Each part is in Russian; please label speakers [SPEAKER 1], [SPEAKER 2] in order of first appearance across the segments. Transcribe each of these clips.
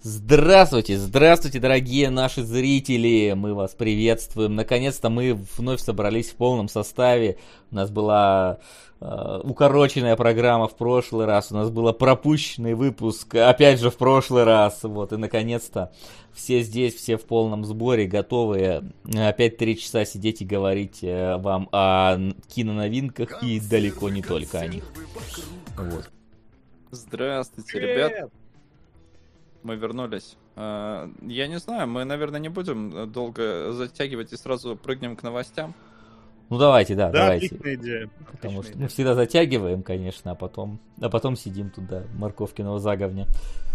[SPEAKER 1] Здравствуйте, здравствуйте, дорогие наши зрители! Мы вас приветствуем. Наконец-то мы вновь собрались в полном составе. У нас была укороченная программа в прошлый раз, у нас был пропущенный выпуск, опять же, в прошлый раз. Вот, и наконец-то все здесь, все в полном сборе, готовые опять 3 часа сидеть и говорить вам о киноновинках и далеко не только о них. Вот.
[SPEAKER 2] Здравствуйте, ребят! Мы вернулись. Я не знаю, мы, наверное, не будем долго затягивать и сразу прыгнем к новостям.
[SPEAKER 1] Ну давайте, давайте.
[SPEAKER 3] Отличная идея.
[SPEAKER 1] Потому что мы всегда затягиваем, конечно, а потом сидим туда, морковкиного заговня.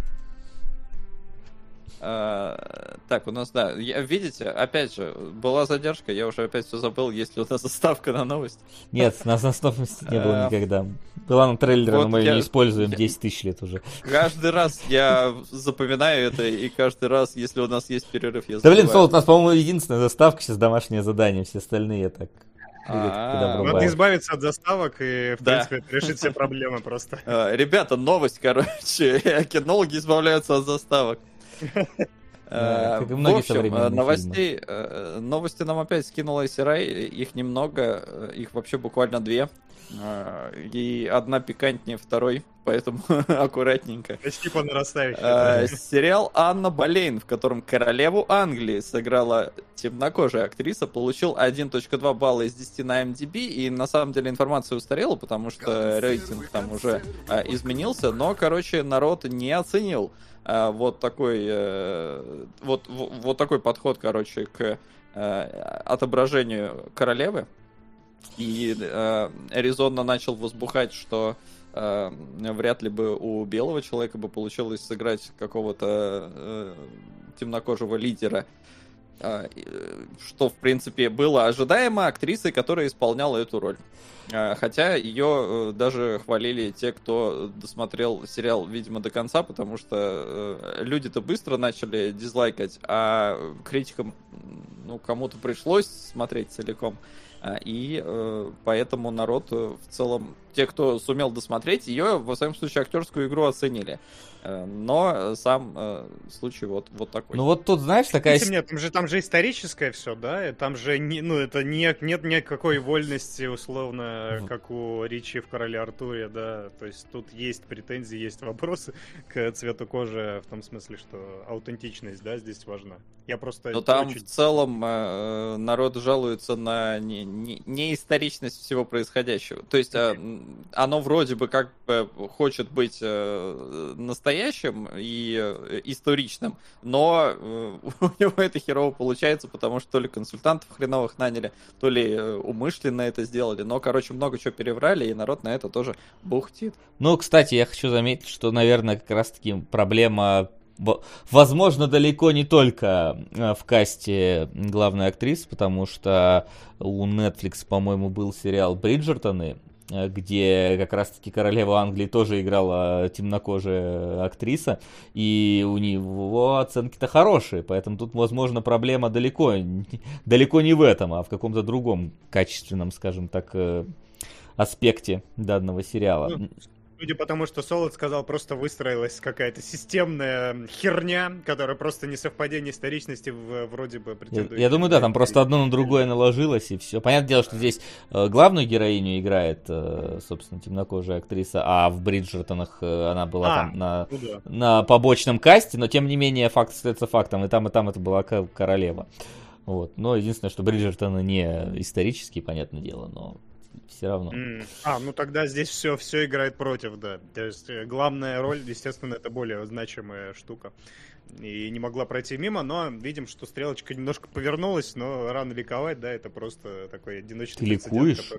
[SPEAKER 2] Так, у нас, да, видите, опять же, была задержка, я уже опять все забыл, есть ли у нас заставка на новость.
[SPEAKER 1] Нет, у нас новости не было никогда. Была на трейлере, но мы ее не используем 10 тысяч лет уже.
[SPEAKER 2] Каждый раз я запоминаю это, и каждый раз, если у нас есть перерыв, я забываю.
[SPEAKER 1] Да блин, Солод, у нас, по-моему, единственная заставка сейчас домашнее задание, все остальные так...
[SPEAKER 3] Надо избавиться от заставок и, в принципе, решить все проблемы просто.
[SPEAKER 2] Ребята, новость, короче, кинологи избавляются от заставок.
[SPEAKER 1] Как и
[SPEAKER 2] в
[SPEAKER 1] многие
[SPEAKER 2] общем,
[SPEAKER 1] современные
[SPEAKER 2] новости нам опять скинула SRI, их немного, их вообще буквально 2. И одна пикантнее второй, поэтому аккуратненько.
[SPEAKER 3] Почти по нарастающей.
[SPEAKER 2] Сериал «Анна Болейн», в котором королеву Англии сыграла темнокожая актриса, получил 1.2 балла из 10 на MDB, и на самом деле информация устарела, потому что рейтинг там уже изменился, но, короче, народ не оценил вот такой подход, короче, к отображению королевы. И резонно начал возбухать, что вряд ли бы у белого человека бы получилось сыграть какого-то темнокожего лидера. Что, в принципе, было ожидаемо актрисой, которая исполняла эту роль. Хотя ее даже хвалили те, кто досмотрел сериал, видимо, до конца, потому что люди-то быстро начали дизлайкать, а критикам, кому-то пришлось смотреть целиком. И поэтому народ в целом, те, кто сумел досмотреть, ее, во всяком случае, актерскую игру оценили. Но сам случай вот такой.
[SPEAKER 1] Ну вот тут, знаешь, такая...
[SPEAKER 3] Нет, там же историческое все, да? Там же это нет никакой вольности, условно, как у Ричи в «Короле Артуре», да? То есть тут есть претензии, есть вопросы к цвету кожи, в том смысле, что аутентичность, да, здесь важна. Я просто...
[SPEAKER 2] Но там в целом народ жалуется на неисторичность всего происходящего. То есть оно вроде бы как бы хочет быть настоящим и историчным, но у него это херово получается, потому что то ли консультантов хреновых наняли, то ли умышленно это сделали, но, короче, много чего переврали, и народ на это тоже бухтит.
[SPEAKER 1] Ну, кстати, я хочу заметить, что, наверное, как раз-таки проблема... Возможно, далеко не только в касте главной актрисы, потому что у Netflix, по-моему, был сериал «Бриджертоны», где как раз-таки королева Англии тоже играла темнокожая актриса, и у него оценки-то хорошие, поэтому тут, возможно, проблема далеко не в этом, а в каком-то другом качественном, скажем так, аспекте данного сериала.
[SPEAKER 3] Судя по тому, что Солод сказал, просто выстроилась какая-то системная херня, которая просто несовпадение историчности вроде бы претендует.
[SPEAKER 1] Я думаю, да, там просто одно на другое наложилось, и все. Понятное дело, что здесь главную героиню играет, собственно, темнокожая актриса, а в «Бриджертонах» она была там на побочном касте, но тем не менее факт остается фактом, и там это была королева. Вот. Но единственное, что «Бриджертоны» не исторические, понятное дело, но... все равно.
[SPEAKER 3] Тогда здесь все играет против, да. То есть главная роль, естественно, это более значимая штука. И не могла пройти мимо, но видим, что стрелочка немножко повернулась, но рано ликовать, да, это просто такой одиночный...
[SPEAKER 1] Ты ликуешь?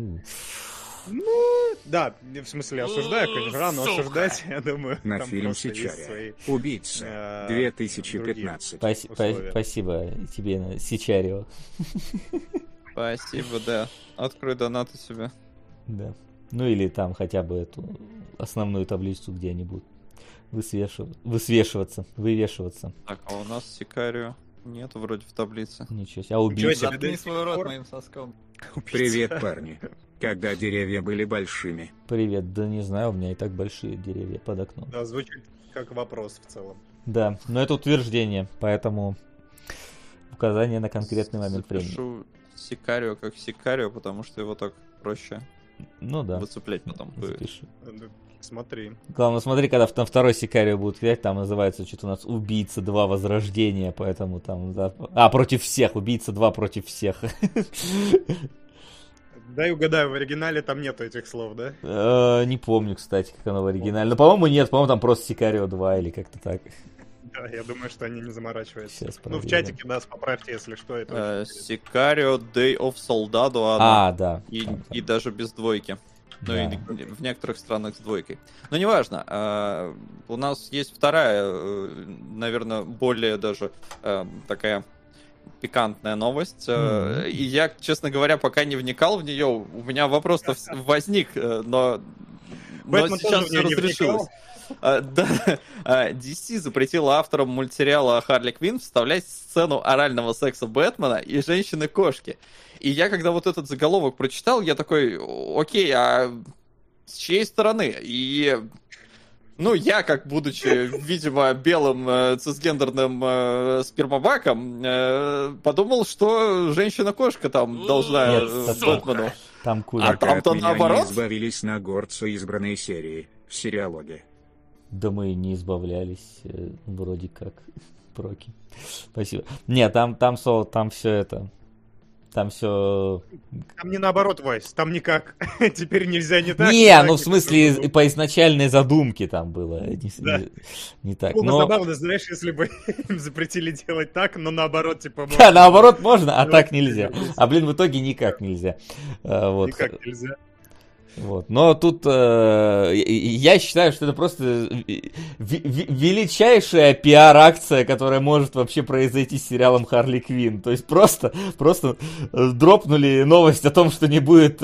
[SPEAKER 3] Да, в смысле, осуждаю, конечно, рано осуждать, я думаю.
[SPEAKER 4] На фильм «Сичарио. Убийца», 2015.
[SPEAKER 1] Спасибо тебе, Сичарио.
[SPEAKER 2] Спасибо, да. Открой донат у себя.
[SPEAKER 1] Да. Ну или там хотя бы эту основную таблицу, где они будут вывешиваться.
[SPEAKER 2] Так, а у нас Сикарио нет вроде в таблице.
[SPEAKER 1] Ничего себе. А убийца?
[SPEAKER 2] Заткни свой рот моим соском.
[SPEAKER 4] Привет, парни. Когда деревья были большими.
[SPEAKER 1] Привет. Да не знаю, у меня и так большие деревья под окном.
[SPEAKER 3] Да, звучит как вопрос в целом.
[SPEAKER 1] Да, но это утверждение, поэтому указание на конкретный момент времени.
[SPEAKER 2] Запишу Сикарио как Сикарио, потому что его так проще
[SPEAKER 1] Ну да.
[SPEAKER 2] выцеплять потом будет.
[SPEAKER 1] Запишу.
[SPEAKER 3] Смотри.
[SPEAKER 1] Главное, смотри, когда на второй Сикарио будут кидать, там называется что-то у нас Убийца 2 Возрождение, поэтому там... Да, против всех, Убийца 2 против всех.
[SPEAKER 3] Дай угадаю, в оригинале там нету этих слов, да?
[SPEAKER 1] Не помню, кстати, как оно в оригинале. Но, по-моему, нет, по-моему, там просто Сикарио 2 или как-то так.
[SPEAKER 3] Да, я думаю, что они не заморачиваются.
[SPEAKER 1] Сейчас
[SPEAKER 3] Ну, в
[SPEAKER 1] проверим.
[SPEAKER 3] чатике нас поправьте, если что. Это
[SPEAKER 2] Сикарио Day of Soldado
[SPEAKER 1] Да.
[SPEAKER 2] и даже без двойки. Ну
[SPEAKER 1] Да.
[SPEAKER 2] и в некоторых странах с двойкой. Но неважно. У нас есть вторая, наверное, более даже такая пикантная новость. И я, честно говоря, пока не вникал в нее. У меня вопрос-то возник, но сейчас все разрешилось. Да, DC запретила авторам мультсериала Харли Квинн вставлять сцену орального секса Бэтмена и женщины-кошки. И я, когда вот этот заголовок прочитал, я такой, окей, а с чьей стороны? И, ну, я, как будучи, видимо, белым цисгендерным спермобаком, подумал, что женщина-кошка там должна
[SPEAKER 1] Нет,
[SPEAKER 2] Бэтмену.
[SPEAKER 1] Там
[SPEAKER 2] А
[SPEAKER 1] кулер.
[SPEAKER 2] там-то
[SPEAKER 4] от меня
[SPEAKER 2] наоборот?
[SPEAKER 4] не избавились на горцу избранной серии в сериалоге.
[SPEAKER 1] Да мы не избавлялись, вроде как, проки. Спасибо. Нет, там все это... Там все...
[SPEAKER 3] Там не наоборот, Вайс, там никак. Теперь нельзя не так.
[SPEAKER 1] Не, ну в смысле, по изначальной задумке там было не так.
[SPEAKER 3] Было бы
[SPEAKER 1] Но...
[SPEAKER 3] забавно, знаешь, если бы им запретили делать так, но наоборот, типа...
[SPEAKER 1] Да, наоборот можно, а так нельзя. А, блин, в итоге никак нельзя. Вот.
[SPEAKER 3] Никак нельзя.
[SPEAKER 1] Вот. Но тут я считаю, что это просто величайшая пиар-акция, которая может вообще произойти с сериалом Харли Квинн. То есть просто дропнули новость о том, что не будет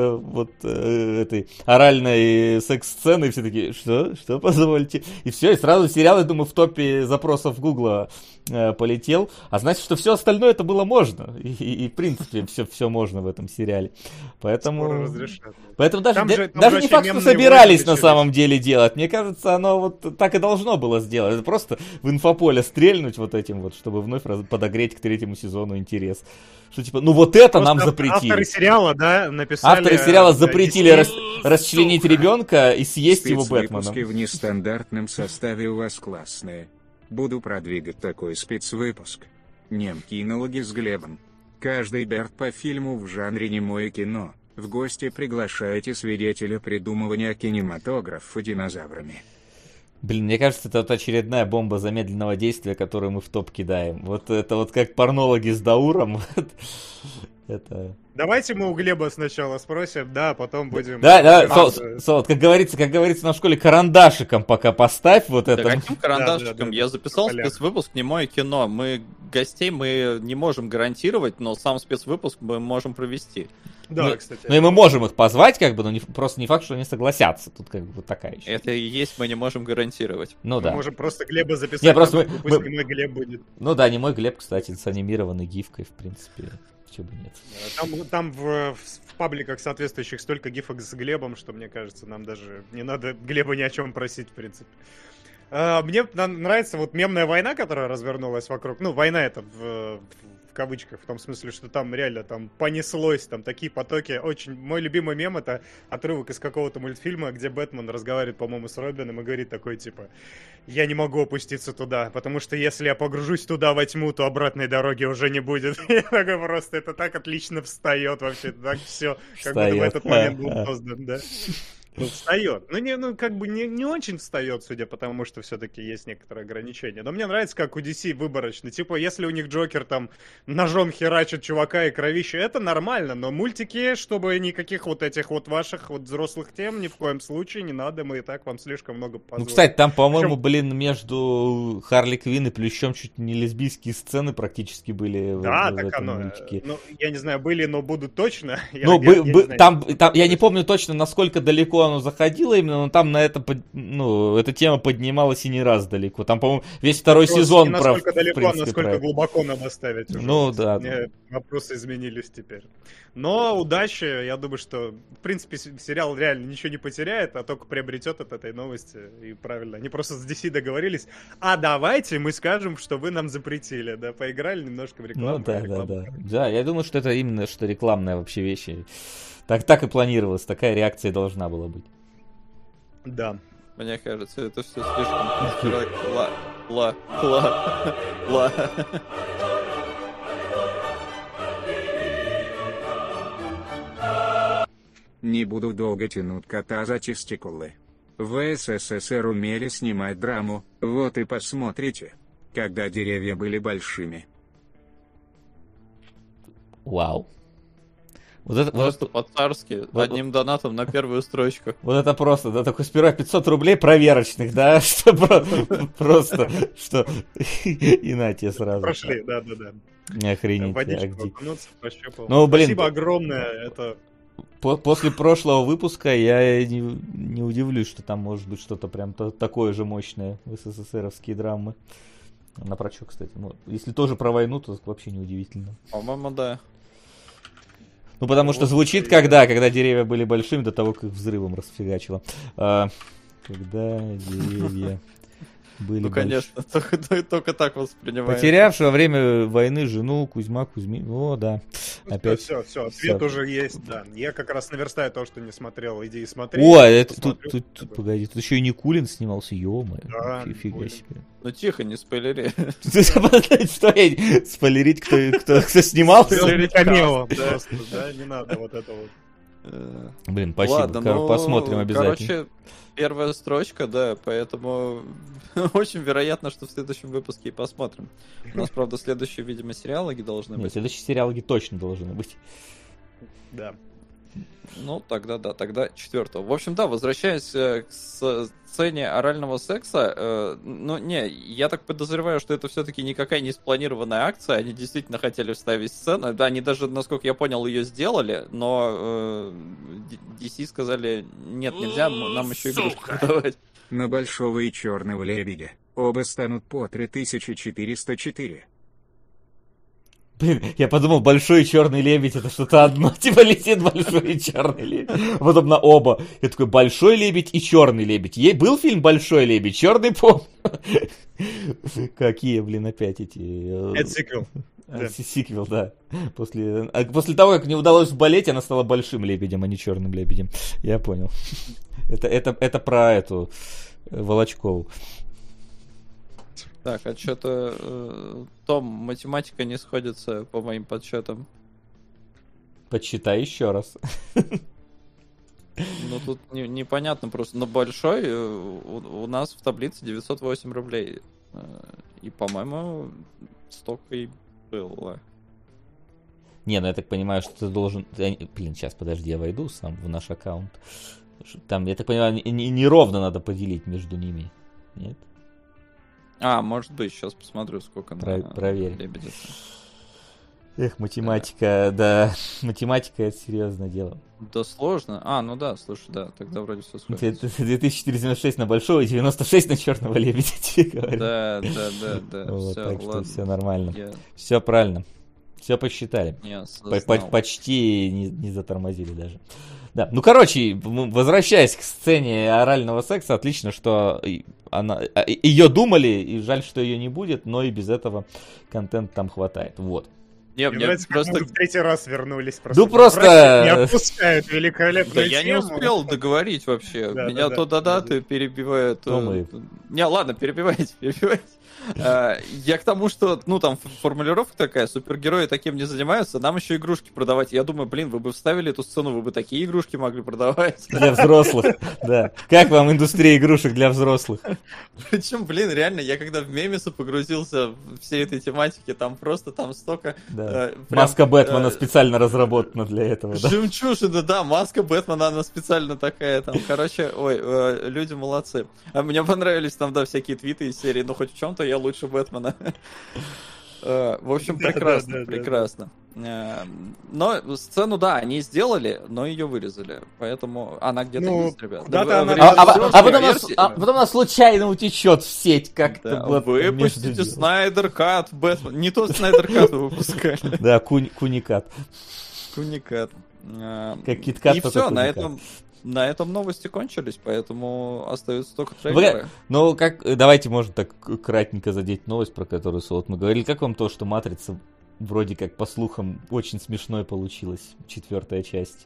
[SPEAKER 1] этой оральной секс-сцены, и все такие, что, позвольте? И все, и сразу сериал, я думаю, в топе запросов Гугла полетел. А значит, что все остальное это было можно. И в принципе, все можно в этом сериале. Поэтому даже не факт, что собирались на самом деле делать. Мне кажется, оно вот так и должно было сделать. Это просто в инфополе стрельнуть вот этим вот, чтобы вновь подогреть к третьему сезону интерес. Что типа, ну вот это просто нам запретили.
[SPEAKER 3] Авторы сериала, да, написали...
[SPEAKER 1] Авторы сериала запретили расчленить ребенка и съесть его Бэтменом.
[SPEAKER 4] Спецвыпуски в нестандартном составе у вас классные. Буду продвигать такой спецвыпуск. Немкинологи с Глебом. Каждый Берт по фильму в жанре немое кино. В гости приглашайте свидетеля придумывания кинематографа динозаврами.
[SPEAKER 1] Блин, мне кажется, это вот очередная бомба замедленного действия, которую мы в топ кидаем. Вот это вот как порнологи с Дауром. Это...
[SPEAKER 3] Давайте мы у Глеба сначала спросим, да, потом будем...
[SPEAKER 1] Да, Солод, как говорится на школе, карандашиком пока поставь вот это.
[SPEAKER 2] Да каким карандашиком? Я записал спецвыпуск «Немое кино». Гостей мы не можем гарантировать, но сам спецвыпуск мы можем провести.
[SPEAKER 3] Да, кстати.
[SPEAKER 1] Ну и мы можем их позвать, как бы, но просто не факт, что они согласятся. Тут как бы вот такая еще.
[SPEAKER 2] Это и есть, мы не можем гарантировать.
[SPEAKER 1] Ну да.
[SPEAKER 3] Мы можем просто Глеба записать.
[SPEAKER 1] Не, просто
[SPEAKER 3] пусть немой Глеб будет.
[SPEAKER 1] Ну да, немой Глеб, кстати, с анимированной гифкой, в принципе. Почему бы нет?
[SPEAKER 3] Там в пабликах соответствующих столько гифок с Глебом, что, мне кажется, нам даже не надо Глеба ни о чем просить, в принципе. Мне нравится вот мемная война, которая развернулась вокруг. Ну, война это в кавычках, в том смысле, что там реально там понеслось, там такие потоки. Очень мой любимый мем — это отрывок из какого-то мультфильма, где Бэтмен разговаривает, по-моему, с Робином и говорит такой, типа, я не могу опуститься туда, потому что если я погружусь туда во тьму, то обратной дороги уже не будет. Я такой просто, это так отлично встает вообще, так все, как будто в этот момент был создан, да. Ну, встает. Как бы не очень встает, судя по тому, что все-таки есть некоторые ограничения. Но мне нравится, как у DC выборочно. Типа, если у них Джокер там ножом херачит чувака и кровище, это нормально. Но мультики, чтобы никаких вот этих вот ваших вот взрослых тем ни в коем случае не надо. Мы и так вам слишком много позволим.
[SPEAKER 1] Ну, кстати, там, по-моему, между Харли Квинн и Плющом чуть не лесбийские сцены практически были
[SPEAKER 3] да,
[SPEAKER 1] в
[SPEAKER 3] так
[SPEAKER 1] этом
[SPEAKER 3] оно.
[SPEAKER 1] мультике.
[SPEAKER 3] Ну, я не знаю, были, но будут точно.
[SPEAKER 1] Я не помню точно, насколько далеко далеко оно заходило именно, но там на это, ну, эта тема поднималась и не раз далеко. Там, по-моему, весь второй сезон
[SPEAKER 3] не насколько далеко,
[SPEAKER 1] в принципе,
[SPEAKER 3] насколько глубоко надо ставить. Уже.
[SPEAKER 1] Ну, да.
[SPEAKER 3] Вопросы изменились теперь. Но удачи, я думаю, что, в принципе, сериал реально ничего не потеряет, а только приобретет от этой новости. И правильно, они просто с DC договорились, а давайте мы скажем, что вы нам запретили, да, поиграли немножко в рекламу.
[SPEAKER 1] Ну, да. Да, я думаю, что это именно что рекламная вообще вещь. Так и планировалось, такая реакция должна была быть.
[SPEAKER 3] Да.
[SPEAKER 2] Мне кажется, это все слишком... Ла.
[SPEAKER 4] Не буду долго тянуть кота за тестикулы. В СССР умели снимать драму, вот и посмотрите. Когда деревья были большими.
[SPEAKER 1] Вау. Вот это
[SPEAKER 2] просто по-царски, одним донатом на первую строчку.
[SPEAKER 1] Вот это просто, да, такой сперва 500 рублей проверочных, да, что просто, что и на тебе сразу.
[SPEAKER 3] Прошли, да.
[SPEAKER 1] Охренеть.
[SPEAKER 3] Водичку окунуться, пощупал.
[SPEAKER 1] Ну, блин.
[SPEAKER 3] Спасибо огромное, это...
[SPEAKER 1] После прошлого выпуска я не удивлюсь, что там может быть что-то прям такое же мощное в СССРовские драмы. Напрочет, кстати. Ну, если тоже про войну, то вообще неудивительно.
[SPEAKER 2] По-моему, да.
[SPEAKER 1] Ну, потому что звучит когда деревья были большими, до того, как их взрывом расфигачило. Когда деревья были
[SPEAKER 2] ну, конечно, только так воспринимаем.
[SPEAKER 1] Потерявший во время войны жену Кузьма Кузьмин. О, да.
[SPEAKER 3] Опять. Все, ответ уже есть, да. Я как раз наверстаю то, что не смотрел, иди и смотри.
[SPEAKER 1] О, это тут, погоди, тут еще и Никулин снимался, ё-моё.
[SPEAKER 3] Да,
[SPEAKER 1] фига себе.
[SPEAKER 2] Ну тихо, не спойлери.
[SPEAKER 1] Что спойлерить, кто снимался?
[SPEAKER 3] Спойлерить камео. Да, не надо вот это вот.
[SPEAKER 1] Блин, спасибо.
[SPEAKER 2] Ладно,
[SPEAKER 1] посмотрим обязательно.
[SPEAKER 2] Короче, первая строчка, да, поэтому очень вероятно, что в следующем выпуске и посмотрим. У нас, правда, следующие, видимо, сериалоги должны быть.
[SPEAKER 1] Нет, следующие сериалоги точно должны быть.
[SPEAKER 3] Да.
[SPEAKER 2] Ну, тогда да, тогда 4-го. В общем, да, возвращаясь к сцене орального секса, я так подозреваю, что это все-таки никакая не спланированная акция, они действительно хотели вставить сцену, да, они даже, насколько я понял, ее сделали, но DC сказали, нет, нельзя, нам еще игрушки продавать.
[SPEAKER 4] На Большого и Черного Лебедя оба станут по 3404.
[SPEAKER 1] Блин, я подумал, большой черный лебедь это что-то одно, типа летит большой черный лебедь. Потом на оба. Я такой, большой лебедь и черный лебедь. Был фильм «Большой лебедь», черный помню. Какие, блин, опять эти...
[SPEAKER 3] Это сиквел.
[SPEAKER 1] Сиквел, да. После того, как не удалось болеть, она стала большим лебедем, а не черным лебедем. Я понял. Это про эту Волочкову.
[SPEAKER 2] Так, а что-то, Том, математика не сходится по моим подсчетам.
[SPEAKER 1] Подсчитай еще раз.
[SPEAKER 2] Ну, тут непонятно просто. Но большой у нас в таблице 908 рублей. И, по-моему, столько и было.
[SPEAKER 1] Не, ну я так понимаю, что ты должен... Блин, сейчас, подожди, я войду сам в наш аккаунт. Там, я так понимаю, неровно надо поделить между ними. Нет?
[SPEAKER 2] Может быть, сейчас посмотрю, сколько
[SPEAKER 1] проверь.
[SPEAKER 2] Лебедя.
[SPEAKER 1] Эх, математика, да. Математика — это серьезное дело.
[SPEAKER 2] Да сложно. Ну да, слушай, да, тогда вроде все сходится.
[SPEAKER 1] 2496 на большого и 96 на черного лебедя, тебе говорю.
[SPEAKER 2] Да.
[SPEAKER 1] Вот,
[SPEAKER 2] Всё,
[SPEAKER 1] так что
[SPEAKER 2] ладно.
[SPEAKER 1] все нормально. Все правильно. Все посчитали. Почти не затормозили даже. Да, ну короче, возвращаясь к сцене орального секса, отлично, что ее думали, и жаль, что ее не будет, но и без этого контента там хватает. Вот.
[SPEAKER 3] Мне нравится, просто... как мы в третий раз вернулись.
[SPEAKER 1] Ну просто...
[SPEAKER 3] Не отпускают великолепную
[SPEAKER 2] Да я не успел договорить вообще. Меня то донаты перебивают. Не, ладно, перебивайте. Я к тому, что, там формулировка такая, супергерои таким не занимаются, нам еще игрушки продавать. Я думаю, вы бы вставили эту сцену, вы бы такие игрушки могли продавать.
[SPEAKER 1] Для взрослых, да. Как вам индустрия игрушек для взрослых?
[SPEAKER 2] Причем, реально, я когда в мемесы погрузился в всей этой тематике, там столько...
[SPEAKER 1] Да. Маска Бэтмена специально разработана для этого, да?
[SPEAKER 2] Жемчужина, да, маска Бэтмена, она специально такая, там, короче, люди молодцы. А мне понравились там, да, всякие твиты из серии, хоть в чем-то я лучше Бэтмена. В общем, прекрасно. Но сцену, да, они сделали, но ее вырезали. Поэтому она где-то есть, ребят.
[SPEAKER 3] куда-то она
[SPEAKER 1] Потом она случайно утечет в сеть как-то. Вот,
[SPEAKER 2] выпустите Снайдер Кат, Бэтмен. Не тот Снайдер Кат вы выпускали.
[SPEAKER 1] Да, Куникат.
[SPEAKER 2] Куникат.
[SPEAKER 1] Как Киткат.
[SPEAKER 2] И все, на этом новости кончились, поэтому остаются только трейлеры.
[SPEAKER 1] Ну, давайте, может, так кратенько задеть новость, про которую вот мы говорили. Как вам то, что «Матрица» вроде как, по слухам, очень смешной получилась, 4-я часть?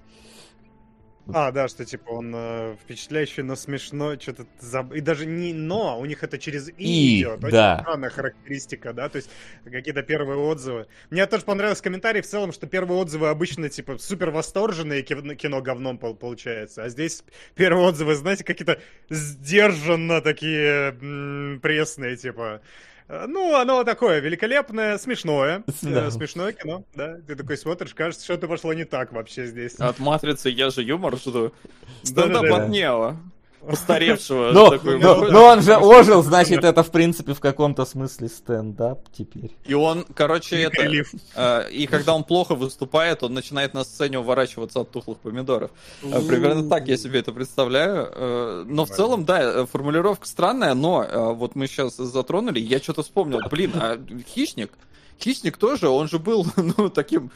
[SPEAKER 3] Да, что типа он впечатляющий, но смешной, что-то и даже не «но», у них это через «и» идет. Очень странная характеристика, да, то есть какие-то первые отзывы. Мне тоже понравился комментарий в целом, что первые отзывы обычно типа супер восторженные, кино говном получается, а здесь первые отзывы, знаете, какие-то сдержанно такие пресные, типа... Ну, оно такое великолепное, смешное. Смешное кино, да. Ты такой смотришь, кажется, что-то пошло не так вообще здесь.
[SPEAKER 2] От «Матрицы» я же юмор жду. Стендап от Нео. Постаревшего.
[SPEAKER 1] Но он же ожил, значит, это, в принципе, в каком-то смысле стендап теперь.
[SPEAKER 2] И он, короче, и когда он плохо выступает, он начинает на сцене уворачиваться от тухлых помидоров. Примерно так я себе это представляю. Но в целом, да, формулировка странная, но вот мы сейчас затронули, я что-то вспомнил. Блин, а Хищник тоже, он же был, таким,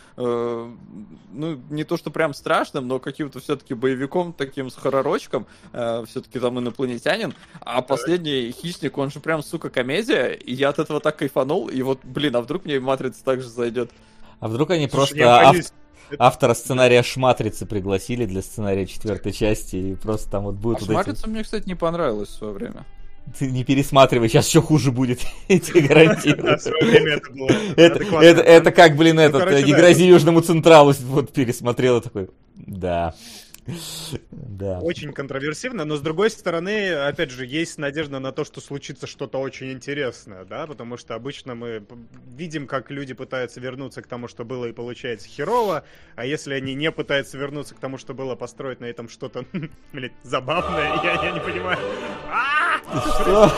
[SPEAKER 2] не то что прям страшным, но каким-то все-таки боевиком, таким с хорророчком, все-таки там инопланетянин, а последний Хищник, он же прям, сука, комедия, и я от этого так кайфанул, и вот, блин, а вдруг мне «Матрица» так же зайдет?
[SPEAKER 1] А вдруг они просто автора сценария «Шматрицы» пригласили для сценария 4-й части, и просто там вот будет...
[SPEAKER 2] «Шматрица» мне, кстати, не понравилась в свое время.
[SPEAKER 1] Ты не пересматривай, сейчас еще хуже будет, я тебе гарантирую.
[SPEAKER 3] В свое время это было.
[SPEAKER 1] Это как, блин, «Не грози Южному Централу», вот пересмотрел и такой, да.
[SPEAKER 3] Очень контроверсивно, но с другой стороны, опять же, есть надежда на то, что случится что-то очень интересное, да, потому что обычно мы видим, как люди пытаются вернуться к тому, что было, и получается херово, а если они не пытаются вернуться к тому, что было, построить на этом что-то, блядь, забавное, я не понимаю.
[SPEAKER 1] Что?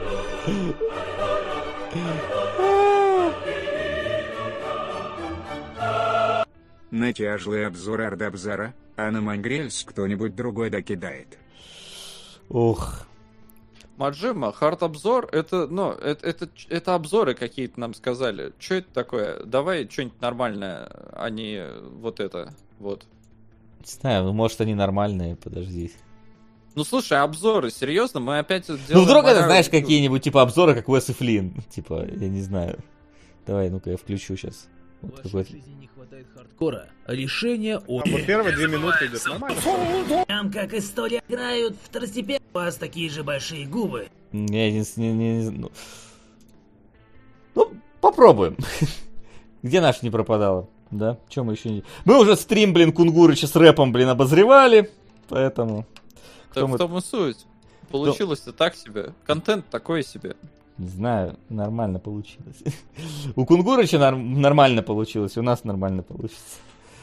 [SPEAKER 4] Натяжлый обзор Ардабзара, а на Мангрельс кто-нибудь другой докидает.
[SPEAKER 1] Ух.
[SPEAKER 2] Маджима, хард-обзор, это обзоры какие-то нам сказали. Что это такое? Давай что-нибудь нормальное, а не вот это, вот.
[SPEAKER 1] Не знаю, может они нормальные, подожди.
[SPEAKER 2] Ну слушай, обзоры, серьезно, мы опять делаем...
[SPEAKER 1] Ну вдруг это, знаешь, какие-нибудь типа обзоры, как Уэс и Флинн, типа, я не знаю. Давай, ну-ка я включу сейчас. Вот
[SPEAKER 5] в вашей жизни не хватает хардкора. Решение от...
[SPEAKER 3] Вот первые 2 минуты идет нормально.
[SPEAKER 5] Там как история играют второстепенно. У вас такие же большие губы.
[SPEAKER 1] Ну, попробуем. Где наш не пропадала? Да? Чем мы еще не... Мы уже стрим, блин, Кунгурыча с рэпом, блин, обозревали. Поэтому...
[SPEAKER 2] Так в том и суть. Получилось-то так себе. Контент такой себе.
[SPEAKER 1] Не знаю, нормально получилось. У Кунгурыча нормально получилось, у нас нормально получится.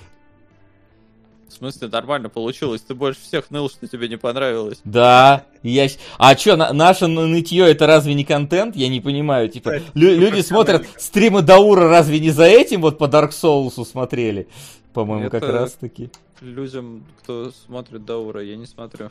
[SPEAKER 2] В смысле нормально получилось? Ты больше всех ныл, что тебе не понравилось.
[SPEAKER 1] Да. А что, наше нытье это разве не контент? Я не понимаю. Типа, люди смотрят стримы Даура, разве не за этим вот по Dark Souls смотрели? По-моему, как раз таки.
[SPEAKER 2] Людям, кто смотрит Даура, я не смотрю.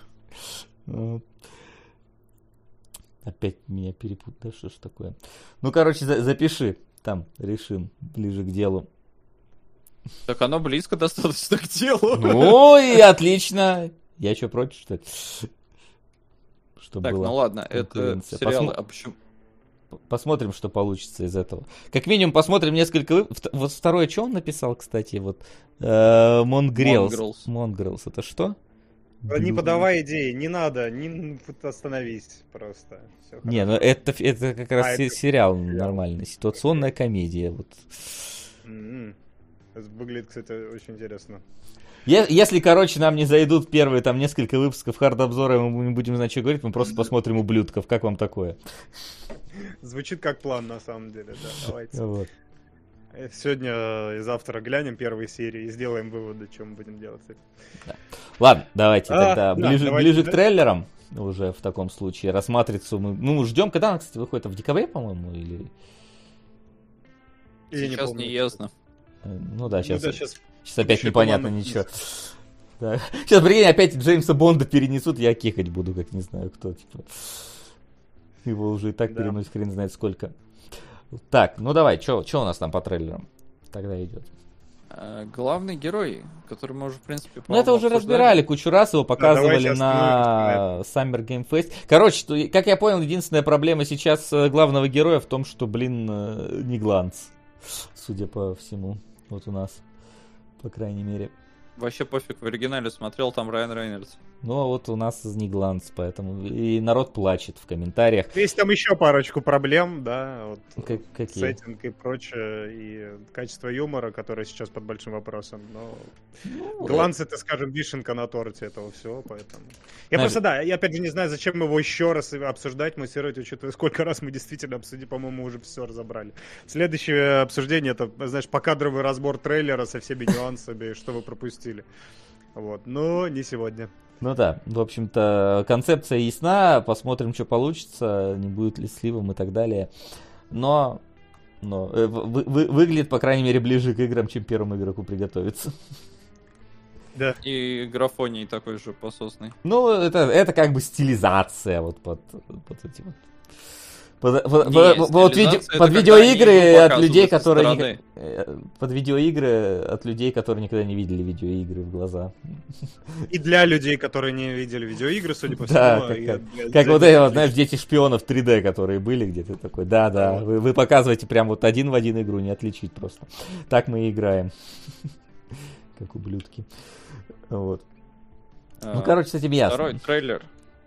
[SPEAKER 1] Опять меня перепутал, да что ж такое. Ну, короче, запиши, там решим, ближе к делу.
[SPEAKER 2] Так оно близко достаточно к делу.
[SPEAKER 1] Ну и отлично. Я что, против, что ли?
[SPEAKER 2] Так, ну ладно, это сериалы, а почему...
[SPEAKER 1] Посмотрим, что получится из этого. Как минимум, посмотрим несколько... Вот второе, что он написал, кстати, вот... Монгрелс, это что?
[SPEAKER 3] Не подавай идеи, не надо, остановись просто.
[SPEAKER 1] Не, ну это как раз сериал нормальный, ситуационная комедия. Вот.
[SPEAKER 3] Выглядит, кстати, очень интересно.
[SPEAKER 1] Если, короче, нам не зайдут первые там несколько выпусков хард-обзора, мы не будем знать, что говорить, мы просто посмотрим «Ублюдков». Как вам такое?
[SPEAKER 3] Звучит как план, на самом деле, да, давайте.
[SPEAKER 1] Вот.
[SPEAKER 3] Сегодня и завтра глянем первые серии и сделаем выводы, что мы будем делать.
[SPEAKER 1] Да. Ладно, давайте тогда ближе к трейлерам уже в таком случае. «Матрицу» мы ждем, когда она, кстати, выходит? В декабре, по-моему, или...
[SPEAKER 2] Сейчас не ясно.
[SPEAKER 1] Ну да, сейчас
[SPEAKER 3] сейчас
[SPEAKER 1] опять непонятно ничего. Да. Сейчас, прикинь, опять Джеймса Бонда перенесут, я кекать буду, как не знаю кто. Типа. Его уже и так переносит хрен знает сколько. Так, ну давай, что у нас там по трейлерам тогда идет?
[SPEAKER 2] Главный герой, который мы уже, в принципе,
[SPEAKER 1] Ну это уже разбирали кучу раз, его показывали на Summer Game Fest. Короче, как я понял, единственная проблема сейчас главного героя в том, что, не гланс. Судя по всему, вот у нас, по крайней мере.
[SPEAKER 2] Вообще пофиг, в оригинале смотрел, там Райан Рейнольдс.
[SPEAKER 1] Ну, а вот у нас не гланс, поэтому и народ плачет в комментариях.
[SPEAKER 3] Есть там еще парочку проблем, да, вот
[SPEAKER 1] какие?
[SPEAKER 3] сеттинг и прочее, и качество юмора, которое сейчас под большим вопросом, но гланс это, скажем, вишенка на торте этого всего, поэтому... Я просто, я опять же не знаю, зачем его еще раз обсуждать, муссировать, учитывая, сколько раз мы действительно обсудили, по-моему, уже все разобрали. Следующее обсуждение, это, знаешь, покадровый разбор трейлера со всеми нюансами, что вы пропустили. Вот, но не сегодня.
[SPEAKER 1] Ну да, в общем-то, концепция ясна, посмотрим, что получится, не будет ли сливом и так далее. Но выглядит, по крайней мере, ближе к играм, чем первому игроку приготовиться.
[SPEAKER 3] Да.
[SPEAKER 2] И графоний такой же пососный.
[SPEAKER 1] Ну, это как бы стилизация вот под эти вот. Под видеоигры от людей, которые под видеоигры от людей, которые никогда не видели видеоигры в глаза.
[SPEAKER 3] И для людей, которые не видели видеоигры, судя по всему.
[SPEAKER 1] Да, как вот эти, знаешь, дети шпионов 3D, которые были, где ты такой, да, вы показываете прям вот один в один игру, не отличить просто. Так мы и играем. Как ублюдки. Вот. Ну, короче, с этим ясно.
[SPEAKER 2] Второй трейлер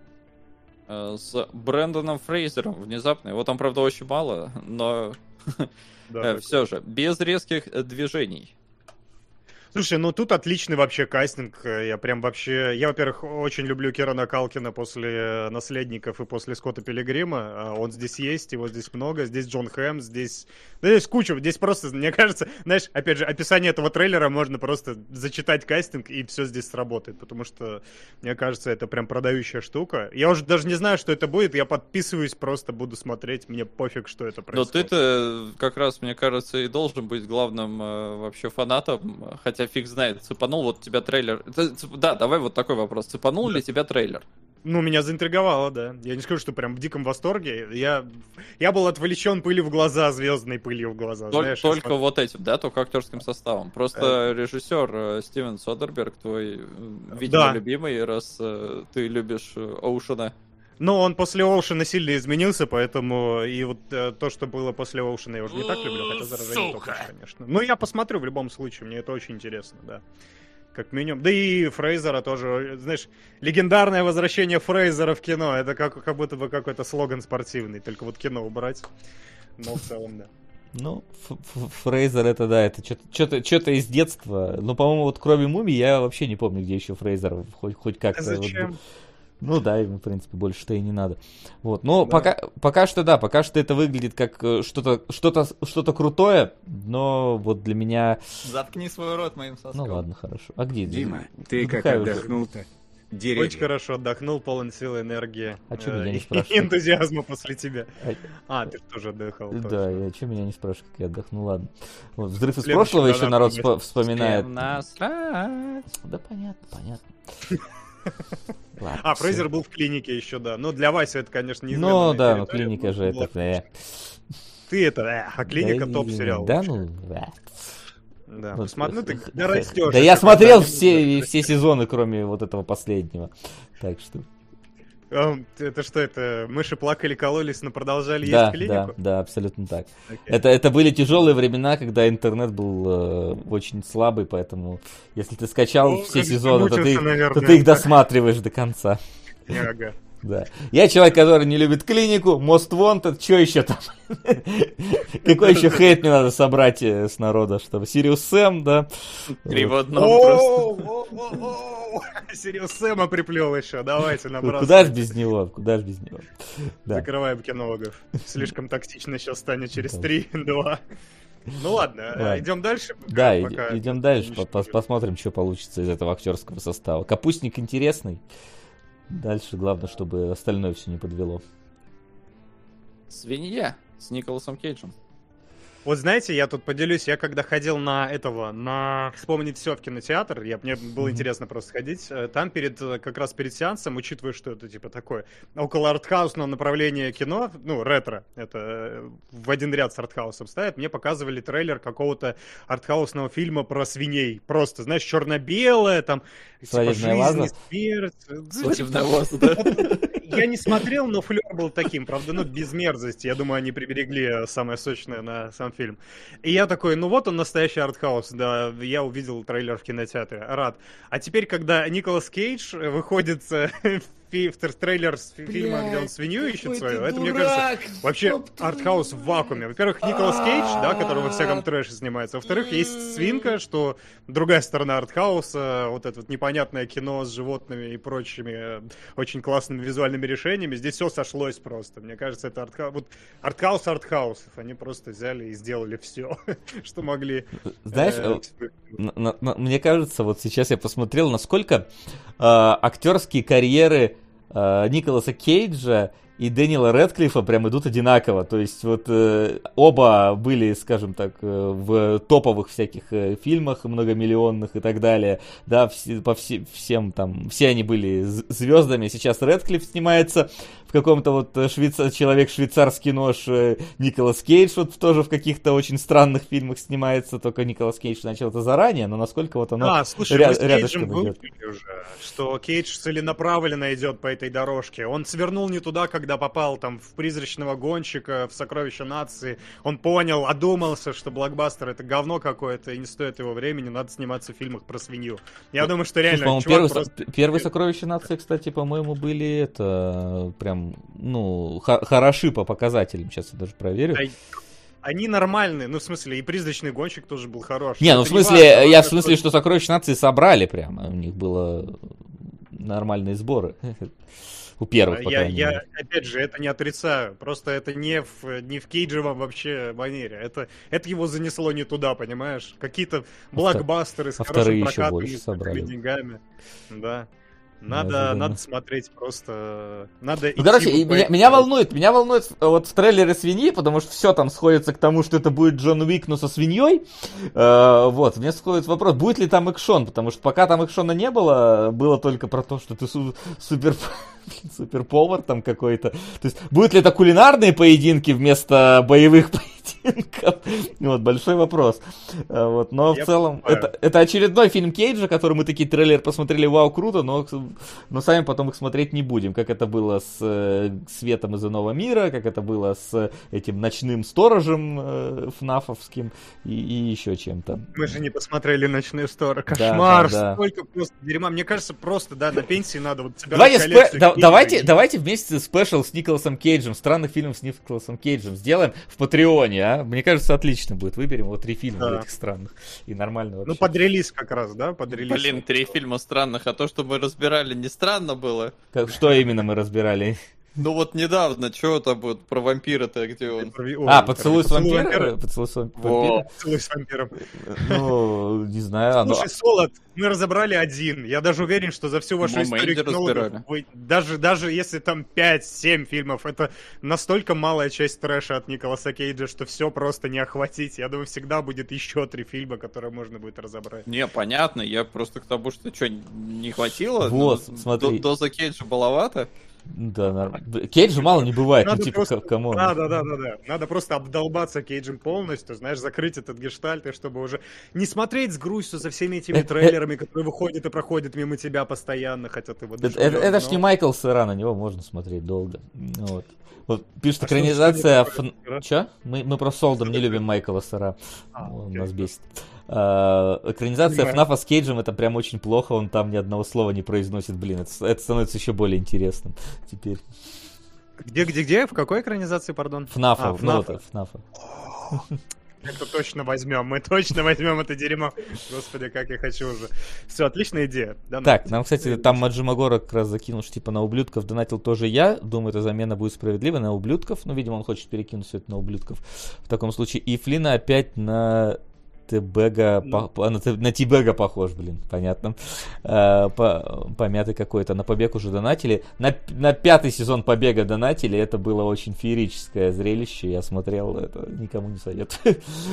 [SPEAKER 2] с Брэндоном Фрейзером внезапно. Его там, правда, очень мало, но все же, без резких движений.
[SPEAKER 3] Слушай, ну тут отличный вообще кастинг. Я, во-первых, очень люблю Кирана Калкина после «Наследников» и после Скотта Пилигрима. Он здесь есть, его здесь много. Здесь Джон Хэм, здесь куча. Здесь просто, мне кажется, знаешь, опять же, описание этого трейлера можно просто зачитать кастинг, и все здесь сработает. Потому что, мне кажется, это прям продающая штука. Я уже даже не знаю, что это будет. Я подписываюсь, просто буду смотреть. Мне пофиг, что это происходит.
[SPEAKER 2] Но ты-то как раз, мне кажется, и должен быть главным вообще фанатом. Хотя фиг знает, цепанул вот тебя трейлер. Да, давай вот такой вопрос. Цепанул ли тебя трейлер?
[SPEAKER 3] Ну, меня заинтриговало, да. Я не скажу, что прям в диком восторге. Я был отвлечен пылью в глаза, звездной пылью в глаза.
[SPEAKER 2] Только вот этим, да, только актерским составом. Просто режиссер Стивен Содерберг, твой, видимо, любимый, раз ты любишь Оушена.
[SPEAKER 3] Ну, он после Оушена сильно изменился, поэтому и вот то, что было после Оушена, я уже не так люблю, хотя «Заражение» тоже, конечно. Ну, я посмотрю в любом случае, мне это очень интересно, да. Как минимум. Да и Фрейзера тоже, знаешь, легендарное возвращение Фрейзера в кино, это как будто бы какой-то слоган спортивный, только вот кино убрать, но в целом, да.
[SPEAKER 1] Ну, Фрейзер это, да, это что-то из детства, но, по-моему, вот кроме «Мумии» я вообще не помню, где еще Фрейзер хоть как-то...
[SPEAKER 3] Зачем?
[SPEAKER 1] Ну да, им, в принципе, больше-то и не надо. Вот, но да. пока что это выглядит как что-то крутое, но вот для меня...
[SPEAKER 2] Заткни свой рот моим соском.
[SPEAKER 1] Ну ладно, хорошо. А где?
[SPEAKER 4] Дима, ты как отдохнул-то?
[SPEAKER 3] Деревья. Очень хорошо отдохнул, полон силы, энергии.
[SPEAKER 1] А что меня не спрашивают?
[SPEAKER 3] Энтузиазма после тебя. Ты же тоже отдыхал.
[SPEAKER 1] Да, что меня не спрашивают, как я отдохнул, ладно. Вот, взрыв из прошлого еще народ вспоминает. Да понятно. Ладно,
[SPEAKER 3] Фрейзер был в клинике еще, да. Ну, для Васи это, конечно, не
[SPEAKER 1] Ну, да, но клиника же это...
[SPEAKER 3] Ты это... А клиника топ-сериал.
[SPEAKER 1] Да, ну...
[SPEAKER 3] Да, посмотри, ты растешь.
[SPEAKER 1] Да я смотрел все сезоны, кроме вот этого последнего. Так что...
[SPEAKER 3] Это что, это мыши плакали, кололись, но продолжали есть клинику?
[SPEAKER 1] Да, абсолютно так. Это были тяжелые времена, когда интернет был очень слабый, поэтому если ты скачал все сезоны, то ты их досматриваешь до конца.
[SPEAKER 3] Ага.
[SPEAKER 1] Да. Я человек, который не любит клинику, Most Wanted, что еще там? Какой еще хейт мне надо собрать с народа, чтобы Сириус Сэм, да?
[SPEAKER 2] 3 в 1 просто.
[SPEAKER 3] Сириус Сэма приплел еще, давайте набраться.
[SPEAKER 1] Куда ж без него?
[SPEAKER 3] Закрываем кинологов. Слишком токсично сейчас станет через 3-2. Ну ладно, идем дальше.
[SPEAKER 1] Да, идем дальше, посмотрим, что получится из этого актерского состава. Капустник интересный. Дальше главное, чтобы остальное все не подвело.
[SPEAKER 2] Свинья с Николасом Кейджем.
[SPEAKER 3] Вот знаете, я тут поделюсь, я когда ходил на «Вспомнить все» в кинотеатр, мне было интересно просто ходить, там как раз перед сеансом, учитывая, что это типа такое около артхаусного направления кино, ну, ретро, это в один ряд с артхаусом ставят, мне показывали трейлер какого-то артхаусного фильма про свиней, просто, знаешь, черно-белое, там, типа жизнь и смерть.
[SPEAKER 2] Свадебная ваза, да?
[SPEAKER 3] Я не смотрел, но флёр был таким, правда, ну, без мерзости. Я думаю, они приберегли самое сочное на сам фильм. И я такой, ну вот он, настоящий артхаус, да, я увидел трейлер в кинотеатре, рад. А теперь, когда Николас Кейдж выходит в трейлер с фильма, где он свинью ищет свою, это, мне кажется, вообще артхаус в вакууме. Во-первых, Николас Кейдж, да, который во всяком трэше снимается. Во-вторых, есть свинка, что другая сторона артхауса, вот это вот непонятное кино с животными и прочими очень классными визуальными решениями. Здесь все сошлось просто. Мне кажется, это артхаус артхаусов. Они просто взяли и сделали все, что могли.
[SPEAKER 1] Знаешь, мне кажется, вот сейчас я посмотрел, насколько актерские карьеры Николаса Кейджа и Дэниела Рэдклиффа прям идут одинаково. То есть вот оба были, скажем так, в топовых всяких фильмах многомиллионных и так далее. Да, всем там, все они были звездами. Сейчас Рэдклифф снимается в каком-то вот «Человек-швейцарский нож». Николас Кейдж вот тоже в каких-то очень странных фильмах снимается. Только Николас Кейдж начал это заранее, но насколько вот оно рядышком идет.
[SPEAKER 3] Уже, что Кейдж целенаправленно идет по этой дорожке. Он свернул не туда, когда попал там в «Призрачного гонщика», в «Сокровища нации». Он понял, одумался, что блокбастер — это говно какое-то, и не стоит его времени, надо сниматься в фильмах про свинью. Я думаю, что реально...
[SPEAKER 1] Первые «Сокровища нации», кстати, по-моему, были это прям, ну, хороши по показателям. Сейчас я даже проверю.
[SPEAKER 3] Они нормальные, ну, в смысле, и «Призрачный гонщик» тоже был хороший.
[SPEAKER 1] Не, ну, в смысле, я в смысле, что «Сокровища нации» собрали прямо. У них было нормальные сборы. У первых, по крайней мере.
[SPEAKER 3] Опять же, это не отрицаю. Просто это не в Кейджевом вообще манере. Это его занесло не туда, понимаешь? Какие-то блокбастеры с хорошим прокатом, с деньгами. Да. Надо смотреть просто... Надо
[SPEAKER 1] ну, короче, меня волнует вот в трейлере свиньи, потому что все там сходится к тому, что это будет Джон Уик, но со свиньей. Вот, мне сходит вопрос, будет ли там экшон, потому что пока там экшона не было, было только про то, что ты суперповар там какой-то. То есть, будут ли это кулинарные поединки вместо боевых поединков? Вот, большой вопрос. Вот, но в целом, это очередной фильм Кейджа, который мы такие трейлер посмотрели, вау, круто, но сами потом их смотреть не будем. Как это было с Светом из иного мира, как это было с этим ночным сторожем ФНАФовским и еще чем-то.
[SPEAKER 3] Мы же не посмотрели «Ночные сторожи». Кошмар, да. Столько просто дерьма. Мне кажется, просто, да, на пенсии надо вот собирать коллекцию.
[SPEAKER 1] Давайте вместе спешл с Николасом Кейджем, странных фильмов с Николасом Кейджем сделаем в Патреоне, а? Мне кажется, отлично будет. Выберем вот 3 фильма этих странных. И нормально вообще.
[SPEAKER 3] Ну, под релиз как раз, да? Под релиз.
[SPEAKER 2] Блин, 3 фильма странных, а то, что мы разбирали, не странно было?
[SPEAKER 1] Что именно мы разбирали?
[SPEAKER 2] Ну вот недавно, что там вот про вампира-то, где он?
[SPEAKER 1] «Поцелуй с вампиром»? «Поцелуй с
[SPEAKER 3] вампиром».
[SPEAKER 1] Ну, не знаю.
[SPEAKER 3] Слушай, Солод, мы разобрали один. Я даже уверен, что за всю вашу историю кинологов, даже если там 5-7 фильмов, это настолько малая часть трэша от Николаса Кейджа, что все просто не охватить. Я думаю, всегда будет еще 3 фильма, которые можно будет разобрать.
[SPEAKER 2] Не, понятно, я просто к тому, что не хватило.
[SPEAKER 1] Вот, смотри.
[SPEAKER 2] Доза Кейджа баловато.
[SPEAKER 1] Да, нормально. Кейджа мало не бывает, надо ну типа камон.
[SPEAKER 3] Да. Надо просто обдолбаться Кейджем полностью, знаешь, закрыть этот гештальт, и чтобы уже не смотреть с грустью за всеми этими трейлерами, которые выходят и проходят мимо тебя постоянно, хотя ты вот...
[SPEAKER 1] Это ж не Майкл Сера, на него можно смотреть долго. Вот пишет экранизация... Чё? Мы про Солдом не любим Майкла Сера. Он нас бесит. Экранизация ФНАФа с Кейджем, это прям очень плохо, он там ни одного слова не произносит, блин, это становится еще более интересным теперь.
[SPEAKER 3] Где? В какой экранизации, пардон?
[SPEAKER 1] ФНАФа.
[SPEAKER 3] ФНАФа. Это точно возьмем, мы точно возьмем это дерьмо. Господи, как я хочу уже. Все, отличная идея.
[SPEAKER 1] Так, нам, кстати, там Маджимагора как раз закинул, что типа на ублюдков донатил тоже я. Думаю, эта замена будет справедлива на ублюдков. Ну, видимо, он хочет перекинуть все это на ублюдков. В таком случае. И Флина опять на Тебега, на Тибега похож, блин, понятно. Помятый какой-то. На Побег уже донатили. На 5-й сезон Побега донатили. Это было очень феерическое зрелище. Я смотрел, это никому не советую.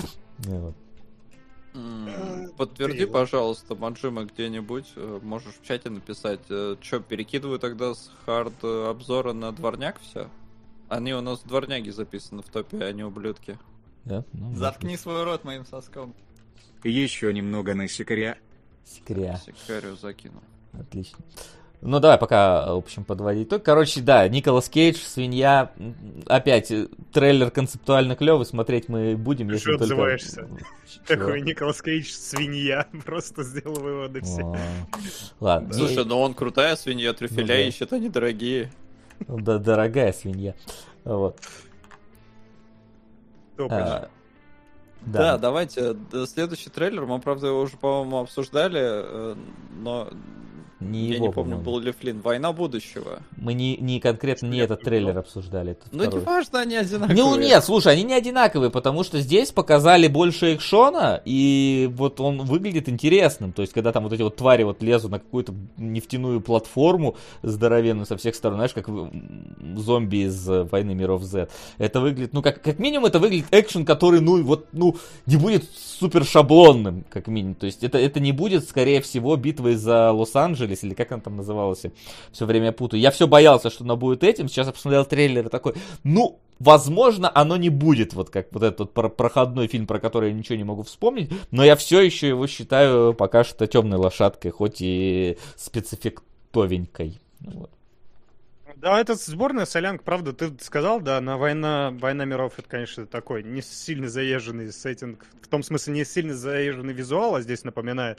[SPEAKER 2] Подтверди, пожалуйста, Маджима где-нибудь. Можешь в чате написать. Че, перекидываю тогда с хард обзора на Дворняк все? Они у нас дворняги записаны в топе, а не ублюдки.
[SPEAKER 1] Да? Ну,
[SPEAKER 6] Заткни свой рот моим соском.
[SPEAKER 4] Еще немного на секря.
[SPEAKER 2] Секарю закинул.
[SPEAKER 1] Отлично. Ну, давай пока, в общем, подводить итог. Короче, да, Николас Кейдж, свинья. Опять, трейлер концептуально клевый, смотреть мы будем.
[SPEAKER 3] Ты что
[SPEAKER 1] только...
[SPEAKER 3] отзываешься? Такой Николас Кейдж, свинья. Просто сделал выводы все.
[SPEAKER 1] Ладно.
[SPEAKER 2] Слушай, ну он крутая свинья, трюфеля ищет, они дорогие.
[SPEAKER 1] Да, дорогая свинья. Вот.
[SPEAKER 2] Да, давайте. Следующий трейлер, мы, правда, его уже, по-моему, обсуждали, но я не помню, был ли Флинн. «Война будущего».
[SPEAKER 1] Мы не конкретно не этот трейлер обсуждали. Это
[SPEAKER 2] ну, не важно, они одинаковые.
[SPEAKER 1] Ну, нет, слушай, они не одинаковые, потому что здесь показали больше экшона, и вот он выглядит интересным. То есть, когда там вот эти вот твари вот лезут на какую-то нефтяную платформу здоровенную со всех сторон, знаешь, как зомби из «Войны миров Z». Это выглядит, ну, как минимум, это выглядит экшен, который, не будет супер шаблонным, как минимум. То есть, это не будет, скорее всего, битвой за Лос-Анджелес, или как она там называлась, все время я путаю. Я все боялся, что она будет этим. Сейчас я посмотрел трейлер и такой, возможно, оно не будет вот как вот этот проходной фильм, про который я ничего не могу вспомнить, но я все еще его считаю пока что темной лошадкой, хоть и спецэффектовенькой. Вот.
[SPEAKER 3] Да, это сборная солянка, правда, ты сказал, да, на война миров, это, конечно, такой не сильно заезженный сеттинг, в том смысле не сильно заезженный визуал, а здесь напоминает,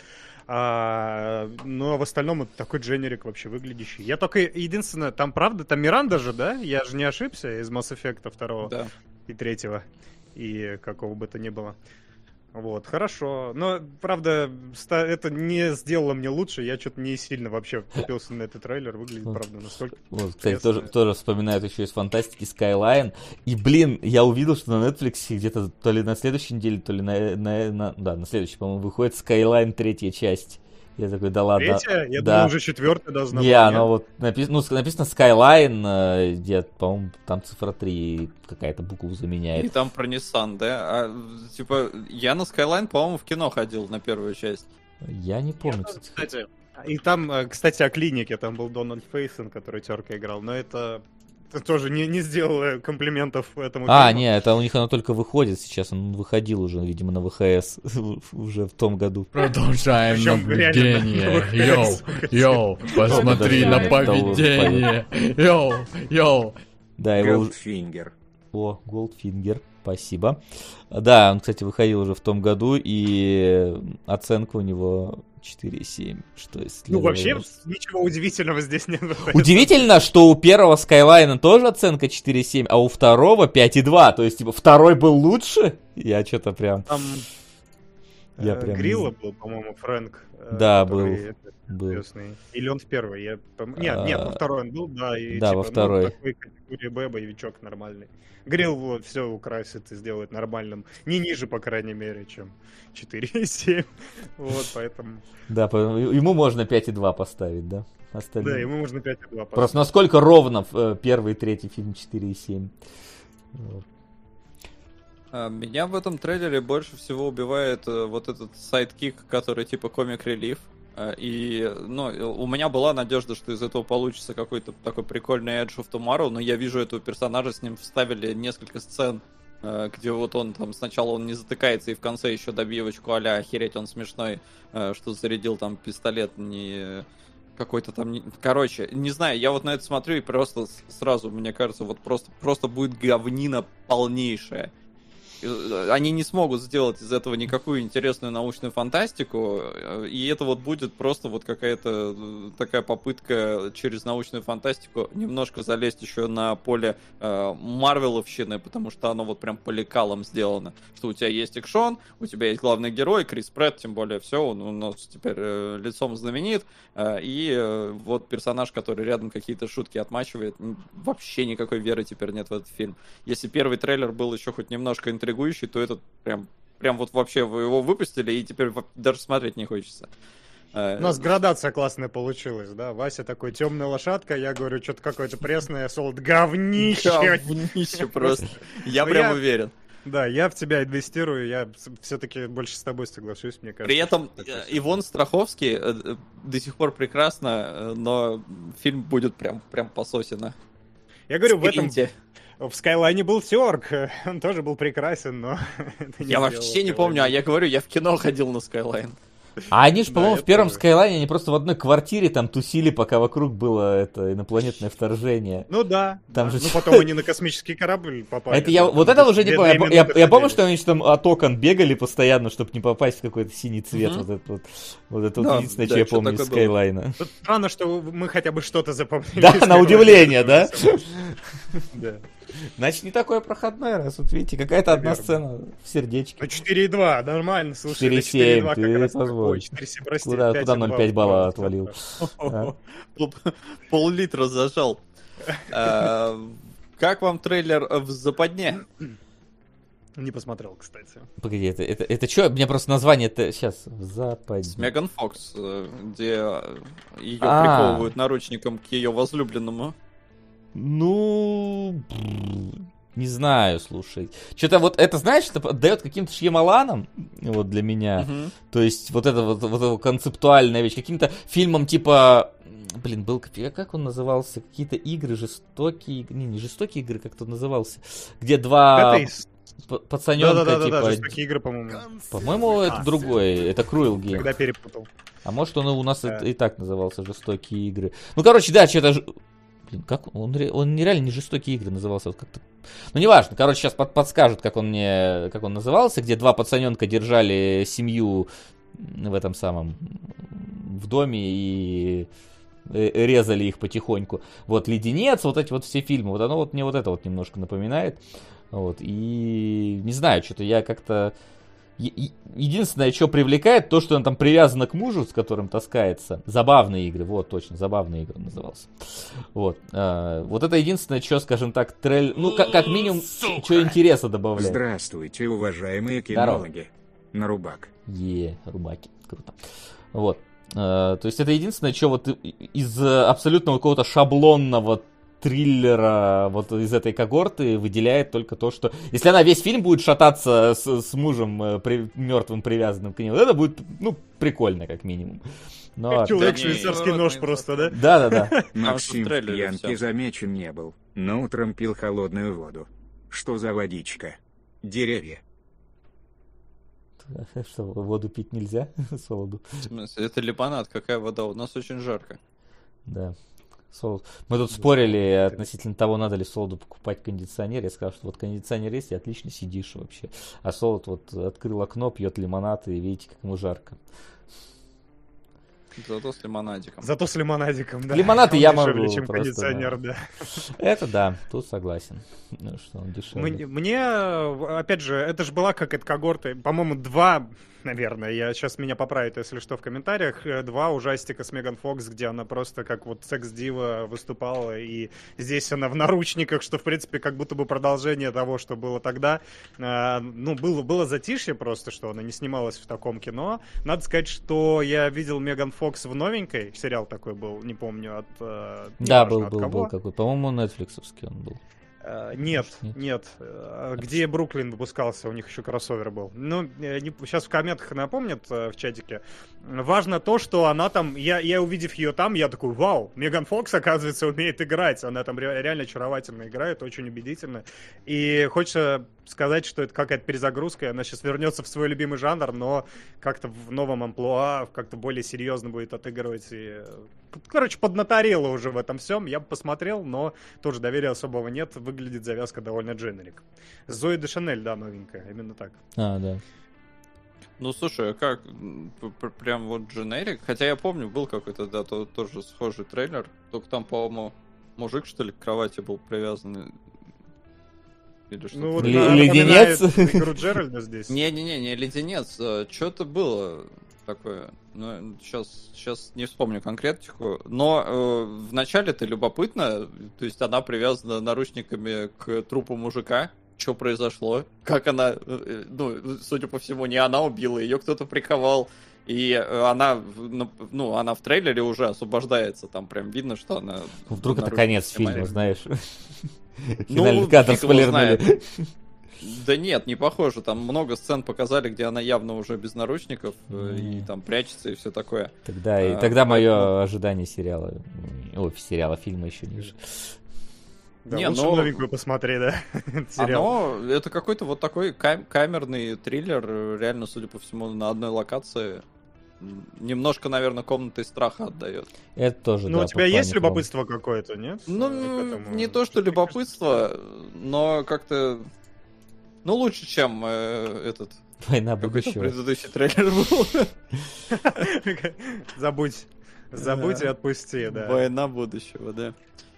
[SPEAKER 3] но в остальном это такой дженерик вообще выглядящий. Я только, единственное, там, правда, там Миранда же, да? Я же не ошибся из Mass Effect 2 и 3 и какого бы то ни было. Вот, хорошо. Но, правда, это не сделало мне лучше. Я что-то не сильно вообще купился на этот трейлер. Выглядит, правда, настолько...
[SPEAKER 1] Вот, кстати, тоже вспоминают еще из фантастики Skyline. И, блин, я увидел, что на Netflix где-то то ли на следующей неделе, то ли на следующей, по-моему, выходит Skyline 3-я часть. Я такой, да ладно.
[SPEAKER 3] Третья? Я думал, уже 4-я должна быть.
[SPEAKER 1] Но вот написано Skyline, где, по-моему, там цифра 3 какая-то букву заменяет.
[SPEAKER 2] И там про Nissan, да? Я на Skyline, по-моему, в кино ходил на первую часть.
[SPEAKER 1] Я не помню,
[SPEAKER 3] кстати. И там, кстати, о клинике, там был Дональд Фейсон, который терка играл, но это тоже не сделало комплиментов этому фильму.
[SPEAKER 1] Нет, это у них оно только выходит сейчас, он выходил уже, видимо, на ВХС уже в том году.
[SPEAKER 7] Продолжаем наблюдение. Йоу, посмотри на поведение. Йоу.
[SPEAKER 1] Да, его
[SPEAKER 4] Goldfinger.
[SPEAKER 1] О, Goldfinger, спасибо. Да, он, кстати, выходил уже в том году, и оценка у него 4,7. Что
[SPEAKER 3] вообще ничего удивительного здесь нет.
[SPEAKER 1] Удивительно, что у первого Skyline тоже оценка 4,7, а у второго 5,2. То есть, второй был лучше? Я что-то прям...
[SPEAKER 3] Там Грилла был, по-моему, Фрэнк.
[SPEAKER 1] Да, был.
[SPEAKER 3] Или он в первый? Нет, во второй он был, да. И,
[SPEAKER 1] да, во второй.
[SPEAKER 3] Такой категории Б, боевичок нормальный. Грилл все украсит и сделает нормальным. Не ниже, по крайней мере, чем 4,7. Вот, поэтому...
[SPEAKER 1] Да, ему можно 5,2 поставить, да? Остальные.
[SPEAKER 3] Да, ему можно 5,2 поставить.
[SPEAKER 1] Просто насколько ровно первый и третий фильм 4,7. Вот.
[SPEAKER 2] Меня в этом трейлере больше всего убивает вот этот сайдкик, который типа комик-релив. И, у меня была надежда, что из этого получится какой-то такой прикольный Edge of Tomorrow, но я вижу этого персонажа, с ним вставили несколько сцен, где вот он там сначала он не затыкается, и в конце еще добивочку а-ля охереть, он смешной, что зарядил там пистолет не... какой-то там... Короче, не знаю, я вот на это смотрю и просто сразу, мне кажется, вот просто будет говнина полнейшая. Они не смогут сделать из этого никакую интересную научную фантастику, и это вот будет просто вот какая-то такая попытка через научную фантастику немножко залезть еще на поле марвеловщины, потому что оно вот прям по лекалам сделано, что у тебя есть экшон, у тебя есть главный герой, Крис Претт, тем более все, он у нас теперь лицом знаменит, и вот персонаж, который рядом какие-то шутки отмачивает, вообще никакой веры теперь нет в этот фильм. Если первый трейлер был еще хоть немножко интригующий, то этот прям прям вот вообще вы его выпустили, и теперь даже смотреть не хочется.
[SPEAKER 3] У нас градация классная получилась, да? Вася такой темная лошадка, я говорю, что-то какое-то пресное, солод, говнище!
[SPEAKER 2] Говнище просто. Я прям уверен.
[SPEAKER 3] Да, я в тебя инвестирую, я все-таки больше с тобой соглашусь, мне кажется.
[SPEAKER 2] При этом Ивон Страховский до сих пор прекрасно, но фильм будет прям пососено.
[SPEAKER 3] Я говорю, в Skyline был Сёрк, он тоже был прекрасен, но...
[SPEAKER 2] Я вообще не помню, а я говорю, я в кино ходил на Skyline.
[SPEAKER 1] А они же, по-моему, в первом Скайлайне они просто в одной квартире там тусили, пока вокруг было это инопланетное вторжение.
[SPEAKER 3] Ну да.
[SPEAKER 1] Там же...
[SPEAKER 3] Ну потом они на космический корабль попали.
[SPEAKER 1] Это вот это уже не помню. Я помню, что они там от окон бегали постоянно, чтобы не попасть в какой-то синий цвет. Вот это вот единственное, что я помню из Скайлайна.
[SPEAKER 3] Странно, что мы хотя бы что-то запомнили.
[SPEAKER 1] Да, на удивление, да?
[SPEAKER 3] Да.
[SPEAKER 1] Значит, не такое проходное, раз вот видите, какая-то одна сцена в сердечке.
[SPEAKER 3] Ну 4,2, нормально, слушай.
[SPEAKER 1] 4,7, ты позволь.
[SPEAKER 3] 4,7, прости.
[SPEAKER 1] Куда 0,5 балла отвалил?
[SPEAKER 2] Пол-литра зажал. Как вам трейлер в западне?
[SPEAKER 3] Не посмотрел, кстати.
[SPEAKER 1] Погоди, это что? У меня просто название сейчас в западне.
[SPEAKER 2] С Меган Фокс, где ее приковывают наручником к ее возлюбленному.
[SPEAKER 1] Ну, не знаю, слушай. Что-то вот это, знаешь, это отдает каким-то Шьямаланом, вот для меня. То есть вот это концептуальная вещь. Каким-то фильмом типа... Блин, был... Как он назывался? Какие-то игры жестокие... Не жестокие игры, как-то назывался. Где два... Пацаненка,
[SPEAKER 3] да, жестокие игры, по-моему.
[SPEAKER 1] По-моему, это другой. Это Cruel Game.
[SPEAKER 3] Когда перепутал.
[SPEAKER 1] А может, он у нас и так назывался «Жестокие игры». Ну, короче, да, что-то... Блин, как он нереально не «Жестокие игры» назывался, вот как-то. Ну, неважно, короче, сейчас подскажут, как он назывался, где два пацаненка держали семью в этом самом, в доме и резали их потихоньку. Вот «Леденец», вот эти вот все фильмы, вот оно вот мне вот это вот немножко напоминает. Вот, и не знаю, что-то я как-то... Единственное, что привлекает, то, что он там привязан к мужу, с которым таскается. Забавные игры, вот, точно, забавные игры назывался. Вот. Вот это единственное, что, скажем так, ну, как минимум, что интереса добавляет.
[SPEAKER 4] Здравствуйте, уважаемые кинологи. Нарубак.
[SPEAKER 1] Рубаки, круто. Вот. То есть это единственное, что вот из абсолютно какого-то шаблонного триллера вот из этой когорты выделяет только то, что если она весь фильм будет шататься с мужем мертвым привязанным к ней, вот это будет, ну, прикольно, как минимум.
[SPEAKER 3] Человек швейцарский нож просто, да?
[SPEAKER 1] Да.
[SPEAKER 4] Максим пьянки замечен не был, но утром пил холодную воду. Что за водичка? Деревья.
[SPEAKER 1] Что, воду пить нельзя? Солоду.
[SPEAKER 2] В смысле, это лимонад, какая вода? У нас очень жарко.
[SPEAKER 1] Да. Мы тут спорили относительно того, надо ли Солоду покупать кондиционер. Я сказал, что вот кондиционер есть, и отлично сидишь вообще. А Солод вот открыл окно, пьет лимонад, и видите, как ему жарко.
[SPEAKER 2] Зато с лимонадиком.
[SPEAKER 3] Да.
[SPEAKER 1] Лимонад и я могу.
[SPEAKER 3] Дешевле, чем кондиционер, да.
[SPEAKER 1] Это да, тут согласен. Что он дешевле.
[SPEAKER 3] Мне, опять же, это же была какая-то когорта, по-моему, 2, наверное, сейчас меня поправят, если что, в комментариях, 2 ужастика с Меган Фокс, где она просто как вот секс-дива выступала, и здесь она в наручниках, что, в принципе, как будто бы продолжение того, что было тогда. Ну, было затишье просто, что она не снималась в таком кино. Надо сказать, что я видел Меган Фокс в новенькой, сериал такой был, не помню,
[SPEAKER 1] да, был какой, по-моему, нетфликсовский он был.
[SPEAKER 3] Нет. Где Бруклин выпускался, у них еще кроссовер был. Ну, сейчас в комментах напомнят в чатике. Важно то, что она там, я увидев ее там, я такой, вау, Меган Фокс, оказывается, умеет играть. Она там реально очаровательно играет, очень убедительно. И хочется сказать, что это какая-то перезагрузка, и она сейчас вернется в свой любимый жанр, но как-то в новом амплуа, как-то более серьезно будет отыгрывать. И... Короче, поднаторела уже в этом всем. Я бы посмотрел, но тоже доверия особого нет. Выглядит завязка довольно дженерик. Зои де Шанель, да, новенькая, именно так.
[SPEAKER 1] Да.
[SPEAKER 2] Ну, слушай, а как? Прям вот дженерик? Хотя я помню, был какой-то, да, тоже схожий трейлер. Только там, по-моему, мужик, что ли, к кровати был привязан. Или что-то.
[SPEAKER 3] Ну, вот
[SPEAKER 1] Леденец?
[SPEAKER 3] Игру Джеральда здесь.
[SPEAKER 2] Не Леденец. Что-то было такое. Ну, сейчас не вспомню конкретику. Но вначале это любопытно. То есть она привязана наручниками к трупу мужика. что произошло, как она, ну, судя по всему, не она убила, ее кто-то приковал. И она, ну, она в трейлере уже освобождается, там прям видно, что она...
[SPEAKER 1] Вдруг это конец фильма, знаешь.
[SPEAKER 2] Ну,
[SPEAKER 1] Финальный кадр спойлернули.
[SPEAKER 2] Да нет, не похоже. Там много сцен показали, где она явно уже без наручников и там прячется и все такое.
[SPEAKER 1] Тогда мое ожидание сериала, фильма еще ниже.
[SPEAKER 3] Да, лучше новенькую посмотри, да?
[SPEAKER 2] Это какой-то вот такой камерный триллер, реально, судя по всему, на одной локации. Немножко, наверное, комнатой страха отдает.
[SPEAKER 1] Это тоже,
[SPEAKER 3] ну, у тебя есть любопытство какое-то, нет?
[SPEAKER 2] Ну, не то, что любопытство, но как-то... Ну, лучше, чем этот...
[SPEAKER 1] Война будущего.
[SPEAKER 2] Предыдущий трейлер был.
[SPEAKER 3] Забудь и отпусти, да.
[SPEAKER 2] Война будущего, да.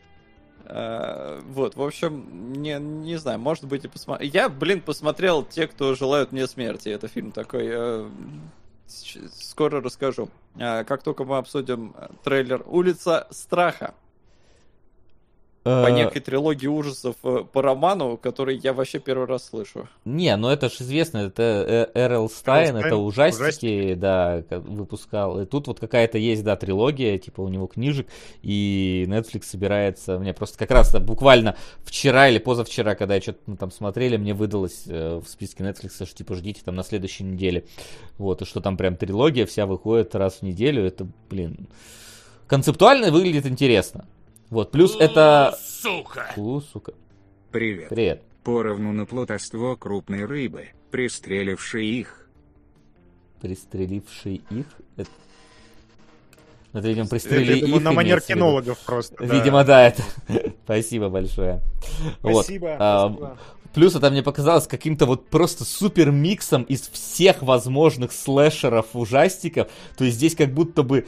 [SPEAKER 2] Вот, в общем, не знаю, может быть и посмотрел. Я, посмотрел «Те, кто желают мне смерти». Это фильм такой... Скоро расскажу. Как только мы обсудим трейлер «Улица страха». По некой трилогии ужасов по роману, который я вообще первый раз слышу.
[SPEAKER 1] Не, ну это же известно, это Р.Л. Стайн, это ужастики, да, выпускал. И тут вот какая-то есть, да, трилогия, типа у него книжек, и Netflix собирается, мне просто как раз буквально вчера или позавчера, когда я что-то там смотрели, мне выдалось в списке Netflix, что типа ждите там на следующей неделе. Вот, и что там прям трилогия вся выходит раз в неделю, это, концептуально выглядит интересно. Вот, плюс это...
[SPEAKER 5] Сука!
[SPEAKER 1] Сука.
[SPEAKER 4] Привет.
[SPEAKER 1] Привет.
[SPEAKER 4] Поровну на плотоство крупной рыбы, пристреливший их.
[SPEAKER 1] Пристреливший их? Это видимо, пристрелили их.
[SPEAKER 3] На манер кинологов просто.
[SPEAKER 1] Видимо, да, это... Спасибо большое.
[SPEAKER 3] Спасибо.
[SPEAKER 1] Плюс это мне показалось каким-то вот просто супер миксом из всех возможных слэшеров, ужастиков. То есть здесь как будто бы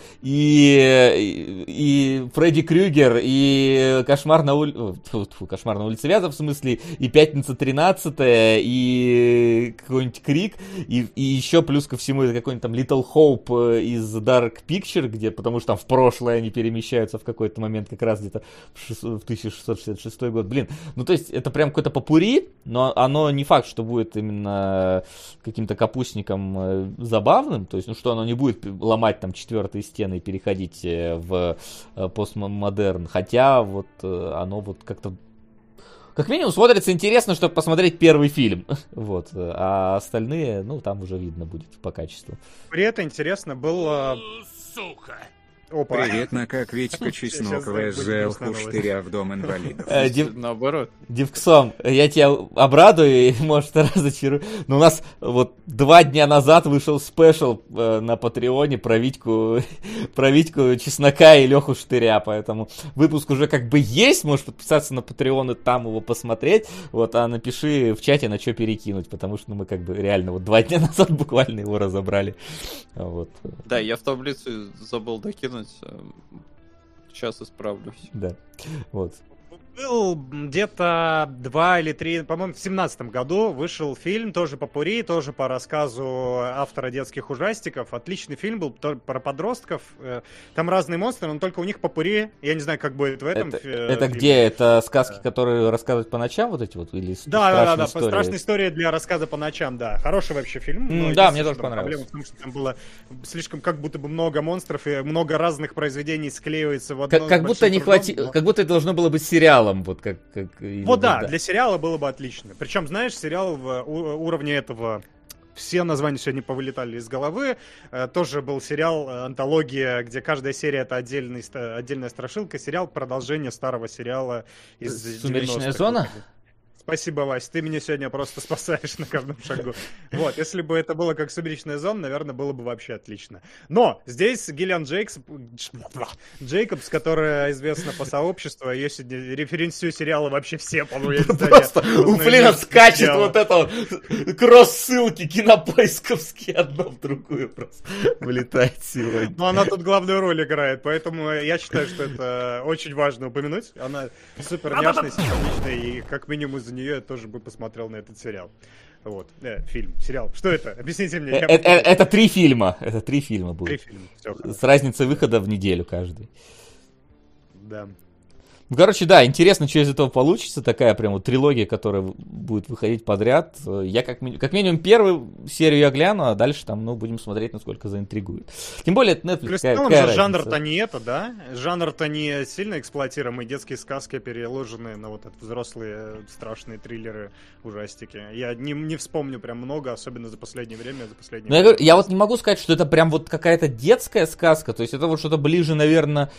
[SPEAKER 1] и Фредди Крюгер, и Кошмар на улице Вязов, в смысле, и Пятница 13-я, и какой-нибудь Крик, и еще плюс ко всему это какой-нибудь там Little Hope из Dark Picture, где, потому что там в прошлое они перемещаются в какой-то момент, как раз где-то в 1666 год. Ну то есть это прям какой-то попурри, но оно не факт, что будет именно каким-то капустником забавным, то есть, что оно не будет ломать там четвертые стены и переходить в постмодерн, хотя вот оно вот как-то как минимум смотрится интересно, чтобы посмотреть первый фильм, вот, а остальные, там уже видно будет по качеству.
[SPEAKER 3] При этом интересно было...
[SPEAKER 5] Сука!
[SPEAKER 3] Опа.
[SPEAKER 4] Привет, как Витька Чесноковая зэл хуштыря в дом инвалидов.
[SPEAKER 2] Наоборот.
[SPEAKER 1] Дивксом, я тебя обрадую и, может, разочарую. Но у нас вот 2 дня назад вышел спешл на Патреоне про Витьку Чеснока и Леху Штыря, поэтому выпуск уже как бы есть, можешь подписаться на Патреон и там его посмотреть, вот, а напиши в чате, на что перекинуть, потому что мы как бы реально вот 2 дня назад буквально его разобрали. Вот.
[SPEAKER 2] Да, я в таблицу забыл докинуть. Сейчас исправлюсь.
[SPEAKER 1] Да, вот.
[SPEAKER 3] Был где-то 2 или 3, по-моему, в 17 году вышел фильм, тоже попурри, тоже по рассказу автора детских ужастиков. Отличный фильм был про подростков. Там разные монстры, но только у них попурри. Я не знаю, как будет в этом
[SPEAKER 1] Это где? Это сказки, которые рассказывают по ночам вот эти вот? Или
[SPEAKER 3] да, страшная история для рассказа по ночам, да. Хороший вообще фильм.
[SPEAKER 1] Да, мне тоже понравился.
[SPEAKER 3] Проблема в том, что там было слишком как будто бы много монстров и много разных произведений склеивается в одно.
[SPEAKER 1] Как будто не хватило, как будто это должно было быть сериалом. Вот как
[SPEAKER 3] вот да, для сериала было бы отлично. Причем, знаешь, сериал в уровне этого... Все названия сегодня повылетали из головы. Тоже был сериал «Антология», где каждая серия — это отдельная страшилка. Сериал — продолжение старого сериала из
[SPEAKER 1] «Сумеречная зона»?
[SPEAKER 3] Спасибо, Вась, ты меня сегодня просто спасаешь на каждом шагу. Вот, если бы это было как «Сумеречная зона», наверное, было бы вообще отлично. Но здесь Гиллиан Джейкобс, которая известна по «Сообществу», ее сегодня референсию сериала вообще все, по-моему,
[SPEAKER 1] просто у Флина скачет вот это кросс-ссылки кинопоисковские, одно в другую просто вылетает сегодня.
[SPEAKER 3] Но она тут главную роль играет, поэтому я считаю, что это очень важно упомянуть. Она супер няшная, симпатичная, и как минимум из-за нее я тоже бы посмотрел на этот сериал. Вот. Фильм, сериал. Что это? Объясните мне.
[SPEAKER 1] Это 3 фильма. Это 3 фильма будет.
[SPEAKER 3] 3 фильма. Все,
[SPEAKER 1] с разницей выхода в неделю каждый.
[SPEAKER 3] Да.
[SPEAKER 1] Короче, да, интересно, что из этого получится. Такая прям вот трилогия, которая будет выходить подряд. Я как минимум первую серию я гляну, а дальше там, будем смотреть, насколько заинтригует. Тем более, это Netflix.
[SPEAKER 3] Плюс в целом же жанр-то не это, да? Жанр-то не сильно эксплуатируемый. Детские сказки переложенные на вот это взрослые страшные триллеры, ужастики. Я не вспомню прям много, особенно за последнее время.
[SPEAKER 1] Я вот не могу сказать, что это прям вот какая-то детская сказка. То есть это вот что-то ближе, наверное,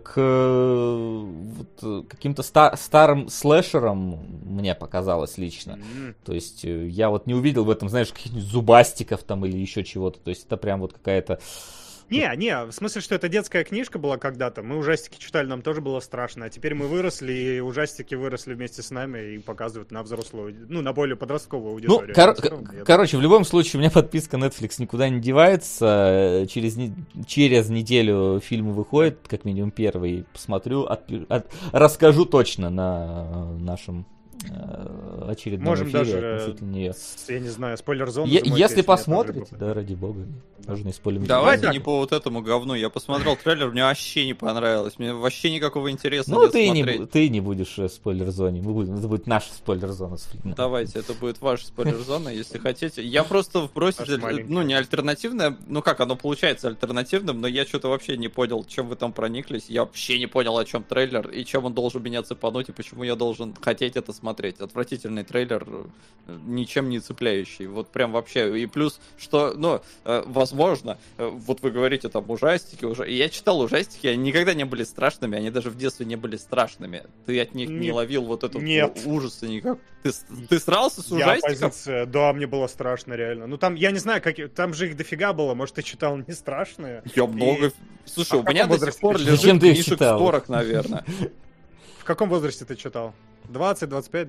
[SPEAKER 1] к каким-то старым слэшерам, мне показалось лично. То есть я вот не увидел в этом, знаешь, каких-нибудь зубастиков там или еще чего-то. То есть это прям вот какая-то...
[SPEAKER 3] Не, в смысле, что это детская книжка была когда-то. Мы ужастики читали, нам тоже было страшно. А теперь мы выросли, и ужастики выросли вместе с нами и показывают на взрослую, на более подростковую аудиторию.
[SPEAKER 1] Короче, в любом случае, у меня подписка Netflix никуда не девается. Через неделю фильм выходит, как минимум первый. Посмотрю, расскажу точно на нашем очередном
[SPEAKER 3] можем
[SPEAKER 1] эфире
[SPEAKER 3] даже,
[SPEAKER 1] относительно нее.
[SPEAKER 3] Я не знаю, спойлер-зону.
[SPEAKER 1] Если посмотрите, да, ради бога, можно и спойлерить.
[SPEAKER 2] Давайте не по вот этому говну. Я посмотрел трейлер, мне вообще не понравилось. Мне вообще никакого интереса
[SPEAKER 1] нет
[SPEAKER 2] смотреть.
[SPEAKER 1] Ты не будешь в спойлер-зоне. Это будет наша спойлер-зона.
[SPEAKER 2] Давайте, это будет ваша спойлер-зона, если хотите. Я просто вбросить, не альтернативное, оно получается альтернативным, но я что-то вообще не понял, чем вы там прониклись. Я вообще не понял, о чем трейлер, и чем он должен меня цепануть, и почему я должен хотеть это смотреть. Отвратительный трейлер, ничем не цепляющий. Вот прям вообще. И плюс, что, возможно, вот вы говорите там ужастики уже. И я читал ужастики, они никогда не были страшными, они даже в детстве не были страшными. Ты от них не ловил вот этот ужас никак. Ты срался с ужастиком?
[SPEAKER 3] Да, мне было страшно, реально. Там, я не знаю, там же их дофига было, может, ты читал не страшные?
[SPEAKER 2] Я много... Слушай, у меня до сих пор лежит книжек 40, наверное.
[SPEAKER 3] В каком возрасте ты читал? 20-25,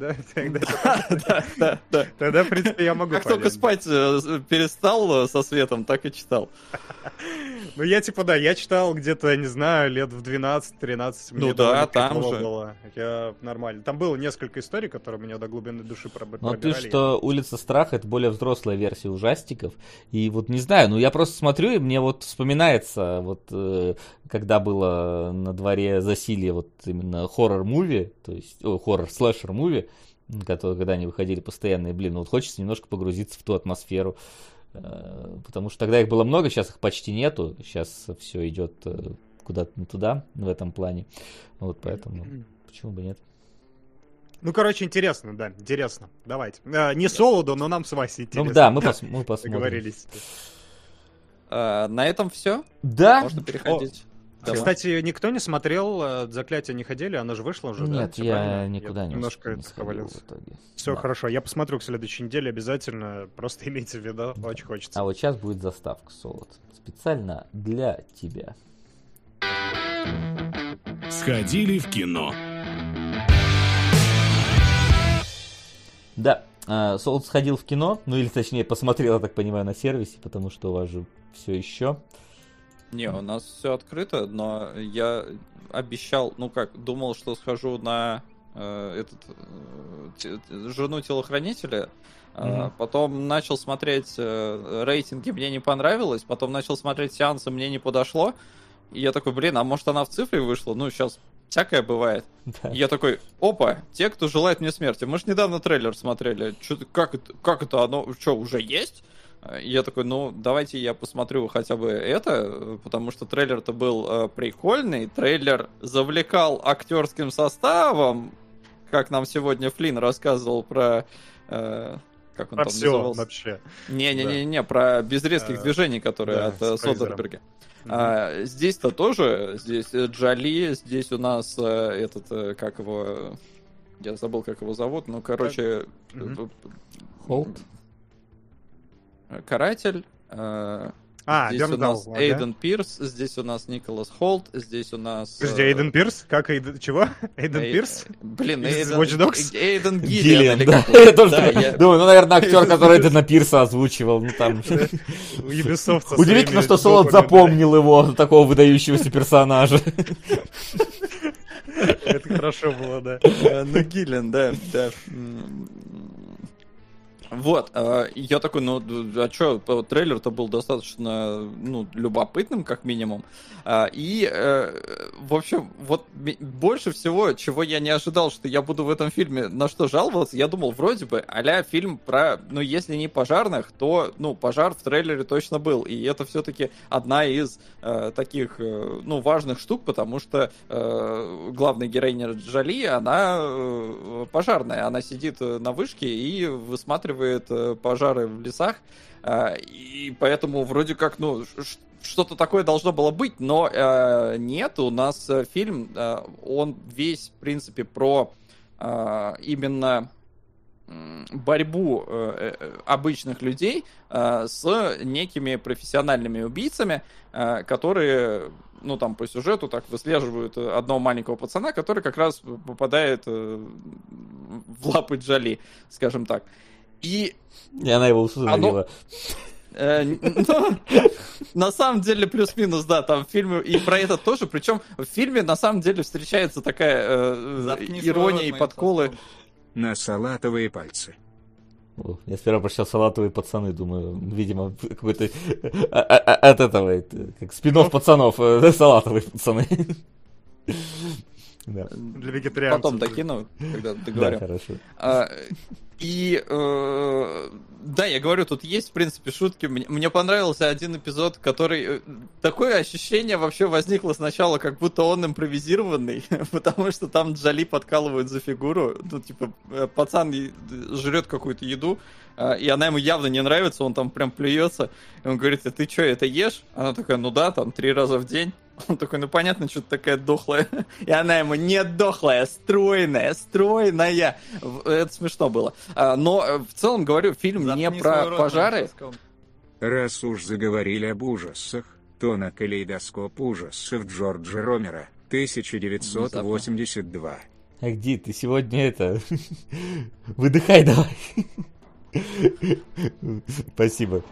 [SPEAKER 3] да? Да. Тогда, в принципе, я могу понять.
[SPEAKER 2] Как только спать перестал со светом, так и читал.
[SPEAKER 3] Я читал где-то, я не знаю, лет в 12-13.
[SPEAKER 2] Там же.
[SPEAKER 3] Было. Я нормально. Там было несколько историй, которые меня до глубины души пробирали.
[SPEAKER 1] Но ты что, «Улица страха» — это более взрослая версия ужастиков. И вот не знаю, я просто смотрю, и мне вот вспоминается, когда было на дворе засилье, вот именно хоррор-муви, то есть, хоррор-слэшер-муви, когда они выходили постоянно, хочется немножко погрузиться в ту атмосферу. Потому что тогда их было много, сейчас их почти нету. Сейчас все идет куда-то не туда в этом плане. Вот поэтому почему бы нет?
[SPEAKER 3] Интересно, да, интересно. Давайте. Не Солоду, но нам с Васей интересно.
[SPEAKER 1] Да, мы посмотрим.
[SPEAKER 3] Договорились.
[SPEAKER 2] На этом все?
[SPEAKER 1] Да.
[SPEAKER 2] Можно переходить.
[SPEAKER 3] Кстати, никто не смотрел «Заклятие не ходили», она же вышла уже,
[SPEAKER 1] Нет,
[SPEAKER 3] да?
[SPEAKER 1] я никуда не
[SPEAKER 3] немножко провалился. Все хорошо, я посмотрю к следующей неделе обязательно, просто имейте в виду, очень хочется.
[SPEAKER 1] А вот сейчас будет заставка, Солод, специально для тебя.
[SPEAKER 8] Сходили в кино.
[SPEAKER 1] Да, Солод сходил в кино, или точнее посмотрел, я так понимаю, на сервисе, потому что у вас же все еще...
[SPEAKER 2] Не, у нас все открыто, но я обещал, думал, что схожу на жену телохранителя, потом начал смотреть рейтинги, мне не понравилось, потом начал смотреть сеансы, мне не подошло, и я такой, а может она в цифре вышла? Сейчас всякое бывает. Да. И я такой, опа, те, кто желает мне смерти. Мы же недавно трейлер смотрели, как это оно, уже есть? Я такой, давайте я посмотрю хотя бы это, потому что трейлер-то был прикольный, трейлер завлекал актерским составом, как нам сегодня Флинн рассказывал про... как он
[SPEAKER 3] про
[SPEAKER 2] там
[SPEAKER 3] все
[SPEAKER 2] назывался?
[SPEAKER 3] Вообще.
[SPEAKER 2] Не, про без резких движений, которые от Содерберга. Здесь-то тоже, здесь Джоли, здесь у нас как его... Я забыл, как его зовут,
[SPEAKER 1] Холт?
[SPEAKER 2] Каратель. Здесь у нас Эйден Пирс, здесь у нас Николас Холт, здесь у нас...
[SPEAKER 3] Подожди, Эйден Пирс? Чего? Эйден Пирс?
[SPEAKER 2] Эйден
[SPEAKER 1] Гиллиан. Я тоже думаю, наверное, актер, который Эйдена Пирса озвучивал. Удивительно, что Солод запомнил его, такого выдающегося персонажа.
[SPEAKER 3] Это хорошо было, да.
[SPEAKER 2] Гиллиан, да. Вот, я такой, ну, а чё, трейлер-то был достаточно, ну, любопытным, как минимум. В общем, вот больше всего, чего я не ожидал, что я буду в этом фильме на что жаловаться, я думал, вроде бы, а-ля фильм про, ну, если не пожарных, то, ну, пожар в трейлере точно был. И это все-таки одна из таких, ну, важных штук, потому что главная героиня Джоли, она пожарная, она сидит на вышке и высматривает пожары в лесах, и поэтому вроде как, ну, что-то такое должно было быть, но нет, у нас фильм, он весь, в принципе, про именно борьбу обычных людей с некими профессиональными убийцами, которые, ну, там, по сюжету так выслеживают одного маленького пацана, который как раз попадает в лапы Джоли, скажем так. И
[SPEAKER 1] она его усыновила.
[SPEAKER 2] На самом деле, плюс-минус, да, там в фильме и про это тоже. Причем в фильме на самом деле встречается такая ирония и подколы.
[SPEAKER 4] На салатовые пальцы.
[SPEAKER 1] Я сперва прочитал «Салатовые пацаны», думаю, видимо, какой-то от этого, как спин-офф пацанов, салатовые пацаны.
[SPEAKER 3] Да. Для вегетарианцев.
[SPEAKER 2] Потом докину, когда договорю.
[SPEAKER 1] Да, хорошо.
[SPEAKER 2] Да, я говорю, тут есть, в принципе, шутки. Мне понравился один эпизод, который... Такое ощущение вообще возникло сначала, как будто он импровизированный, потому что там Джоли подкалывают за фигуру. Ну, типа, пацан жрет какую-то еду, и она ему явно не нравится, он там прям плюется. И он говорит, а ты что, это ешь? Она такая, ну да, там 3 раза в день. Он такой, ну понятно, что ты такая дохлая. И она ему, не дохлая, стройная. Это смешно было. Но в целом, говорю, фильм не про пожары.
[SPEAKER 4] Раз уж заговорили об ужасах, то на калейдоскоп ужасов Джорджа Ромера 1982.
[SPEAKER 1] Где ты сегодня это... Выдыхай давай. Спасибо.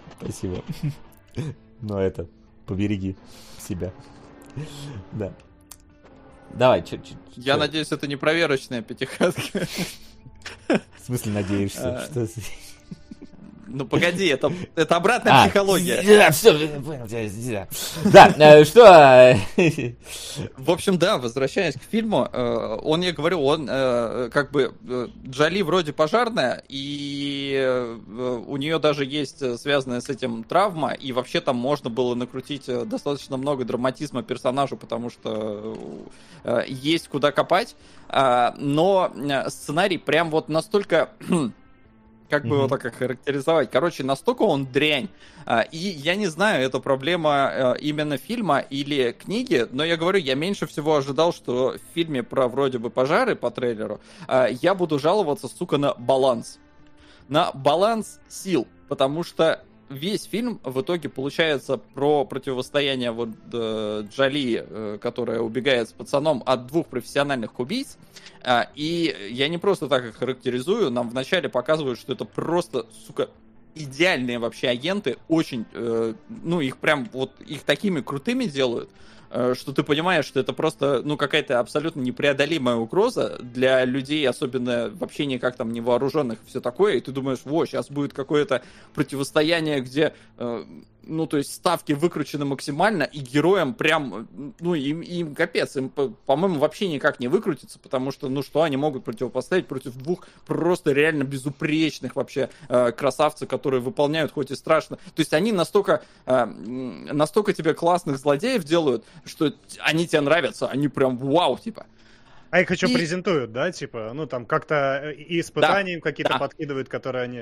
[SPEAKER 1] Но это, побереги себя. Да. Давай,
[SPEAKER 2] Я надеюсь, это не проверочная пятихатка.
[SPEAKER 1] В смысле надеешься? Что...
[SPEAKER 2] Ну погоди, это обратная психология.
[SPEAKER 1] Да, все, понял тебя. Да, что...
[SPEAKER 2] В общем, да, возвращаясь к фильму, я говорю, он как бы Джоли вроде пожарная, и у нее даже есть связанная с этим травма, и вообще там можно было накрутить достаточно много драматизма персонажу, потому что есть куда копать, но сценарий прям вот настолько... Как бы его так охарактеризовать? Короче, настолько он дрянь. И я не знаю, это проблема именно фильма или книги, но я говорю, я меньше всего ожидал, что в фильме про вроде бы пожары по трейлеру я буду жаловаться, сука, на баланс. На баланс сил. Потому что весь фильм в итоге получается про противостояние вот Джоли, которая убегает с пацаном от 2 профессиональных убийц. И я не просто так их характеризую, нам вначале показывают, что это просто, сука, идеальные вообще агенты, очень, ну, их прям, вот, их такими крутыми делают, что ты понимаешь, что это просто, ну, какая-то абсолютно непреодолимая угроза для людей, особенно вообще никак там невооруженных и все такое, и ты думаешь, сейчас будет какое-то противостояние, где, ну, то есть ставки выкручены максимально, и героям прям, ну, им капец, им, по-моему, вообще никак не выкрутится, потому что, ну, что они могут противопоставить против 2 просто реально безупречных вообще красавцев, которые выполняют хоть и страшно. То есть они настолько тебе классных злодеев делают, что они тебе нравятся, они прям вау, типа.
[SPEAKER 3] А их еще презентуют, да, типа, ну, там как-то и испытания какие-то подкидывают, которые они...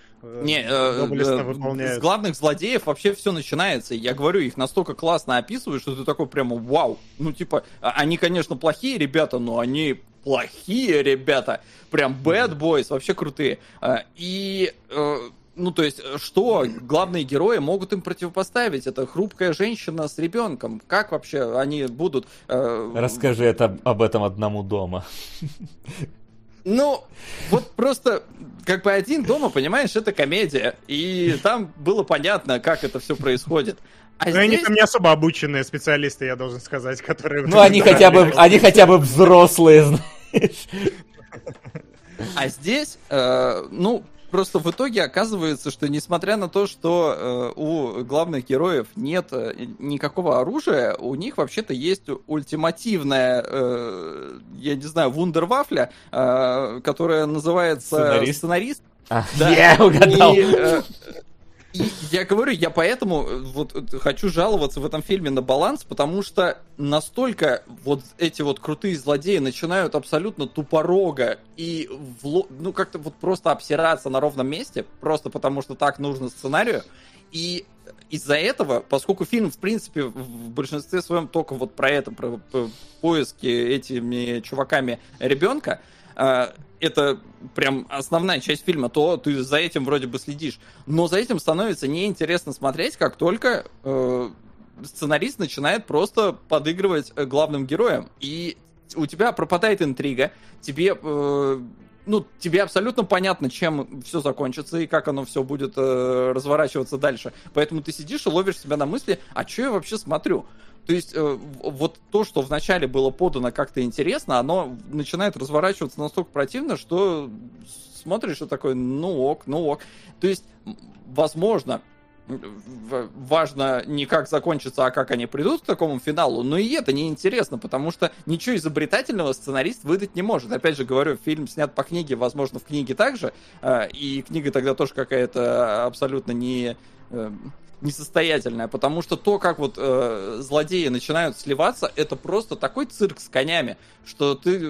[SPEAKER 2] С главных злодеев вообще все начинается. Я говорю, их настолько классно описывают, что ты такой прямо вау. Ну, типа, они, конечно, плохие ребята, но они плохие ребята. Прям bad boys, вообще крутые. Ну, то есть, что главные герои могут им противопоставить? Это хрупкая женщина с ребенком. Как вообще они будут...
[SPEAKER 1] Расскажи об этом одному дома.
[SPEAKER 2] Ну, вот просто, как бы «Один дома», понимаешь, это комедия. И там было понятно, как это все происходит.
[SPEAKER 3] А здесь... Они там не особо обученные специалисты, я должен сказать, которые...
[SPEAKER 1] Ну, они хотя бы взрослые, знаешь.
[SPEAKER 2] А здесь, просто в итоге оказывается, что несмотря на то, что у главных героев нет никакого оружия, у них вообще-то есть ультимативная, я не знаю, вундервафля, которая называется сценарист.
[SPEAKER 1] Да. Я угадал.
[SPEAKER 2] И я говорю, я поэтому вот хочу жаловаться в этом фильме на баланс, потому что настолько вот эти вот крутые злодеи начинают абсолютно тупорого и ну как-то вот просто обсираться на ровном месте, просто потому что так нужно сценарию. И из-за этого, поскольку фильм, в принципе, в большинстве своем только вот про это, про поиски этими чуваками ребенка, это прям основная часть фильма, то ты за этим вроде бы следишь. Но за этим становится неинтересно смотреть, как только сценарист начинает просто подыгрывать главным героям. И у тебя пропадает интрига, тебе абсолютно понятно, чем все закончится и как оно все будет разворачиваться дальше. Поэтому ты сидишь и ловишь себя на мысли, а что я вообще смотрю? То есть вот то, что вначале было подано как-то интересно, оно начинает разворачиваться настолько противно, что смотришь и такой, ну ок. То есть, возможно, важно не как закончится, а как они придут к такому финалу, но и это неинтересно, потому что ничего изобретательного сценарист выдать не может. Опять же говорю, фильм снят по книге, возможно, в книге также, и книга тогда тоже какая-то абсолютно несостоятельная, потому что то, как вот злодеи начинают сливаться, это просто такой цирк с конями, что ты...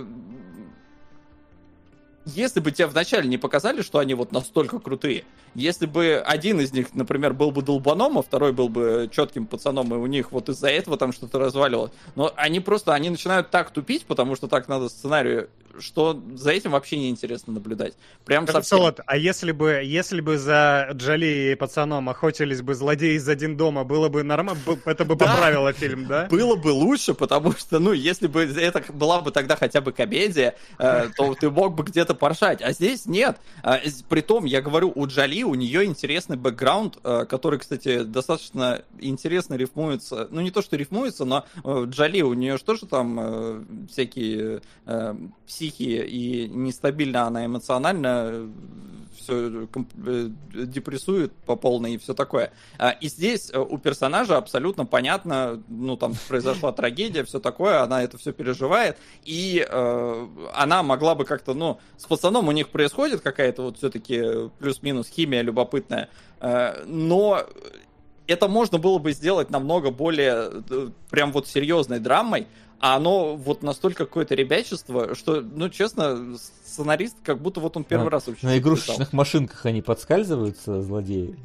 [SPEAKER 2] Если бы тебе вначале не показали, что они вот настолько крутые, если бы один из них, например, был бы долбаном, а второй был бы четким пацаном, и у них вот из-за этого там что-то разваливалось, но они начинают так тупить, потому что так надо сценарию, что за этим вообще неинтересно наблюдать. Прям совсем.
[SPEAKER 3] Вот, а если бы за Джоли и пацаном охотились бы злодеи из «Один дома», было бы нормально, это бы поправило фильм, да?
[SPEAKER 2] Было бы лучше, потому что, если бы это была бы тогда хотя бы комедия, то ты мог бы где-то поржать, а здесь нет. Притом, я говорю, у Джоли, у нее интересный бэкграунд, который, кстати, достаточно интересно рифмуется, не то, что рифмуется, но Джоли, у нее же тоже там всякие психи, и нестабильно она эмоционально все депрессует по полной и все такое. И здесь у персонажа абсолютно понятно, там произошла трагедия, все такое, она это все переживает, и она могла бы как-то, с пацаном у них происходит какая-то вот все-таки плюс-минус химия любопытная, но это можно было бы сделать намного более прям вот серьезной драмой, а оно вот настолько какое-то ребячество, что, честно, сценарист как будто вот он первый раз учится.
[SPEAKER 1] На игрушечных машинках они подскальзываются, злодеи?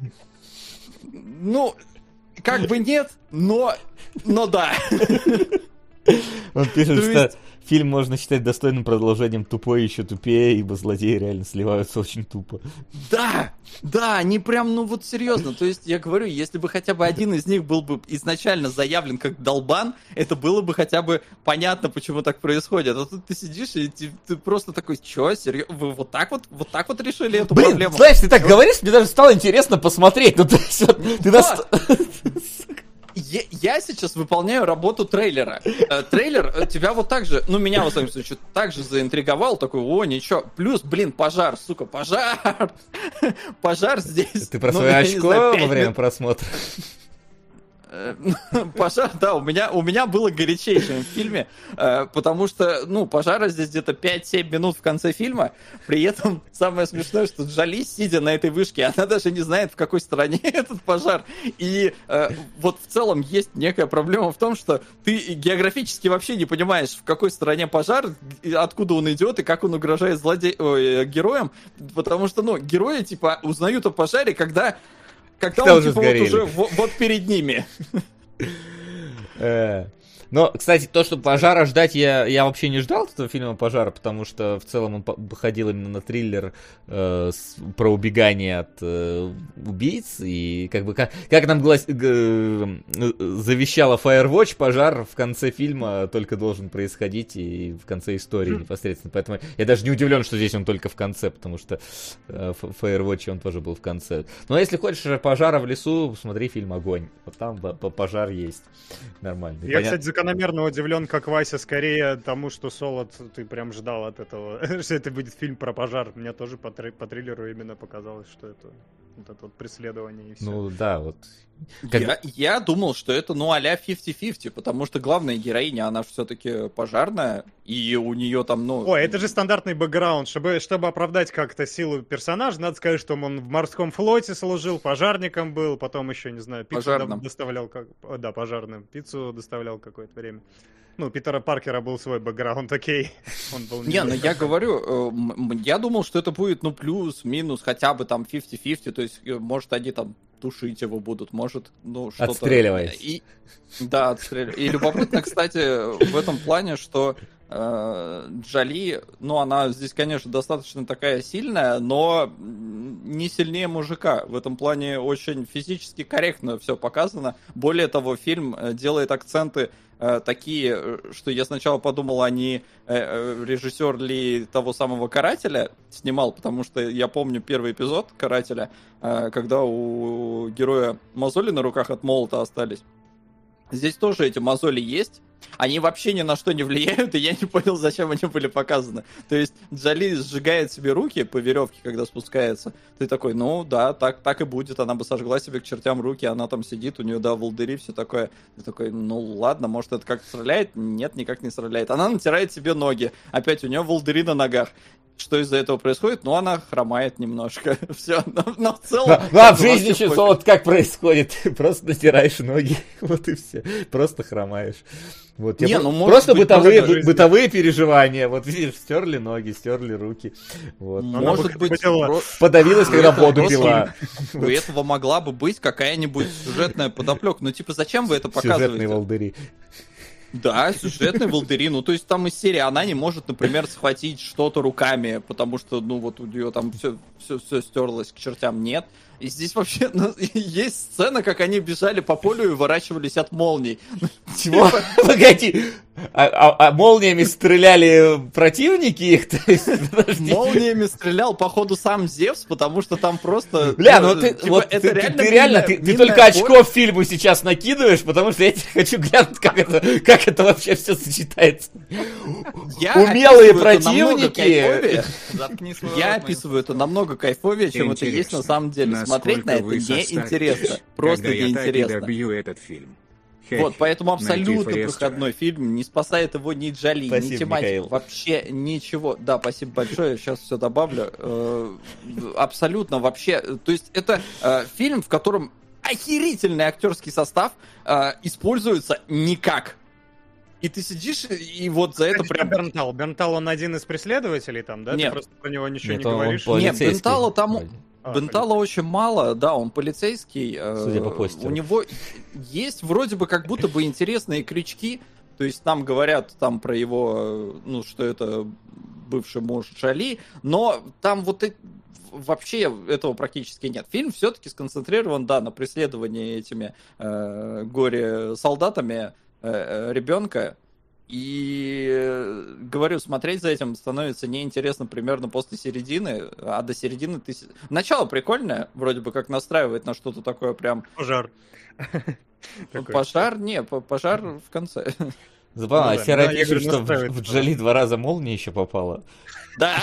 [SPEAKER 2] Как бы нет, но да.
[SPEAKER 1] Он пишет, что фильм можно считать достойным продолжением «Тупой еще тупее», ибо злодеи реально сливаются очень тупо.
[SPEAKER 2] Да, они прям, вот серьезно. То есть, я говорю, если бы хотя бы один из них был бы изначально заявлен как долбан, это было бы хотя бы понятно, почему так происходит. А тут ты сидишь, и ты просто такой, чё, серьезно? Вы вот так вот решили эту проблему?
[SPEAKER 1] Знаешь, ты так говоришь, мне даже стало интересно посмотреть.
[SPEAKER 2] Я сейчас выполняю работу трейлера. Трейлер тебя вот так же, меня, во всяком случае, так же заинтриговал, такой, ничего. Плюс, пожар, сука, пожар. Пожар здесь.
[SPEAKER 1] Ты про свое очко во время просмотра?
[SPEAKER 2] Пожар, да, у меня было горячее, чем в фильме, потому что, пожара здесь где-то 5-7 минут в конце фильма, при этом самое смешное, что Джоли, сидя на этой вышке, она даже не знает, в какой стороне этот пожар, и вот в целом есть некая проблема в том, что ты географически вообще не понимаешь, в какой стороне пожар, откуда он идет и как он угрожает героям, потому что, герои, узнают о пожаре, когда он,
[SPEAKER 1] уже
[SPEAKER 2] вот перед ними.
[SPEAKER 1] Но, кстати, то, что пожара ждать, я вообще не ждал этого фильма «Пожар», потому что в целом он походил именно на триллер про убегание от убийц, и как нам завещала Firewatch, пожар в конце фильма только должен происходить и в конце истории непосредственно. Поэтому я даже не удивлен, что здесь он только в конце, потому что в Firewatch он тоже был в конце. Но если хочешь пожара в лесу, смотри фильм «Огонь». Вот там пожар есть. Нормально.
[SPEAKER 3] Я, кстати, закономерно удивлен, как Вася, скорее тому, что Солод ты прям ждал от этого, что это будет фильм про пожар. Мне тоже по трейлеру именно показалось, что это вот это вот преследование и все.
[SPEAKER 1] Ну да, вот.
[SPEAKER 2] Я думал, что это, а-ля 50-50, потому что главная героиня, она все-таки пожарная, и у нее там,
[SPEAKER 3] это же стандартный бэкграунд. Чтобы оправдать как-то силу персонажа, надо сказать, что он в морском флоте служил, пожарником был, потом еще, не знаю, пиццу доставлял, пожарным, пиццу доставлял какое-то время. Питера Паркера был свой бэкграунд, окей. Он был
[SPEAKER 2] я говорю, я думал, что это будет, плюс-минус, хотя бы там 50-50, то есть, может, они там тушить его будут, может, что-то...
[SPEAKER 1] Отстреливать.
[SPEAKER 2] Да, отстреливать. И любопытно, кстати, в этом плане, что Джоли, она здесь, конечно, достаточно такая сильная, но не сильнее мужика. В этом плане очень физически корректно все показано. Более того, фильм делает акценты такие, что я сначала подумал, режиссер ли того самого «Карателя» снимал, потому что я помню первый эпизод «Карателя», когда у героя мозоли на руках от молота остались. Здесь тоже эти мозоли есть. Они вообще ни на что не влияют, и я не понял, зачем они были показаны. То есть Джоли сжигает себе руки по веревке, когда спускается. Ты такой, да, так и будет. Она бы сожгла себе к чертям руки, она там сидит, у нее, волдыри, все такое. Ты такой, ладно, может, это как-то стреляет? Нет, никак не стреляет. Она натирает себе ноги. Опять у нее волдыри на ногах. Что из-за этого происходит? Она хромает немножко. Все, но в целом...
[SPEAKER 1] в жизни часов как происходит? Просто натираешь ноги, вот и все. Просто хромаешь. Вот, просто бытовые переживания. Вот видишь, стерли ноги, стерли руки. Вот.
[SPEAKER 2] Может быть,
[SPEAKER 1] подавилась, когда воду пила.
[SPEAKER 2] У этого могла бы быть какая-нибудь сюжетная подоплека. Зачем вы это показываете?
[SPEAKER 1] Сюжетные волдыри.
[SPEAKER 2] Да, сюжетный волдыри. То есть там из серии она не может, например, схватить что-то руками, потому что, у нее там все стерлось к чертям. Нет. И здесь вообще есть сцена, как они бежали по полю и уворачивались от молний.
[SPEAKER 1] Чего? Погоди. А молниями стреляли противники их?
[SPEAKER 2] Молниями стрелял, походу, сам Зевс, потому что там просто...
[SPEAKER 1] Бля, ты реально только очков фильму сейчас накидываешь, потому что я хочу глянуть, как это вообще все сочетается. Умелые противники.
[SPEAKER 2] Я описываю это намного кайфовее, чем это есть на самом деле. Смотреть на это неинтересно. Просто неинтересно.
[SPEAKER 4] Этот фильм.
[SPEAKER 2] Вот, поэтому абсолютно проходной фильм, не спасает его ни Джоли, ни тематика,
[SPEAKER 1] Михаил.
[SPEAKER 2] Вообще ничего. Да, спасибо большое, сейчас все добавлю. Абсолютно вообще, то есть это фильм, в котором охерительный актерский состав используется никак. И ты сидишь, и вот за это прям...
[SPEAKER 3] Бернтал, он один из преследователей там, да?
[SPEAKER 2] Нет.
[SPEAKER 3] Ты просто про него ничего не говоришь?
[SPEAKER 2] Нет, Бентала там... Бентала очень мало, да, он полицейский.
[SPEAKER 1] Судя по постеру.
[SPEAKER 2] У него есть вроде бы как будто бы интересные крючки. То есть нам говорят там про его, что это бывший муж Джоли, но там вообще этого практически нет. Фильм все-таки сконцентрирован, да, на преследовании этими горе-солдатами ребенка. И говорю, смотреть за этим становится неинтересно примерно после середины, а до середины начало прикольное, вроде бы как настраивает на что-то такое прям...
[SPEAKER 3] Пожар.
[SPEAKER 2] Пожар? Не, пожар в конце.
[SPEAKER 1] Забавно, а Серая пишет, что в Джоли 2 раза молния еще попала.
[SPEAKER 2] Да.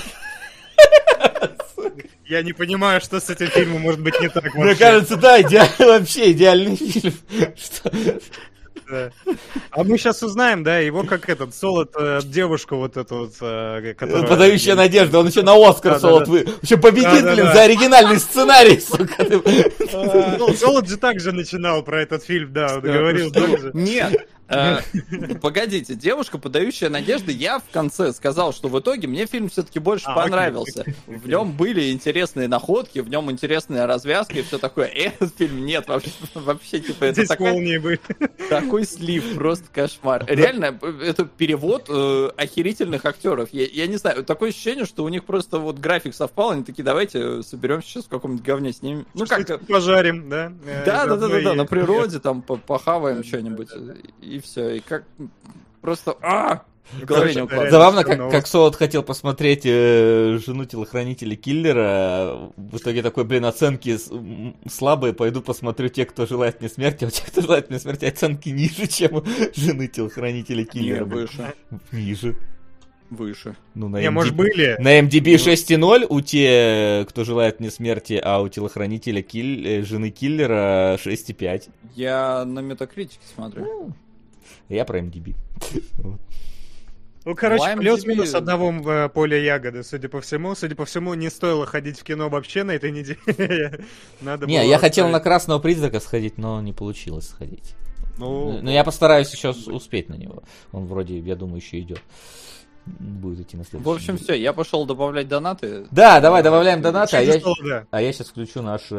[SPEAKER 3] Я не понимаю, что с этим фильмом может быть не так вообще.
[SPEAKER 1] Мне кажется, да, вообще идеальный фильм.
[SPEAKER 3] Да. А мы сейчас узнаем, да, его как Солод, девушку вот эту вот, которая...
[SPEAKER 1] Подающая надежду, он еще на Оскар Солод еще победит, за оригинальный сценарий, сука.
[SPEAKER 3] Солод же также начинал про этот фильм, да, он говорил также.
[SPEAKER 2] Нет. Погодите, девушка, подающая надежды, я в конце сказал, что в итоге мне фильм все-таки больше понравился. В нем были интересные находки, в нем интересная развязка и все такое. Этот фильм нет, вообще типа это такой слив, просто кошмар. Реально, это перевод охерительных актеров. Я не знаю, такое ощущение, что у них просто вот график совпал, они такие, давайте соберемся сейчас в каком-нибудь говне снимем.
[SPEAKER 3] Пожарим, да?
[SPEAKER 2] Да, на природе там похаваем что-нибудь. И и все. И как просто... В голове не укладывается.
[SPEAKER 1] Забавно, как Солод хотел посмотреть жену телохранителя киллера. В итоге такой, оценки слабые. Пойду посмотрю те, кто желает мне смерти. А у тех, кто желает мне смерти, оценки ниже, чем у жены телохранителя киллера.
[SPEAKER 2] Выше.
[SPEAKER 1] Ниже.
[SPEAKER 2] Выше.
[SPEAKER 1] Ну, на
[SPEAKER 3] Не, может, были.
[SPEAKER 1] На MDB 6.0 у те, кто желает мне смерти, а у телохранителя жены киллера 6.5.
[SPEAKER 2] Я на Метакритике смотрю.
[SPEAKER 1] Я про MDB.
[SPEAKER 3] Ну, короче,
[SPEAKER 2] IMDb...
[SPEAKER 3] плюс-минус одного поля ягоды, судя по всему. Судя по всему, не стоило ходить в кино вообще на этой неделе.
[SPEAKER 1] Не, я хотел на «Красного призрака» сходить, но не получилось сходить.
[SPEAKER 3] Ну,
[SPEAKER 1] но я постараюсь еще успеть на него. Он вроде, я думаю, еще идет. Будет идти на следующий.
[SPEAKER 2] В общем, все, я пошел добавлять донаты.
[SPEAKER 1] Да, давай добавляем донаты, а я сейчас включу наш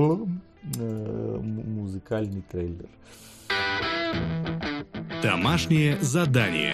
[SPEAKER 1] музыкальный трейлер.
[SPEAKER 8] Домашнее задание.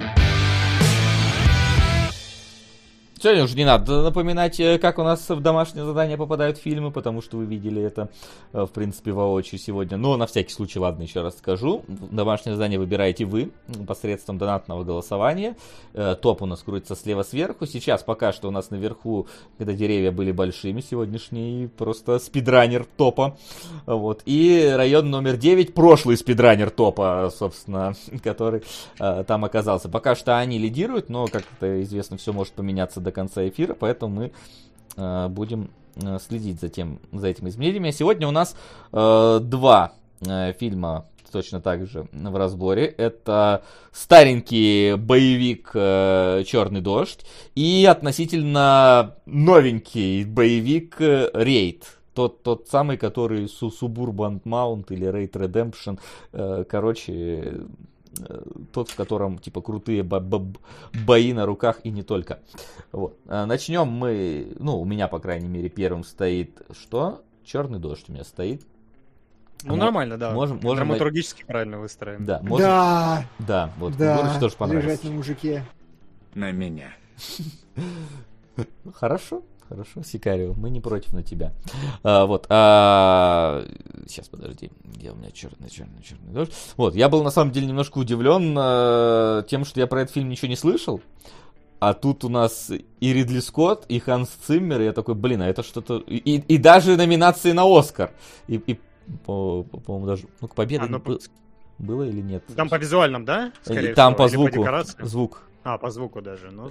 [SPEAKER 1] Сегодня уже не надо напоминать, как у нас в домашнее задание попадают фильмы, потому что вы видели это, в принципе, воочию сегодня. Но на всякий случай, ладно, еще раз скажу. Домашнее задание выбираете вы посредством донатного голосования. Топ у нас крутится слева сверху. Сейчас пока что у нас наверху, когда деревья были большими, сегодняшний просто спидранер топа. Вот. И район номер 9, прошлый спидранер топа, собственно, который там оказался. Пока что они лидируют, но, как это известно, все может поменяться до конца эфира, поэтому мы будем следить за этими изменениями. Сегодня у нас два фильма точно так же в разборе. Это старенький боевик «Черный дождь» и относительно новенький боевик «Рейд». Тот самый, который Suburban Mount или Raid Redemption. Короче, тот, в котором типа крутые бои на руках и не только. Вот. Начнем мы, у меня, по крайней мере, первым стоит что? «Черный дождь» у меня стоит.
[SPEAKER 3] Ну, нормально, да.
[SPEAKER 1] Можем
[SPEAKER 3] драматургически правильно выстроен.
[SPEAKER 1] Да, вот.
[SPEAKER 9] Да,
[SPEAKER 1] тоже понравилось.
[SPEAKER 9] лежать на мужике.
[SPEAKER 4] На меня.
[SPEAKER 1] Хорошо, Сикарио, мы не против на тебя. Сейчас, подожди, где у меня черный дождь? Вот, я был на самом деле немножко удивлен тем, что я про этот фильм ничего не слышал. А тут у нас и Ридли Скотт, и Ханс Циммер, и я такой, а это что-то... И даже номинации на Оскар. И по-моему, даже... Ну, победа было или нет?
[SPEAKER 3] Там по визуальным, да?
[SPEAKER 1] Скорее там всего, по звуку. Звук.
[SPEAKER 3] По звуку даже. Ну,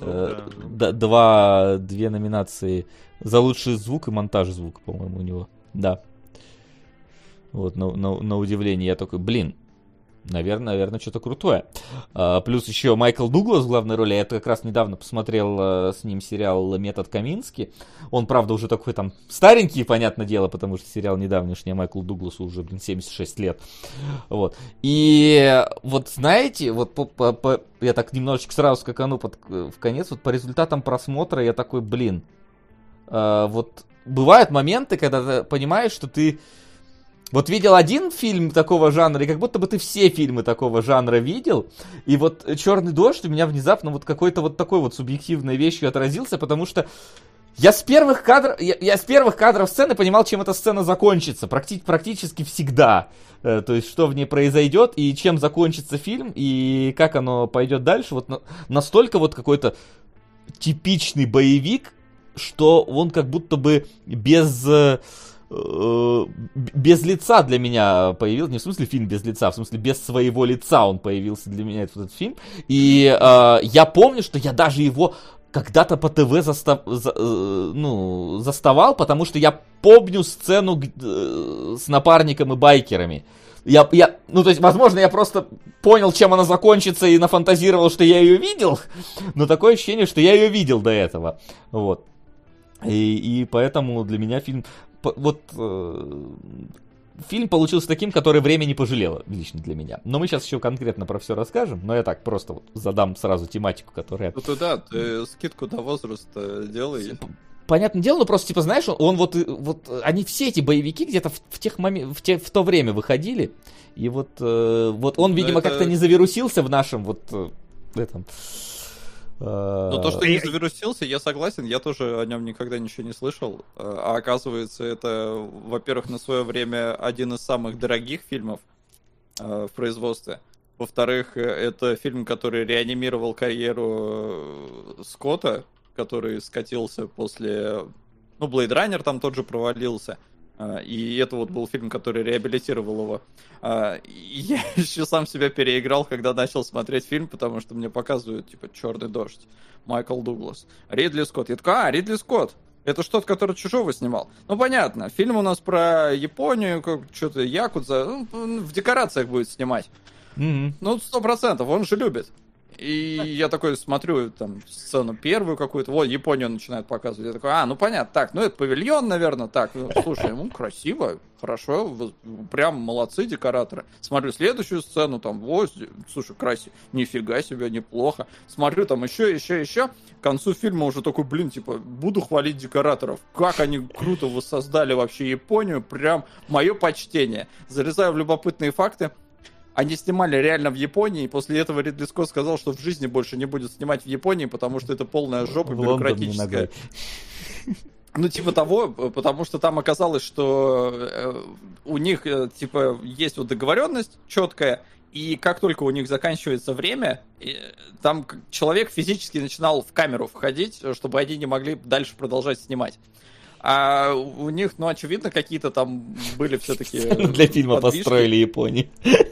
[SPEAKER 1] две номинации за лучший звук и монтаж звука, по-моему, у него. Да. Вот, на удивление я такой, наверное, что-то крутое. Плюс еще Майкл Дуглас в главной роли. Я как раз недавно посмотрел с ним сериал «Метод Камински». Он, правда, уже такой там старенький, понятное дело, потому что сериал недавнешний, а Майклу Дугласу уже, 76 лет. Вот. И вот, знаете, вот я так немножечко сразу скакану в конец, вот по результатам просмотра я такой, вот бывают моменты, когда ты понимаешь, что ты вот видел один фильм такого жанра, и как будто бы ты все фильмы такого жанра видел. И вот «Черный дождь» у меня внезапно вот какой-то вот такой вот субъективной вещью отразился, потому что я с первых кадров сцены понимал, чем эта сцена закончится. Практически всегда. То есть, что в ней произойдет, и чем закончится фильм, и как оно пойдет дальше. Вот настолько вот какой-то типичный боевик, что он как будто бы без лица для меня появился, не в смысле фильм без лица, в смысле без своего лица он появился для меня, этот фильм. И я помню, что я даже его когда-то по ТВ заставал, потому что я помню сцену с напарником и байкерами. То есть, возможно, я просто понял, чем она закончится, и нафантазировал, что я ее видел, но такое ощущение, что я ее видел до этого. Вот. И поэтому для меня фильм... фильм получился таким, который время не пожалело, лично для меня. Но мы сейчас еще конкретно про все расскажем, но я так просто вот задам сразу тематику, которая...
[SPEAKER 2] Ну да, ты скидку на возраст делай.
[SPEAKER 1] Понятное дело, но просто, типа, знаешь, он вот они все эти боевики где-то в то время выходили, и вот он, видимо, как-то не завирусился в нашем этом...
[SPEAKER 2] Но то, что не завирусился, я согласен, я тоже о нем никогда ничего не слышал. А оказывается, это, во-первых, на свое время один из самых дорогих фильмов в производстве. Во-вторых, это фильм, который реанимировал карьеру Скотта, который скатился после... Ну, Blade Runner там тот же провалился. И это вот был фильм, который реабилитировал его. И я еще сам себя переиграл, когда начал смотреть фильм, потому что мне показывают, типа, «Черный дождь», Майкл Дуглас, Ридли Скотт. Я такой, Ридли Скотт. Это что-то, который «Чужого» снимал. Ну, понятно. Фильм у нас про Японию, что-то якудза. Ну, в декорациях будет снимать.
[SPEAKER 1] Mm-hmm.
[SPEAKER 2] Ну, 100%, он же любит. И я такой смотрю, там, сцену первую какую-то, вот, Японию начинает показывать. Я такой, ну, понятно, так, ну, это павильон, наверное, так. Слушай, красиво, хорошо, прям молодцы декораторы. Смотрю следующую сцену, там, вот, слушай, красиво, нифига себе, неплохо. Смотрю, там, еще. К концу фильма уже такой, типа, буду хвалить декораторов. Как они круто воссоздали вообще Японию, прям мое почтение. Залезаю в любопытные факты. Они снимали реально в Японии, и после этого Ридли Скотт сказал, что в жизни больше не будет снимать в Японии, потому что это полная жопа бюрократическая. Ну, типа того, потому что там оказалось, что у них, типа, есть вот договоренность четкая, и как только у них заканчивается время, там человек физически начинал в камеру входить, чтобы они не могли дальше продолжать снимать. А у них, ну, очевидно, какие-то там были все-таки...
[SPEAKER 1] Для фильма построили Японию.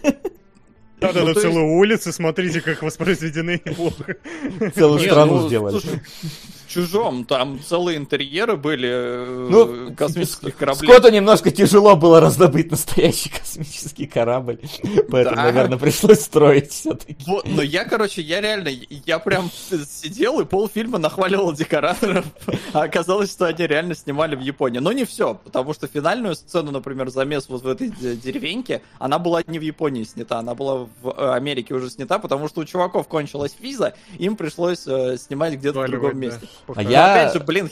[SPEAKER 3] Да, целую улицу, смотрите, как воспроизведены неплохо.
[SPEAKER 1] Целую страну сделали.
[SPEAKER 2] В «Чужом» там целые интерьеры были космических кораблей.
[SPEAKER 1] Скотту немножко тяжело было раздобыть настоящий космический корабль, поэтому, наверное, пришлось строить все-таки.
[SPEAKER 2] Вот, но я реально, я прям сидел и полфильма нахваливал декораторов, а оказалось, что они реально снимали в Японии. Но не все, потому что финальную сцену, например, замес вот в этой деревеньке, она была не в Японии снята, она была в Америке уже снята, потому что у чуваков кончилась виза, им пришлось снимать где-то в другом месте.
[SPEAKER 1] А я...
[SPEAKER 2] Опять же,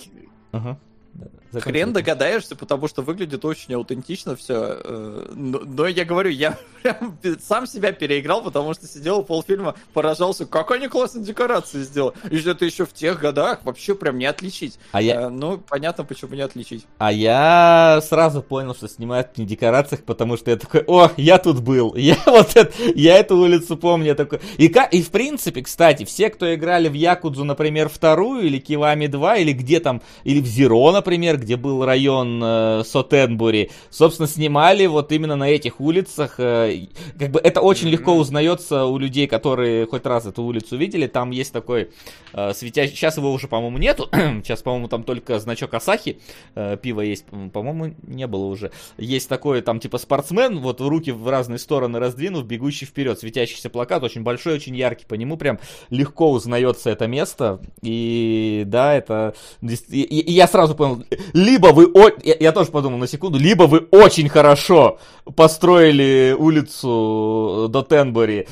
[SPEAKER 2] хрен догадаешься, потому что выглядит очень аутентично все. Но я говорю, я прям сам себя переиграл, потому что сидел полфильма, поражался, как они классные декорации сделали. И это еще в тех годах вообще прям не отличить. Ну, понятно, почему не отличить.
[SPEAKER 1] А я сразу понял, что снимают не в декорациях, потому что я такой, я тут был, я эту улицу помню. Я такой... И в принципе, кстати, все, кто играли в Якудзу, например, 2 или Кивами 2, или где там, или в Зеро, например, где был район Сотенбури, собственно, снимали вот именно на этих улицах. Как бы это очень легко узнается у людей, которые хоть раз эту улицу видели. Там есть такой светящий... Сейчас его уже, по-моему, нету. Сейчас, по-моему, там только значок Асахи. Пиво есть, по-моему, не было уже. Есть такой, там, типа, спортсмен, вот руки в разные стороны раздвинув, бегущий вперед. Светящийся плакат, очень большой, очень яркий. По нему прям легко узнается это место. И да, это... И я сразу понял, либо вы... Я тоже подумал на секунду, либо вы очень хорошо построили улицу Дотенбори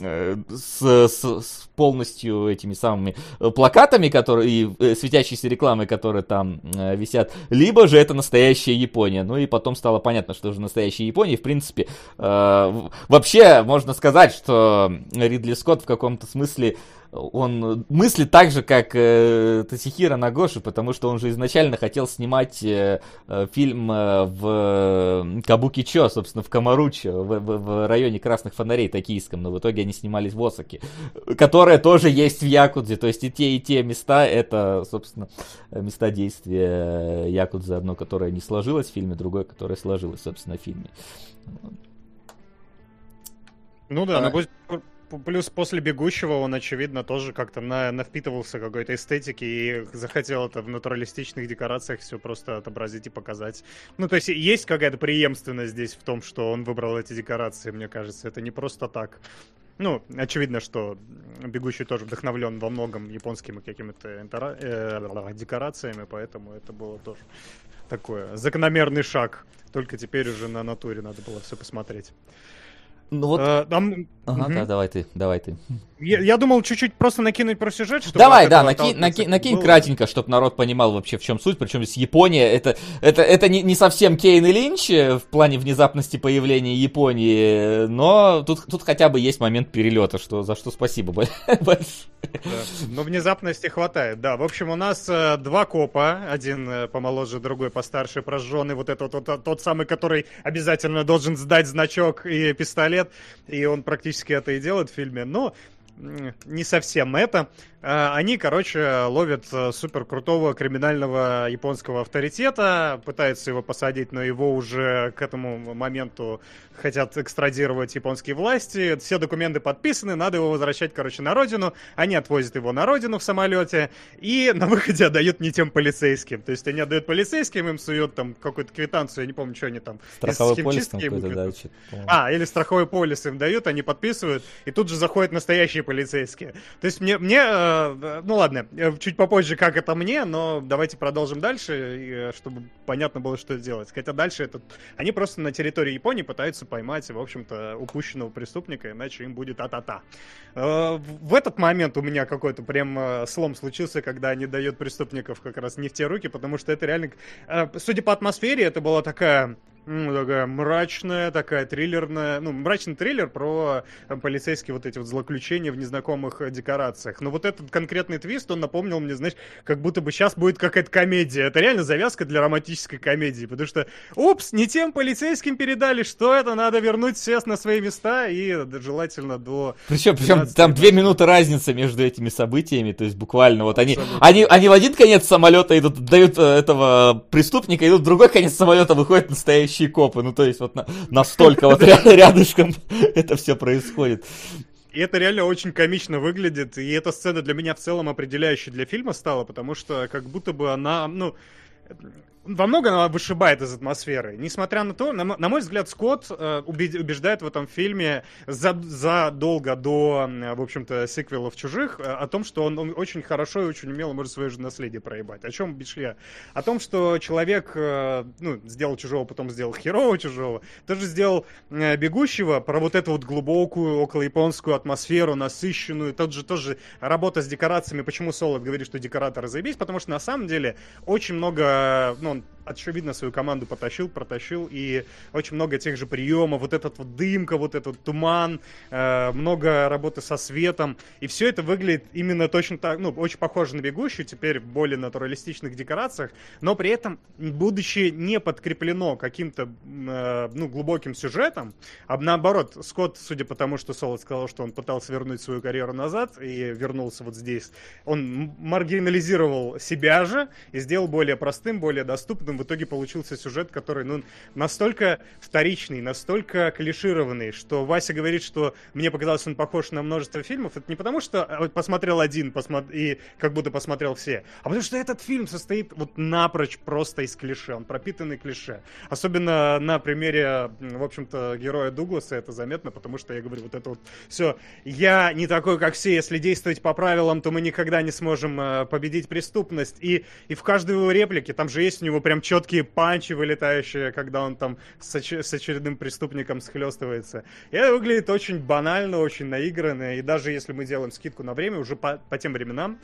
[SPEAKER 1] с полностью этими самыми плакатами, которые и светящейся рекламой, которые там висят, либо же это настоящая Япония. Ну и потом стало понятно, что уже настоящая Япония. В принципе, вообще можно сказать, что Ридли Скотт в каком-то смысле он мыслит так же, как Тосихиро Нагоши, потому что он же изначально хотел снимать фильм в Кабукичо, собственно, в Камаручо, в районе Красных Фонарей токийском, но в итоге они снимались в Осаке, которая тоже есть в Якудзе, то есть и те места, это, собственно, места действия Якудзы, одно, которое не сложилось в фильме, другое, которое сложилось, собственно, в фильме.
[SPEAKER 3] Ну да, плюс после «Бегущего» он, очевидно, тоже как-то навпитывался какой-то эстетики и захотел это в натуралистичных декорациях все просто отобразить и показать. Ну, то есть есть какая-то преемственность здесь в том, что он выбрал эти декорации, мне кажется. Это не просто так. Ну, очевидно, что «Бегущий» тоже вдохновлен во многом японскими какими-то декорациями, поэтому это было тоже такой закономерный шаг. Только теперь уже на натуре надо было все посмотреть.
[SPEAKER 1] Ну вот. Да, давай ты.
[SPEAKER 3] Я думал чуть-чуть просто накинуть про сюжет, чтобы...
[SPEAKER 1] Давай, да, накинь кратенько, чтобы народ понимал вообще, в чем суть. Причем здесь Япония, это не совсем Кейн и Линч в плане внезапности появления Японии, но тут хотя бы есть момент перелета, за что спасибо большое.
[SPEAKER 3] Но внезапности хватает, да. В общем, у нас два копа, один помоложе, другой постарше, прожженный, вот этот вот тот самый, который обязательно должен сдать значок и пистолет, и он практически это и делает в фильме, но не совсем это. Они, короче, ловят супер крутого криминального японского авторитета, пытаются его посадить, но его уже к этому моменту хотят экстрадировать японские власти. Все документы подписаны, надо его возвращать, короче, на родину. Они отвозят его на родину в самолете и на выходе отдают не тем полицейским. То есть они отдают полицейским, им суют там какую-то квитанцию, я не помню, что они там.
[SPEAKER 1] Страховой полис какой-то,
[SPEAKER 3] да. Или страховой полис им дают, они подписывают, и тут же заходят настоящие полицейские. То есть мне ну ладно, чуть попозже, как это мне, но давайте продолжим дальше, чтобы понятно было, что делать. Хотя дальше они просто на территории Японии пытаются поймать, в общем-то, упущенного преступника, иначе им будет а-та-та. В этот момент у меня какой-то прям слом случился, когда они дают преступников как раз не в те руки, потому что это реально, судя по атмосфере, это была такая мрачная, такая триллерная, мрачный триллер про полицейские вот эти вот злоключения в незнакомых декорациях. Но вот этот конкретный твист, он напомнил мне, знаешь, как будто бы сейчас будет какая-то комедия. Это реально завязка для романтической комедии, потому что, не тем полицейским передали, что это, надо вернуть всех на свои места и желательно до...
[SPEAKER 1] Причем там 2 минуты разницы между этими событиями, то есть буквально вот они в один конец самолета идут, дают этого преступника, идут в другой конец самолета, выходят настоящие копы, то есть вот настолько вот рядышком это все происходит.
[SPEAKER 3] И это реально очень комично выглядит, и эта сцена для меня в целом определяющей для фильма стала, потому что как будто бы она, во многом она вышибает из атмосферы. Несмотря на то, на мой взгляд, Скотт убеждает в этом фильме задолго до, в общем-то, сиквелов «Чужих» о том, что он очень хорошо и очень умело может свое же наследие проебать. О чем бишь я? О том, что человек, сделал «Чужого», потом сделал «Херового чужого», тоже сделал «Бегущего», про вот эту вот глубокую околояпонскую атмосферу, насыщенную, тоже работа с декорациями. Почему Солод говорит, что декораторы заебись? Потому что на самом деле очень много, он очевидно свою команду протащил, и очень много тех же приемов, вот этот вот дымка, вот этот туман, много работы со светом, и все это выглядит именно точно так, очень похоже на «Бегущую», теперь в более натуралистичных декорациях, но при этом, будучи не подкреплено каким-то, глубоким сюжетом, а наоборот, Скотт, судя по тому, что Солод сказал, что он пытался вернуть свою карьеру назад и вернулся вот здесь, он маргинализировал себя же и сделал более простым, более доступным. В итоге получился сюжет, который, настолько вторичный, настолько клишированный, что Вася говорит, что мне показалось, он похож на множество фильмов. Это не потому, что посмотрел один и как будто посмотрел все, а потому что этот фильм состоит вот напрочь просто из клише. Он пропитанный клише. Особенно на примере, в общем-то, героя Дугласа это заметно, потому что я говорю, вот это вот все. Я не такой, как все. Если действовать по правилам, то мы никогда не сможем победить преступность. И в каждой его реплике, там же есть у него прям четкие панчи вылетающие, когда он там с очередным преступником схлестывается. И это выглядит очень банально, очень наигранно. И даже если мы делаем скидку на время, уже по тем временам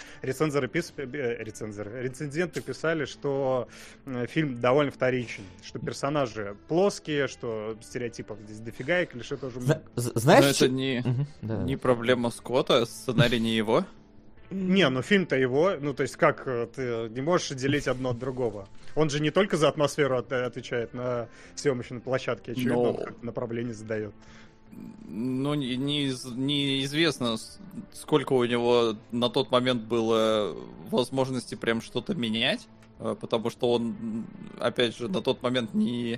[SPEAKER 3] рецензенты писали, что фильм довольно вторичен, что персонажи плоские, что стереотипов здесь дофига, и клише тоже много.
[SPEAKER 2] Знаешь, это не проблема Скотта, сценарий не его.
[SPEAKER 3] Не, фильм-то его, то есть как ты не можешь делить одно от другого. Он же не только за атмосферу отвечает на съемочной площадке, очевидно, он как направление задает.
[SPEAKER 2] Неизвестно, сколько у него на тот момент было возможности прям что-то менять, потому что он, опять же, на тот момент не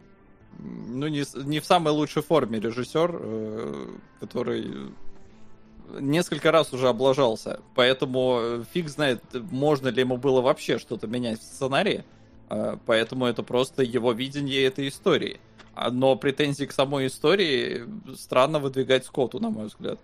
[SPEAKER 2] в самой лучшей форме режиссер, который несколько раз уже облажался, поэтому фиг знает, можно ли ему было вообще что-то менять в сценарии, поэтому это просто его видение этой истории. Но претензии к самой истории странно выдвигать Скотту, на мой взгляд.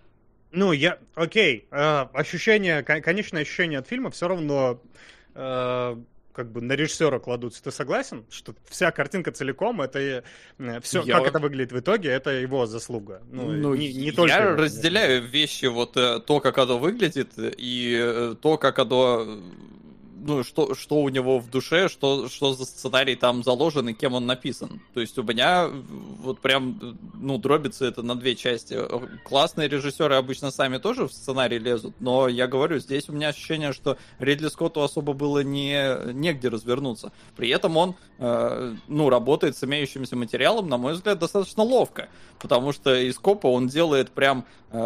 [SPEAKER 3] Ощущение, конечное ощущение от фильма все равно как бы на режиссера кладутся. Ты согласен, что вся картинка целиком, это все, как это выглядит в итоге, это его заслуга? Не только
[SPEAKER 2] я разделяю вещи, вот то, как оно выглядит, и то, как оно ну, что у него в душе, что за сценарий там заложен и кем он написан. То есть у меня вот прям, ну, дробится это на две части. Классные режиссеры обычно сами тоже в сценарий лезут, но я говорю, здесь у меня ощущение, что Ридли Скотту особо было негде развернуться. При этом он, ну, работает с имеющимся материалом, на мой взгляд, достаточно ловко, потому что из копа он делает прям...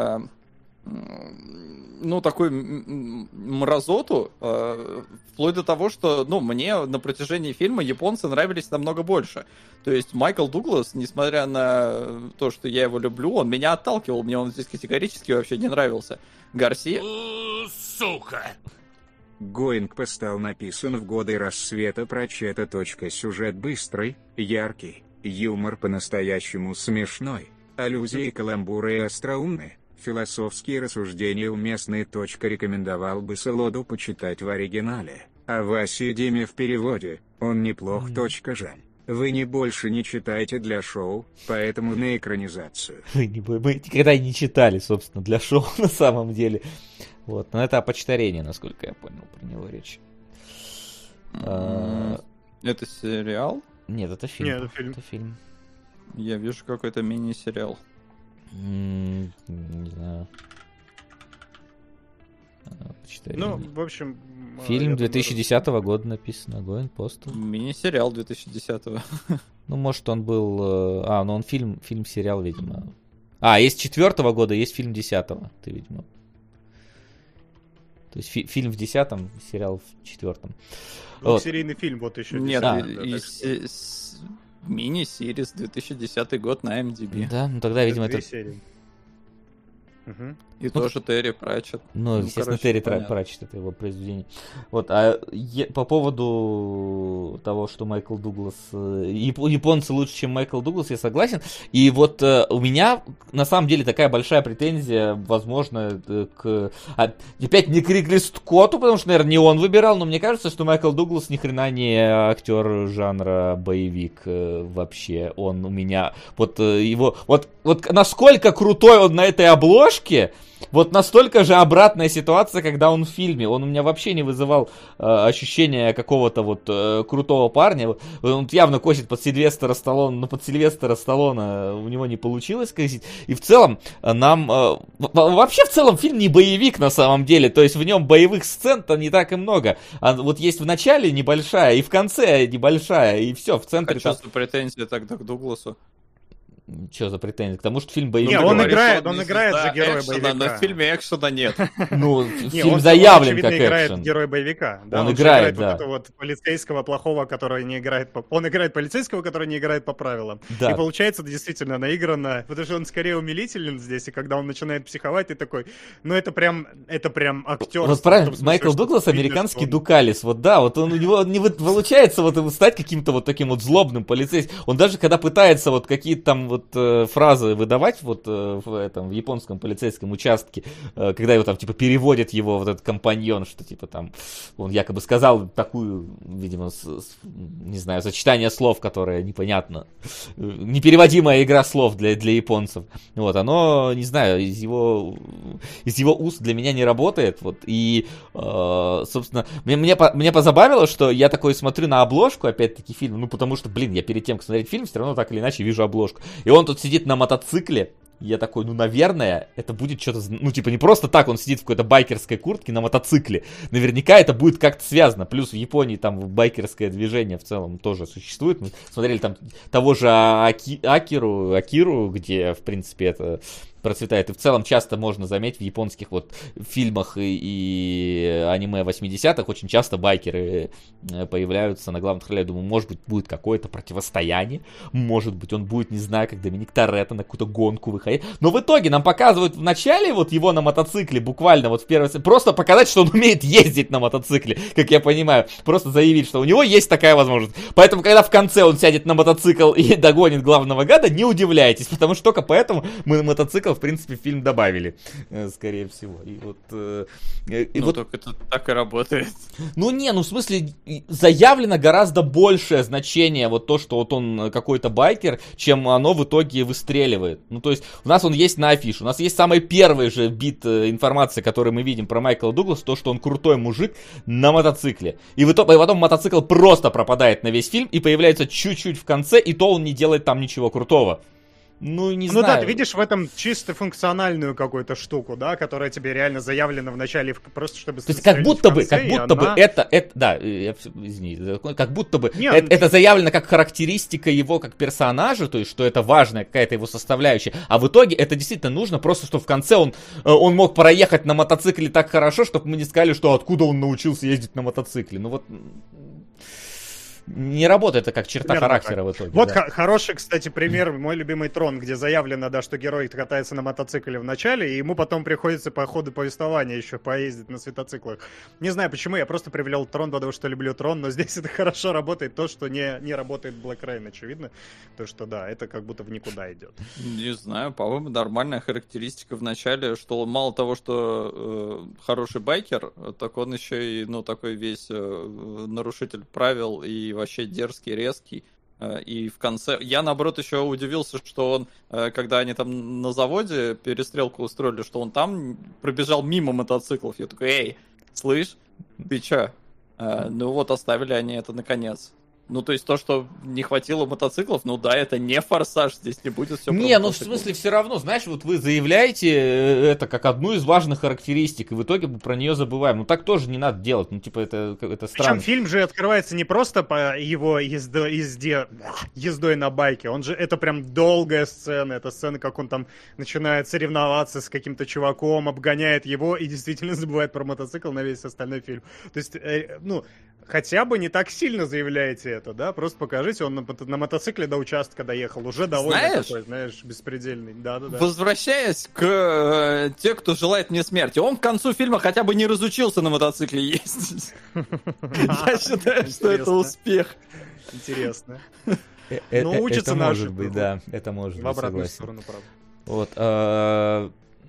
[SPEAKER 2] ну, такую мразоту, вплоть до того, что, ну, мне на протяжении фильма японцы нравились намного больше. То есть Майкл Дуглас, несмотря на то, что я его люблю, он меня отталкивал, мне он здесь категорически вообще не нравился. Гарсия...
[SPEAKER 5] Сука!
[SPEAKER 4] Гоинг стал написан в годы рассвета прочета. Сюжет быстрый, яркий, юмор по-настоящему смешной, аллюзии, каламбуры и остроумные. Философские рассуждения уместные. Рекомендовал бы Солоду почитать в оригинале, а Васе Диме в переводе. Он неплох. Жаль. Вы больше не читаете для шоу, поэтому на экранизацию.
[SPEAKER 1] Мы никогда и не читали, собственно, для шоу на самом деле. Вот, но это опочтарение, насколько я понял, про него речь.
[SPEAKER 2] Это сериал?
[SPEAKER 1] Нет, это фильм.
[SPEAKER 3] Нет, это фильм.
[SPEAKER 2] Я вижу какой-то мини-сериал.
[SPEAKER 1] Не знаю.
[SPEAKER 3] Ну, в общем...
[SPEAKER 1] Фильм 2010 года написан, Going Postal.
[SPEAKER 2] Мини-сериал 2010-го.
[SPEAKER 1] Ну, может, он был... ну он фильм-сериал, видимо. Есть 4-го года, есть фильм 10-го. Ты, видимо... То есть фильм в 10-м, сериал в 4-м.
[SPEAKER 3] Вот. Серийный фильм вот еще.
[SPEAKER 2] Нет, мини-сирис 2010 год на MDB.
[SPEAKER 1] Да, ну тогда, видимо, это...
[SPEAKER 3] серии. Угу.
[SPEAKER 2] И тоже Терри Пратчетт.
[SPEAKER 1] Ну, естественно, Терри Пратчетт, это его произведение. Вот, по поводу того, что Майкл Дуглас... Японцы лучше, чем Майкл Дуглас, я согласен. И вот у меня, на самом деле, такая большая претензия, возможно, опять не к Ридли Скотту, потому что, наверное, не он выбирал, но мне кажется, что Майкл Дуглас ни хрена не актер жанра боевик вообще. Он у меня... Вот его... Вот насколько крутой он на этой обложке, вот настолько же обратная ситуация, когда он в фильме. Он у меня вообще не вызывал ощущения какого-то вот крутого парня. Он явно косит под Сильвестра Сталлоне, но под Сильвестра Сталлоне у него не получилось косить. И в целом нам... вообще в целом фильм не боевик на самом деле. То есть в нем боевых сцен-то не так и много. Вот есть в начале небольшая и в конце небольшая. И все, в центре...
[SPEAKER 2] А что за претензии тогда к Дугласу?
[SPEAKER 1] Что за претензии? К тому, что фильм боевик.
[SPEAKER 3] Не, он играет же героя боевика.
[SPEAKER 2] Но в фильме экшена нет.
[SPEAKER 1] Ну, фильм заявлен как экшен.
[SPEAKER 3] играет героя боевика.
[SPEAKER 1] Он играет, да.
[SPEAKER 3] Вот этого вот полицейского плохого, который не играет по... Он играет полицейского, который не играет по правилам.
[SPEAKER 1] Да.
[SPEAKER 3] И получается действительно наигранно, потому что он скорее умилителен здесь, и когда он начинает психовать, ты такой, ну это прям актер.
[SPEAKER 1] Вот правильно, Майкл Дуглас американский Дукалис, вот да, вот он у него не получается вот стать каким-то вот таким вот злобным полицейским. Он даже когда пытается вот какие-то там вот фразы выдавать вот в японском полицейском участке, когда его там типа переводит его вот этот компаньон, что типа там он якобы сказал такую, видимо, не знаю, сочетание слов, которое непонятно, непереводимая игра слов для японцев. Вот, оно, не знаю, из его уст для меня не работает. Вот, и, собственно, мне позабавило, что я такой смотрю на обложку, опять-таки, фильм, ну, потому что, блин, я перед тем, как смотреть фильм, все равно так или иначе вижу обложку. И он тут сидит на мотоцикле. Я такой, ну, наверное, это будет что-то... Ну, типа, не просто так он сидит в какой-то байкерской куртке на мотоцикле. Наверняка это будет как-то связано. Плюс в Японии там байкерское движение в целом тоже существует. Мы смотрели там того же Акиру, где, в принципе, это процветает. И в целом часто можно заметить в японских вот фильмах и аниме 80-х очень часто байкеры появляются на главных ролях. Я думаю, может быть, будет какое-то противостояние. Может быть, он будет, не знаю, как Доминик Торетто на какую-то гонку выходить. Но в итоге нам показывают в начале вот его на мотоцикле, буквально вот в первой... Просто показать, что он умеет ездить на мотоцикле, как я понимаю. Просто заявить, что у него есть такая возможность. Поэтому, когда в конце он сядет на мотоцикл и догонит главного гада, не удивляйтесь, потому что только поэтому мы мотоцикл мотоциклов, в принципе, в фильм добавили, скорее всего. И вот...
[SPEAKER 2] только это так и работает.
[SPEAKER 1] В смысле, заявлено гораздо большее значение, вот то, что вот он какой-то байкер, чем оно в итоге выстреливает. То есть, у нас он есть на афише, у нас есть самый первый же бит информации, который мы видим про Майкла Дугласа, то, что он крутой мужик на мотоцикле. И потом мотоцикл просто пропадает на весь фильм и появляется чуть-чуть в конце, и то он не делает там ничего крутого. Не знаю.
[SPEAKER 3] Да, ты видишь в этом чисто функциональную какую-то штуку, да, которая тебе реально заявлена в начале, просто чтобы...
[SPEAKER 1] То есть как будто бы это заявлено как характеристика его как персонажа, то есть что это важная какая-то его составляющая, а в итоге это действительно нужно просто, чтобы в конце он мог проехать на мотоцикле так хорошо, чтобы мы не сказали, что откуда он научился ездить на мотоцикле. Не работает это как черта примерно характера так. В итоге.
[SPEAKER 3] Вот хороший, кстати, пример, мой любимый Трон, где заявлено, да, что герой катается на мотоцикле в начале, и ему потом приходится по ходу повествования еще поездить на светоциклах. Не знаю почему, я просто привел Трон, потому что люблю Трон, но здесь это хорошо работает, то, что не работает Black Rain, очевидно. То, что да, это как будто в никуда идет.
[SPEAKER 2] Не знаю, по-моему, нормальная характеристика в начале, что он мало того, что хороший байкер, так он еще и, такой весь нарушитель правил и вообще дерзкий, резкий. И в конце... Я, наоборот, еще удивился, что он, когда они там на заводе перестрелку устроили, что он там пробежал мимо мотоциклов. Я такой, эй, слышь, ты че? Оставили они это наконец. То есть то, что не хватило мотоциклов, это не форсаж, здесь не будет все.
[SPEAKER 1] В смысле, все равно, знаешь, вот вы заявляете это как одну из важных характеристик, и в итоге мы про нее забываем. Так тоже не надо делать, это странно.
[SPEAKER 3] Причем фильм же открывается не просто по его ездой на байке, это прям долгая сцена, это сцена, как он там начинает соревноваться с каким-то чуваком, обгоняет его и действительно забывает про мотоцикл на весь остальной фильм. То есть, хотя бы не так сильно заявляете это, да? Просто покажите, он на мотоцикле до участка доехал, уже довольно такой, беспредельный. Да.
[SPEAKER 2] Возвращаясь к те, кто желает мне смерти, он к концу фильма хотя бы не разучился на мотоцикле ездить. Я считаю, что это успех.
[SPEAKER 3] Интересно.
[SPEAKER 1] Учится на ошибку. Да, это может быть,
[SPEAKER 3] в обратную сторону,
[SPEAKER 1] правда.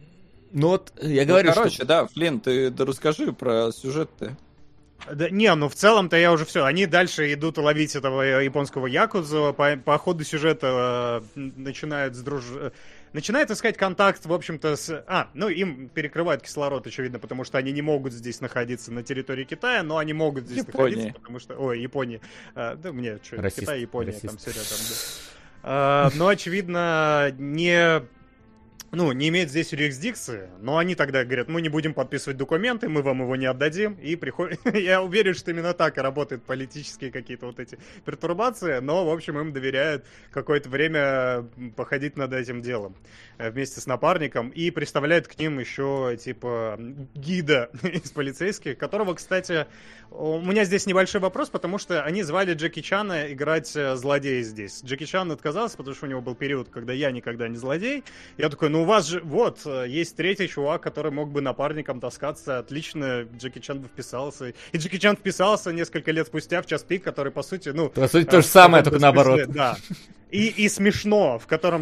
[SPEAKER 1] Я говорю,
[SPEAKER 2] короче, да, Флинн, ты расскажи про сюжет-то.
[SPEAKER 3] Да, в целом-то я уже все. Они дальше идут ловить этого японского якудзу. По ходу сюжета начинают искать контакт, в общем-то, им перекрывают кислород, очевидно, потому что они не могут здесь находиться на территории Китая, но они могут здесь находиться, потому что... Ой, Япония. Мне что, Китай, Япония, там все рядом. Да. Но, очевидно, не имеет здесь юрисдикции, но они тогда говорят, мы не будем подписывать документы, мы вам его не отдадим, и приходит... Я уверен, что именно так и работают политические какие-то вот эти пертурбации, но, в общем, им доверяют какое-то время походить над этим делом вместе с напарником, и представляют к ним еще, гида из полицейских, которого, кстати, у меня здесь небольшой вопрос, потому что они звали Джеки Чана играть злодея здесь. Джеки Чан отказался, потому что у него был период, когда я никогда не злодей. Я такой, у вас же, есть третий чувак, который мог бы напарником таскаться, отлично, Джеки Чан бы вписался. И Джеки Чан вписался несколько лет спустя в «Час пик», который, по сути,
[SPEAKER 1] По сути, то же самое, только наоборот.
[SPEAKER 3] Да. И смешно, в котором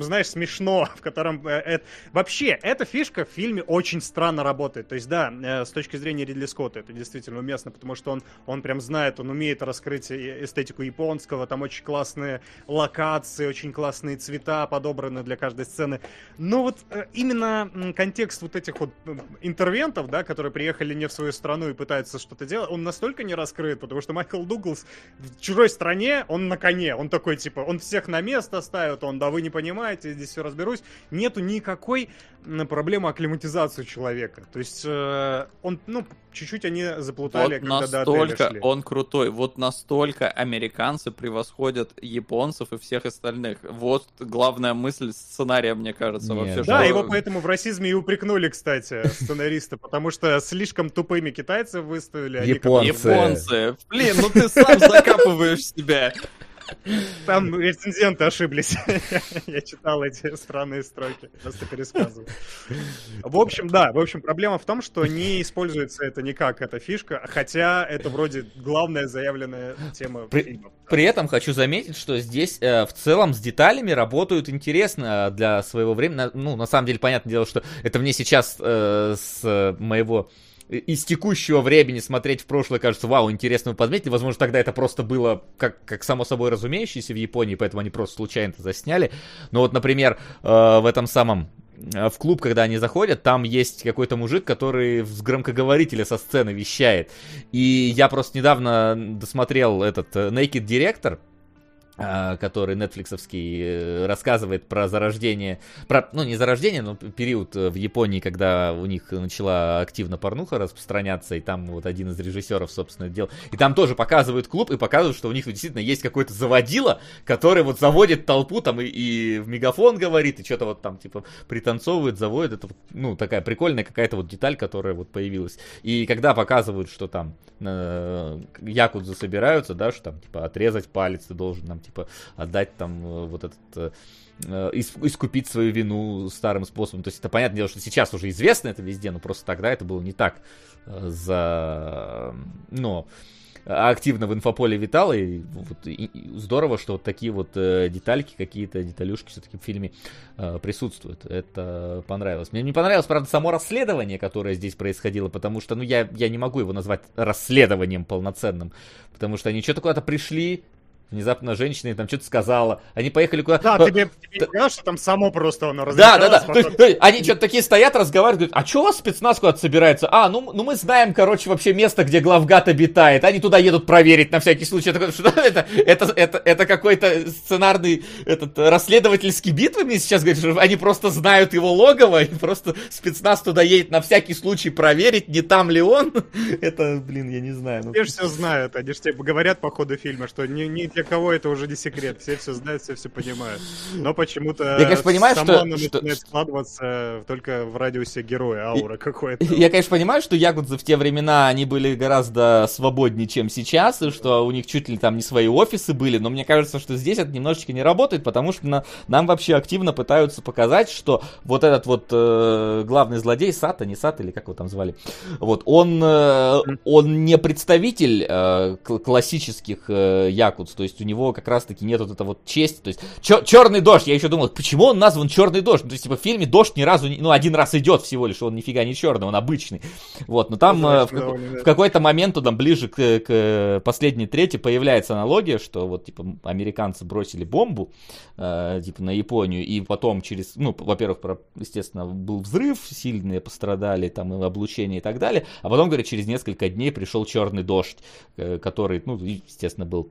[SPEAKER 3] вообще, эта фишка в фильме очень странно работает. То есть, да, с точки зрения Ридли Скотта это действительно уместно, потому что он прям знает, он умеет раскрыть эстетику японского, там очень классные локации, очень классные цвета подобраны для каждой сцены. Но именно контекст вот этих интервентов, да, которые приехали не в свою страну и пытаются что-то делать, он настолько не раскрыт, потому что Майкл Дуглас в чужой стране, он на коне, он такой, он всех на место ставит, вы не понимаете, здесь все разберусь. Нету никакой проблемы акклиматизации человека. То есть чуть-чуть они заплутали, когда до отеля шли.
[SPEAKER 2] Он крутой. Настолько американцы превосходят японцев и всех остальных. Вот главная мысль сценария, мне кажется. Вообще,
[SPEAKER 3] да, его поэтому в расизме и упрекнули, кстати, сценаристы, потому что слишком тупыми китайцев выставили.
[SPEAKER 1] Японцы.
[SPEAKER 2] Блин, ты сам закапываешь себя.
[SPEAKER 3] Там рецензенты ошиблись. Я читал эти странные строки, просто пересказываю. В общем, проблема в том, что не используется это никак, эта фишка, хотя это вроде главная заявленная тема фильма.
[SPEAKER 1] При этом хочу заметить, что здесь в целом с деталями работают интересно для своего времени. Ну, на самом деле, понятное дело, что это мне сейчас с моего... из текущего времени смотреть в прошлое, кажется, вау, интересно вы подметили. Возможно, тогда это просто было как само собой разумеющееся в Японии, поэтому они просто случайно это засняли. Но вот, например, в этом самом... в клуб, когда они заходят, там есть какой-то мужик, который с громкоговорителя со сцены вещает. И я просто недавно досмотрел этот Naked Director, который нетфликсовский, рассказывает про зарождение, не зарождение, но период в Японии, когда у них начала активно порнуха распространяться, и там вот один из режиссеров, собственно, делал. И там тоже показывают клуб, и показывают, что у них действительно есть какой-то заводила, который вот заводит толпу, там и в мегафон говорит, и что-то вот там типа пританцовывает, заводит. Это, ну, такая прикольная какая-то вот деталь, которая вот появилась. И когда показывают, что там якудзы собираются, да, что там типа отрезать палец ты должен, там типа отдать там вот этот, искупить свою вину старым способом. То есть это понятное дело, что сейчас уже известно это везде, но просто тогда это было не так активно в инфополе витало, и здорово, что вот такие вот детальки, какие-то деталюшки все-таки в фильме присутствуют. Это понравилось. Мне не понравилось, правда, само расследование, которое здесь происходило, потому что, я не могу его назвать расследованием полноценным, потому что они что-то куда-то пришли, внезапно женщина им там что-то сказала. Они поехали куда-то...
[SPEAKER 3] Да, тебе не кажется, что там само просто оно разрешалось?
[SPEAKER 1] Да. Потом... То есть, они что-то такие стоят, разговаривают, говорят, а что у вас спецназ куда-то собирается? Мы знаем, вообще место, где главгад обитает. Они туда едут проверить на всякий случай. Это какой-то сценарный расследовательский бит, вы мне сейчас говорите, что они просто знают его логово, и просто спецназ туда едет на всякий случай проверить, не там ли он. Это, я не знаю.
[SPEAKER 3] Все же все знают, они же тебе говорят по ходу фильма, что не для кого это уже не секрет, все знают, все понимают. Но почему-то
[SPEAKER 1] я, конечно, понимаю,
[SPEAKER 3] оно начинает складываться только в радиусе героя, аура какой-то.
[SPEAKER 1] Я, конечно, понимаю, что якудзы в те времена, они были гораздо свободнее, чем сейчас, и что у них чуть ли там не свои офисы были, но мне кажется, что здесь это немножечко не работает, потому что нам вообще активно пытаются показать, что вот этот вот главный злодей, Сата, не Сата, или как его там звали, вот, он не представитель классических якудз, то есть у него как раз-таки нет вот этой вот чести, то есть черный дождь, я еще думал, почему он назван черный дождь, то есть типа в фильме дождь ни разу, один раз идет всего лишь, он нифига не черный, он обычный, вот, но там в какой-то момент, там ближе к последней трети появляется аналогия, что вот типа американцы бросили бомбу типа на Японию, и потом через, во-первых, естественно, был взрыв, сильные пострадали, там и облучение и так далее, а потом, говорят, через несколько дней пришел черный дождь, который, естественно, был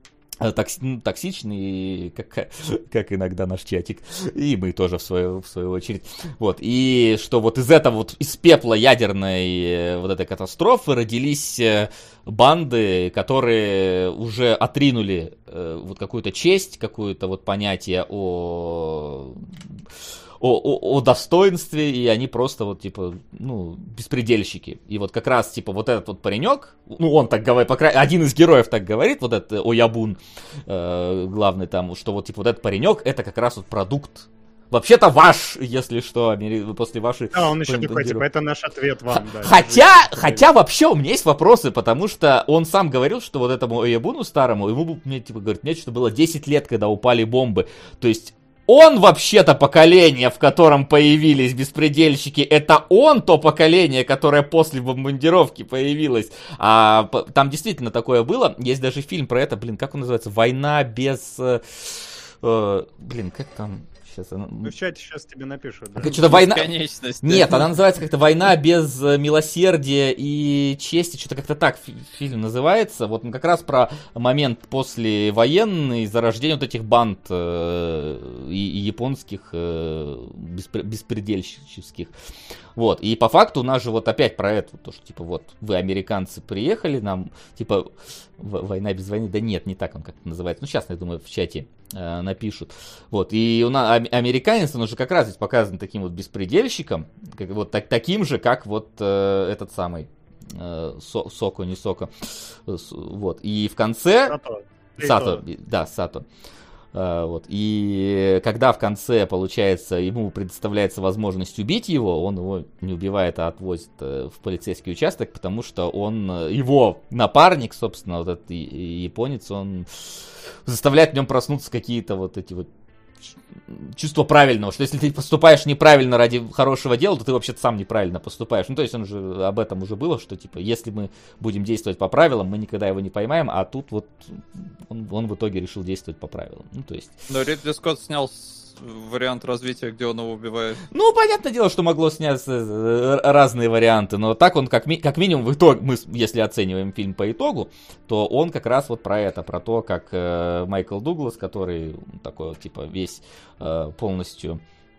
[SPEAKER 1] токсичный, как иногда наш чатик, и мы тоже в свою очередь. Вот, и что вот из этого вот, из пепла ядерной вот этой катастрофы родились банды, которые уже отринули вот какую-то честь, какое-то вот понятие о достоинстве, и они просто вот, типа, беспредельщики. И вот как раз, типа, вот этот вот паренек, он так говорит, один из героев так говорит, вот этот Оябун, главный там, что вот, типа, вот этот паренек, это как раз вот продукт, вообще-то ваш, если что, после вашей...
[SPEAKER 3] Да, он еще такой, типа, это наш ответ вам, да.
[SPEAKER 1] Хотя вообще у меня есть вопросы, потому что он сам говорил, что вот этому Оябуну старому, мне, типа, говорит, мне что было 10 лет, когда упали бомбы, то есть... Он вообще-то поколение, в котором появились беспредельщики. Это он то поколение, которое после бомбардировки появилось. Там действительно такое было. Есть даже фильм про это. Как он называется? «Война без...» как там... Сейчас она...
[SPEAKER 3] В чате сейчас тебе напишут. Да?
[SPEAKER 1] Что-то война... Нет, она называется как-то «Война без милосердия и чести». Что-то как-то так фильм называется. Вот как раз про момент послевоенный, зарождение вот этих банд японских беспредельщических. Вот, и по факту у нас же вот опять про это, то, что, типа, вот, вы, американцы, приехали, нам, типа, война без войны, да нет, не так он как-то называется, сейчас, я думаю, в чате напишут, вот, и у нас американец, он уже как раз здесь показан таким вот беспредельщиком, как, вот таким же, как вот этот самый Соко, не Соко, вот, и в конце... Сато, да, Сато. Вот. И когда в конце, получается, ему предоставляется возможность убить его, он его не убивает, а отвозит в полицейский участок, потому что его напарник, собственно, вот этот японец, он заставляет в нем проснуться какие-то вот эти вот чувство правильного, что если ты поступаешь неправильно ради хорошего дела, то ты вообще-то сам неправильно поступаешь. Ну, то есть он же об этом уже было, что типа, если мы будем действовать по правилам, мы никогда его не поймаем, а тут вот он в итоге решил действовать по правилам. Ну, то есть...
[SPEAKER 2] Но Ридли Скотт снял вариант развития, где он его убивает.
[SPEAKER 1] Ну, понятное дело, что могло сняться разные варианты, но так он как минимум в итоге, мы, если оцениваем фильм по итогу, то он как раз вот про это, про то, как Майкл Дуглас, который такой вот, типа, весь полностью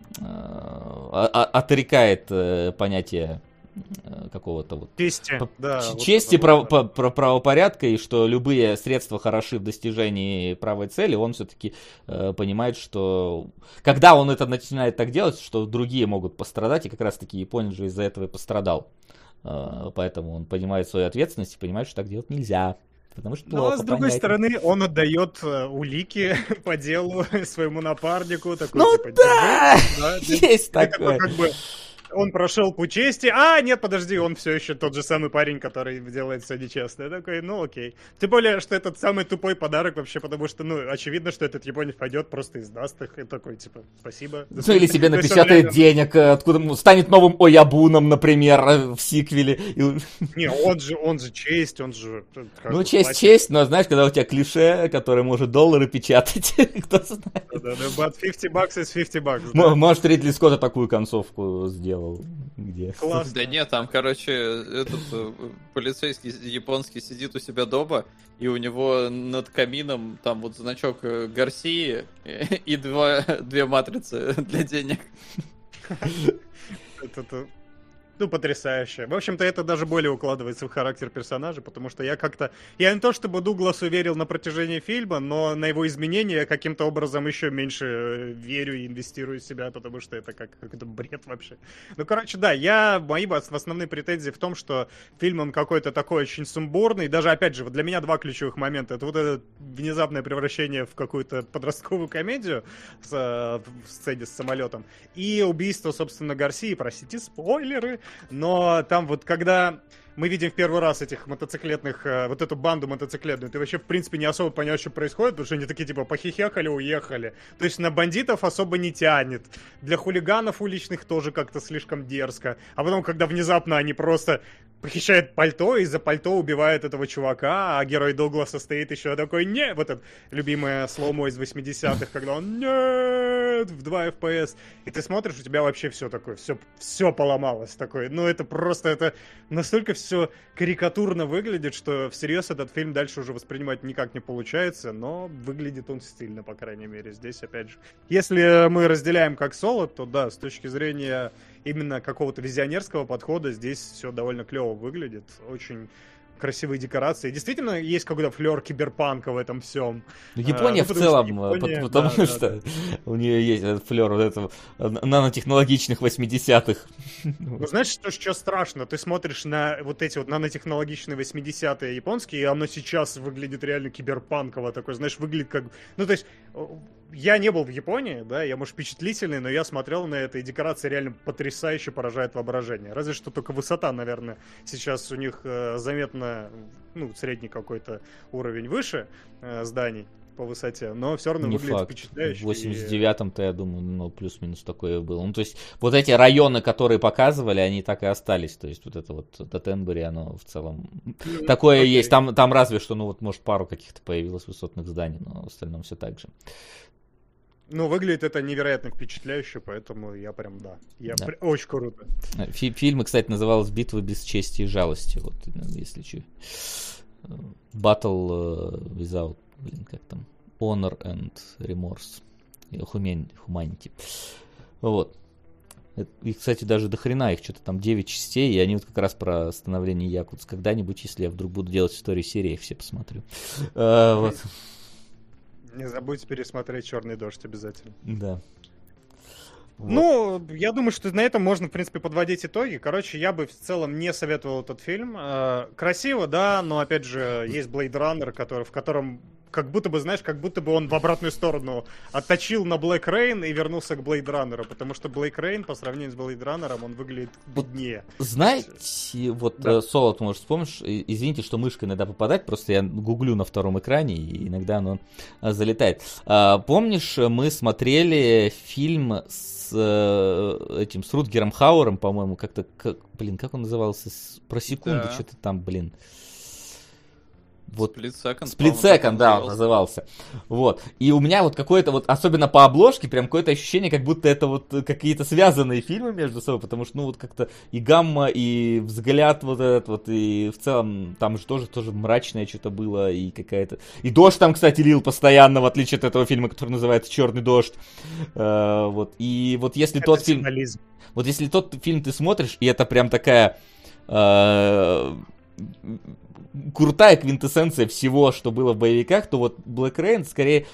[SPEAKER 1] отрекает понятие какого-то вот чести, правопорядка, и что любые средства хороши в достижении правой цели, он все-таки понимает, что когда он это начинает так делать, что другие могут пострадать, и как раз-таки японец же из-за этого и пострадал. Поэтому он понимает свою ответственность и понимает, что так делать нельзя. Потому что
[SPEAKER 3] но, с другой стороны, он отдает улики по делу своему напарнику. Такой,
[SPEAKER 1] ну
[SPEAKER 3] типа,
[SPEAKER 1] да, есть такое.
[SPEAKER 3] Как бы, он прошел путь чести. Нет, подожди, он все еще тот же самый парень, который делает все нечестно. Я такой, ну окей. Тем более, что этот самый тупой подарок вообще, потому что, ну, очевидно, что этот японец пойдет, просто издаст их и такой, типа, спасибо.
[SPEAKER 1] Ну или себе напечатает денег, откуда станет новым Оябуном, например, в сиквеле.
[SPEAKER 3] Не, он же честь, он же...
[SPEAKER 1] Ну, честь, но знаешь, когда у тебя клише, которое может доллары печатать, кто знает.
[SPEAKER 3] Да, but $50 is $50.
[SPEAKER 1] Может, Ридли Скотт такую концовку сделал. Где?
[SPEAKER 3] Классно.
[SPEAKER 2] Да нет, там, короче, этот полицейский японский сидит у себя дома, и у него над камином там вот значок Гарсии и две матрицы для денег.
[SPEAKER 3] Ну, потрясающе. В общем-то, это даже более укладывается в характер персонажа, потому что я не то чтобы Дугласу верил на протяжении фильма, но на его изменения я каким-то образом еще меньше верю и инвестирую в себя, потому что это какой-то бред вообще. Ну, короче, да, мои основные претензии в том, что фильм, он какой-то такой очень сумбурный, даже, опять же, для меня два ключевых момента. Это вот это внезапное превращение в какую-то подростковую комедию в сцене с самолетом, и убийство, собственно, Гарсии, простите, спойлеры. Но там вот когда мы видим в первый раз этих мотоциклетных, вот эту банду мотоциклетную, ты вообще в принципе не особо понимаешь, что происходит, потому что они такие типа похихикали, уехали. То есть на бандитов особо не тянет. Для хулиганов уличных тоже как-то слишком дерзко. А потом, когда внезапно они просто похищают пальто, и за пальто убивают этого чувака, а герой Дугласа стоит еще такой, не, вот это любимое слоумо из 80-х, когда он нет, в 2 FPS. И ты смотришь, у тебя вообще все такое, все поломалось такое. Ну это просто, это настолько все карикатурно выглядит, что всерьез этот фильм дальше уже воспринимать никак не получается, но выглядит он стильно, по крайней мере. Здесь, опять же, если мы разделяем как Соло, то да, с точки зрения именно какого-то визионерского подхода здесь все довольно клево выглядит. Очень красивые декорации. Действительно, есть какой-то флер киберпанка в этом всем.
[SPEAKER 1] Япония в целом, потому что у нее есть этот флер вот этого нанотехнологичных 80-х.
[SPEAKER 3] Ну, знаешь, что страшно? Ты смотришь на вот эти вот нанотехнологичные 80-е японские, и оно сейчас выглядит реально киберпанково. Такое, знаешь, выглядит как... Ну, то есть, я не был в Японии, да, я, может, впечатлительный, но я смотрел на это, и декорация реально потрясающе поражает воображение. Разве что только высота, наверное, сейчас у них заметно, ну, средний какой-то уровень выше зданий по высоте, но все равно
[SPEAKER 1] не
[SPEAKER 3] выглядит
[SPEAKER 1] факт.
[SPEAKER 3] впечатляюще.
[SPEAKER 1] В 89-м-то, я думаю, ну, плюс-минус такое было. Ну, то есть, вот эти районы, которые показывали, они так и остались. То есть, вот это вот Тотенбери, оно в целом такое есть. Там разве что, ну, вот, может, пару каких-то появилось высотных зданий, но в остальном все так же.
[SPEAKER 3] Ну, выглядит это невероятно впечатляюще, поэтому я прям, да. Очень круто.
[SPEAKER 1] Фильм, кстати, назывался «Битва без чести и жалости». Вот, если что. Battle without, как там, Honor and Remorse. Humanity. Вот. И, кстати, даже до хрена их что-то там 9 частей, и они вот как раз про становление Якудз. Когда-нибудь, если я вдруг буду делать историю серии, я их все посмотрю. Вот.
[SPEAKER 3] Не забудьте пересмотреть «Черный дождь» обязательно.
[SPEAKER 1] Да.
[SPEAKER 3] Вот. Ну, я думаю, что на этом можно, в принципе, подводить итоги. Короче, я бы в целом не советовал этот фильм. Красиво, да, но, опять же, есть Blade Runner, в котором как будто бы, знаешь, как будто бы он в обратную сторону отточил на Black Rain и вернулся к Blade Runner, потому что Black Rain по сравнению с Blade Runner он выглядит беднее.
[SPEAKER 1] Знаете, вот Соло, ты, может, вспомнишь, извините, что мышкой иногда попадать, просто я гуглю на втором экране, и иногда оно залетает. Помнишь, мы смотрели фильм с Рутгером Хауэром, по-моему, как он назывался? Про секунду, что-то там, Вот.
[SPEAKER 2] Split
[SPEAKER 1] Second, да, он назывался. Вот. И у меня вот какое-то вот, особенно по обложке, прям какое-то ощущение, как будто это вот какие-то связанные фильмы между собой, потому что, ну, вот как-то и гамма, и взгляд вот этот вот, и в целом там же тоже мрачное что-то было, и какая-то... И дождь там, кстати, лил постоянно, в отличие от этого фильма, который называется «Черный дождь». Вот. И вот если
[SPEAKER 3] это
[SPEAKER 1] тот фильм...
[SPEAKER 3] символизм.
[SPEAKER 1] Вот если тот фильм ты смотришь, и это прям такая... крутая квинтэссенция всего, что было в боевиках, то вот Black Rain скорее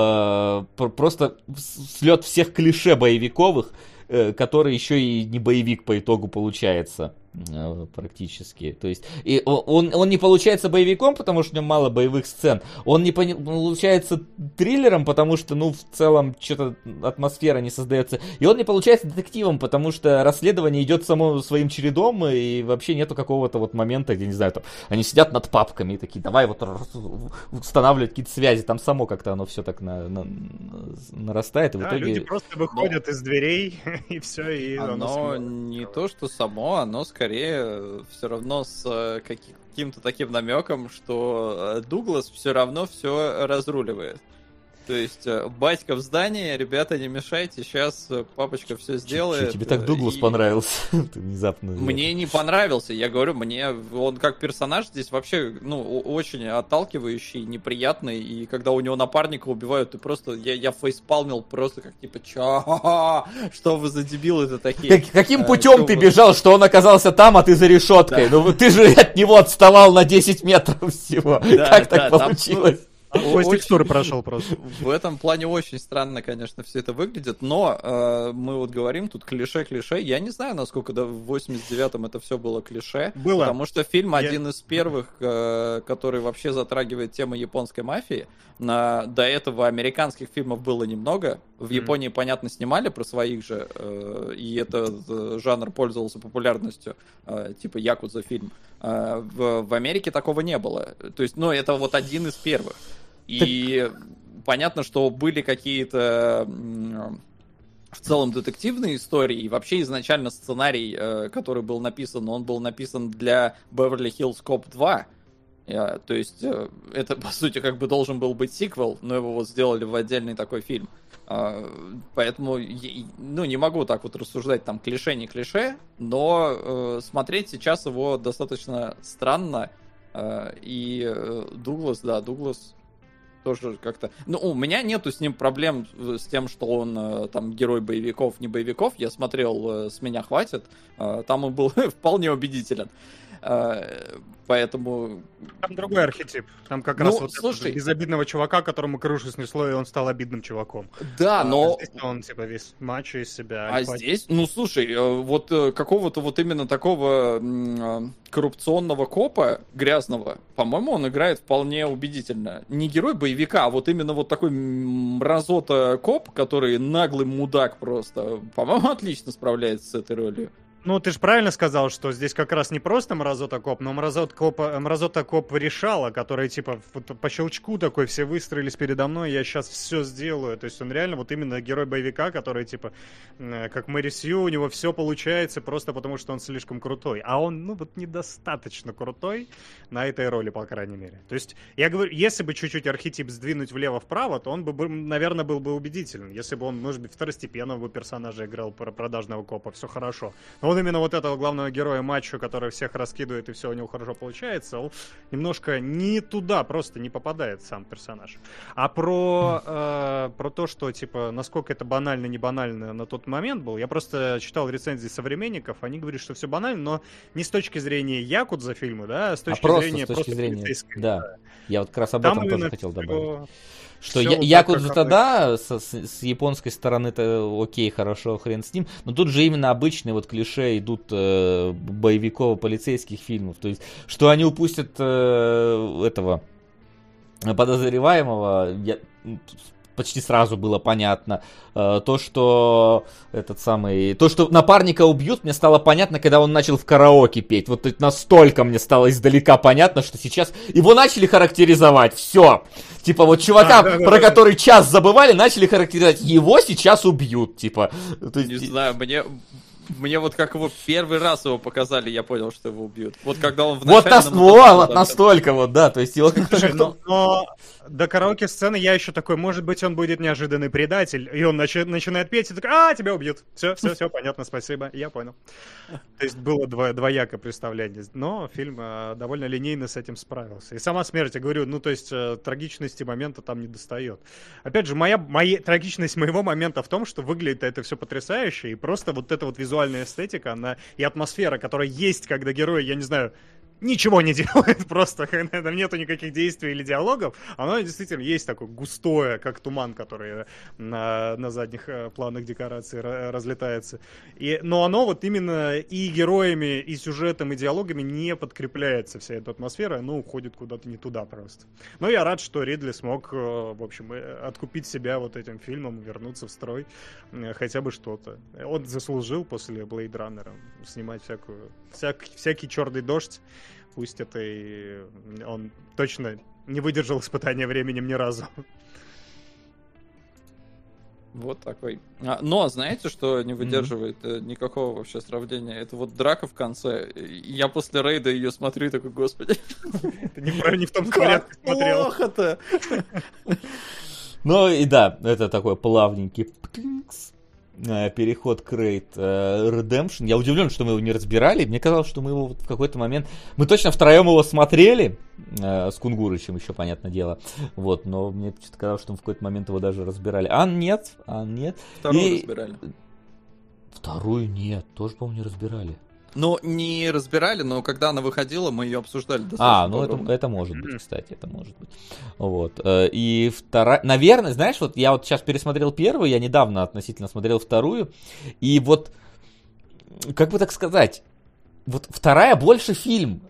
[SPEAKER 1] просто слет всех клише боевиковых, который еще и не боевик по итогу получается практически. То есть и он не получается боевиком, потому что в нем мало боевых сцен. Он не получается триллером, потому что, ну, в целом, что-то атмосфера не создается. И он не получается детективом, потому что расследование идет само своим чередом, и вообще нету какого-то вот момента, где, не знаю, там, они сидят над папками и такие, давай вот устанавливать какие-то связи. Там само как-то оно все так нарастает. И в итоге...
[SPEAKER 3] люди просто выходят из дверей, и все, и
[SPEAKER 2] оно не то, что само, оно скорее все равно с каким-то таким намеком, что Дуглас все равно все разруливает. То есть батька в здании, ребята, не мешайте, сейчас папочка все сделает.
[SPEAKER 1] Тебе так Дуглас понравился? Внезапно.
[SPEAKER 2] Мне не понравился, я говорю, мне он как персонаж здесь вообще, ну, очень отталкивающий, неприятный, и когда у него напарника убивают, ты просто, я фейспалмил просто как типа, что вы за дебилы-то такие?
[SPEAKER 1] Каким путем ты бежал, что он оказался там, а ты за решеткой? Ну ты же от него отставал на 10 метров всего. Как так получилось?
[SPEAKER 3] Сквозь текстуры прошел просто.
[SPEAKER 2] В этом плане очень странно, конечно, все это выглядит, но мы вот говорим тут клише. Я не знаю, насколько в 89-м это все было клише.
[SPEAKER 3] Было.
[SPEAKER 2] Потому что фильм один из первых, который вообще затрагивает тему японской мафии. До этого американских фильмов было немного. В Японии, понятно, снимали про своих же, и этот жанр пользовался популярностью, типа Якудза фильм. В Америке такого не было. То есть, ну, это вот один из первых. И понятно, что были какие-то в целом детективные истории, и вообще изначально сценарий, который был написан, он был написан для Beverly Hills Cop 2. То есть это, по сути, как бы должен был быть сиквел, но его вот сделали в отдельный такой фильм. Поэтому, ну, не могу так вот рассуждать, там, клише, не клише, но смотреть сейчас его достаточно странно. И Дуглас тоже как-то... Ну, у меня нету с ним проблем с тем, что он там герой боевиков, не боевиков. Я смотрел «С меня хватит». Там он был вполне убедителен. Поэтому...
[SPEAKER 3] Там другой архетип. Там как раз вот слушай, безобидного чувака, которому крышу снесло, и он стал обидным чуваком.
[SPEAKER 2] Да, но...
[SPEAKER 3] Здесь он типа весь мачо из себя.
[SPEAKER 2] А здесь, ну слушай, вот какого-то вот именно такого коррупционного копа грязного, по-моему, он играет вполне убедительно. Не герой боевика, а вот именно вот такой мразота-коп, который наглый мудак просто, по-моему, отлично справляется с этой ролью.
[SPEAKER 3] Ну, ты же правильно сказал, что здесь как раз не просто мразота-коп, но мразота-коп решала, который типа по щелчку такой, все выстроились передо мной, я сейчас все сделаю. То есть он реально вот именно герой боевика, который типа, как Мэри Сью, у него все получается просто потому, что он слишком крутой. А он, ну, вот недостаточно крутой на этой роли, по крайней мере. То есть, я говорю, если бы чуть-чуть архетип сдвинуть влево-вправо, то он бы, наверное, был бы убедителен. Если бы он, может быть, второстепенного персонажа играл, продажного копа, все хорошо. Но он именно вот этого главного героя мачо, который всех раскидывает и все у него хорошо получается, он немножко не туда просто не попадает сам персонаж. А про то, что типа насколько это банально, не банально на тот момент был, я просто читал рецензии современников, они говорят, что все банально, но не с точки зрения Якудза фильма, да, а с точки зрения просто полицейской.
[SPEAKER 1] Да. Я вот как раз об этом тоже хотел добавить. Что
[SPEAKER 3] вот
[SPEAKER 1] Якудза-то да, с японской стороны-то окей, хорошо, хрен с ним, но тут же именно обычные вот клише идут боевиково-полицейских фильмов, то есть, что они упустят этого подозреваемого почти сразу было понятно. То, что напарника убьют, мне стало понятно, когда он начал в караоке петь. Вот настолько мне стало издалека понятно, что сейчас его начали характеризовать. Все. Типа вот чувака, который час забывали, начали характеризовать. Его сейчас убьют. Типа.
[SPEAKER 2] Не знаю, мне вот как его первый раз его показали, я понял, что его убьют. Вот когда он
[SPEAKER 1] вот настолько вот, да. То есть его
[SPEAKER 3] но до караоке-сцены я еще такой, может быть, он будет неожиданный предатель, и он начинает петь, и такой, тебя убьют. Все, понятно, спасибо, я понял. То есть было двоякое представление, но фильм довольно линейно с этим справился. И сама смерть, я говорю, то есть трагичности момента там не достает. Опять же, трагичность моего момента в том, что выглядит это все потрясающе, и просто вот эта вот визуальная эстетика, и атмосфера, которая есть, когда герои, я не знаю, ничего не делает, просто там нету никаких действий или диалогов, оно действительно есть такое густое, как туман, который на задних планах декорации разлетается. Но оно вот именно и героями, и сюжетом, и диалогами не подкрепляется вся эта атмосфера, оно уходит куда-то не туда просто. Но я рад, что Ридли смог, в общем, откупить себя вот этим фильмом, вернуться в строй, хотя бы что-то. Он заслужил после Blade Runner снимать всякий черный дождь. Пусть это и он точно не выдержал испытания временем ни разу.
[SPEAKER 2] Вот такой. Но знаете, что не выдерживает никакого вообще сравнения? Это вот драка в конце. Я после рейда ее смотрю и такой, господи.
[SPEAKER 3] Ты не в том порядке смотрел.
[SPEAKER 2] Плохо-то!
[SPEAKER 1] Ну и да, это такой плавненький переход к Raid Redemption. Я удивлен, что мы его не разбирали. Мне казалось, что мы его в какой-то момент... Мы точно втроем его смотрели, с Кунгурычем еще, понятное дело. Вот, но мне что-то казалось, что мы в какой-то момент его даже разбирали. Нет.
[SPEAKER 2] Вторую разбирали.
[SPEAKER 1] Вторую нет, тоже, по-моему, не разбирали.
[SPEAKER 2] Ну, не разбирали, но когда она выходила, мы ее обсуждали достаточно подробно.
[SPEAKER 1] Это может быть, кстати, это может быть. Вот. И вторая... Наверное, знаешь, вот я вот сейчас пересмотрел первую, я недавно относительно смотрел вторую, и вот, как бы так сказать, вот вторая больше фильм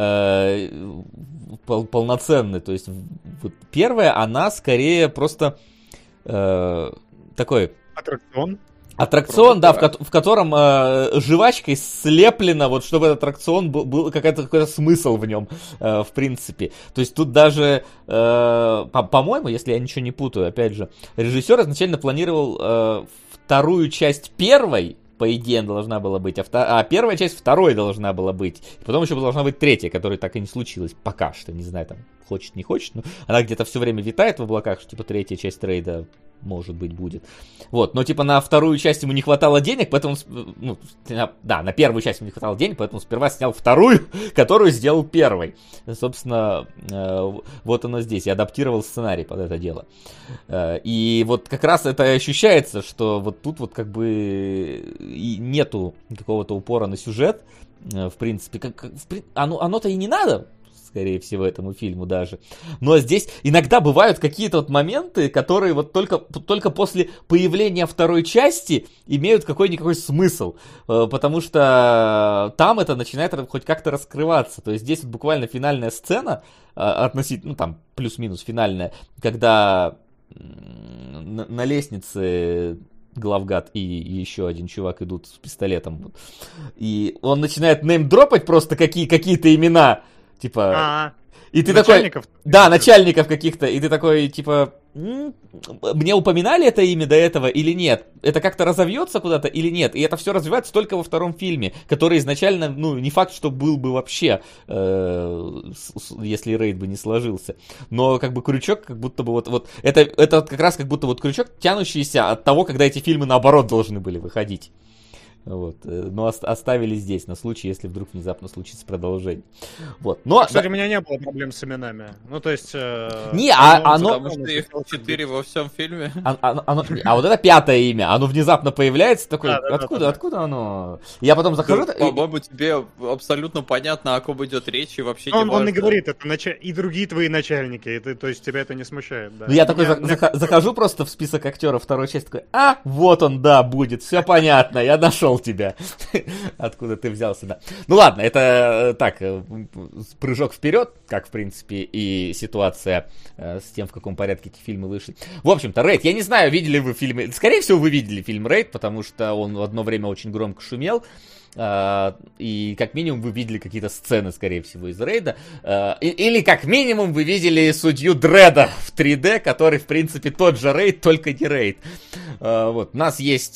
[SPEAKER 1] полноценный, то есть вот первая, она скорее просто такой... Аттракцион, да, в котором жвачкой слеплено, вот чтобы этот аттракцион был какой-то смысл в нем, в принципе. То есть тут даже, по-моему, если я ничего не путаю, опять же, режиссер изначально планировал вторую часть первой, по идее, должна была быть, а первая часть второй должна была быть. И потом еще должна быть третья, которая так и не случилась пока что, не знаю, там, хочет, не хочет, но она где-то все время витает в облаках, что типа третья часть рейда может быть, будет. Вот, но типа на вторую часть ему не хватало денег, поэтому, на первую часть ему не хватало денег, поэтому сперва снял вторую, которую сделал первой. Собственно, вот оно здесь, и адаптировал сценарий под это дело. И вот как раз это ощущается, что вот тут вот как бы и нету какого-то упора на сюжет, в принципе, оно-то и не надо, скорее всего, этому фильму даже. Но здесь иногда бывают какие-то вот моменты, которые вот только после появления второй части имеют какой-никакой смысл. Потому что там это начинает хоть как-то раскрываться. То есть здесь вот буквально финальная сцена, относительно, там, плюс-минус финальная, когда на лестнице главгад и еще один чувак идут с пистолетом. И он начинает неймдропать просто какие-то имена. Типа, и ты начальников? Такой... Да, начальников каких-то. И ты такой, типа, мне упоминали это имя до этого или нет? Это как-то разовьется куда-то или нет? И это все развивается только во втором фильме, который изначально, не факт, что был бы вообще, если рейд бы не сложился. Но как бы крючок, как будто бы вот это как раз как будто вот крючок, тянущийся от того, когда эти фильмы наоборот должны были выходить. Вот. Но оставили здесь, на случай, если вдруг внезапно случится продолжение. Вот. Но,
[SPEAKER 3] кстати, у меня не было проблем с именами. Ну, то есть...
[SPEAKER 2] Потому что их 4 во всем фильме.
[SPEAKER 1] А вот это пятое имя, оно внезапно появляется, такой, откуда оно? Я потом захожу...
[SPEAKER 2] По-моему, тебе абсолютно понятно, о ком идет речь, и вообще не важно.
[SPEAKER 3] Он и говорит, это и другие твои начальники, то есть тебя это не смущает, да?
[SPEAKER 1] Я такой захожу просто в список актеров второй части, такой, вот он, да, будет, все понятно, я нашел нашел тебя. Откуда ты взялся, да. Ну ладно, это так, прыжок вперед, как в принципе и ситуация с тем, в каком порядке эти фильмы вышли. В общем-то, Рейд, я не знаю, видели вы фильмы, скорее всего, вы видели фильм Рейд, потому что он в одно время очень громко шумел. И как минимум вы видели какие-то сцены, скорее всего, из Рейда. Или как минимум вы видели судью Дредда в 3D, который, в принципе, тот же Рейд, только не Рейд. Вот. У нас есть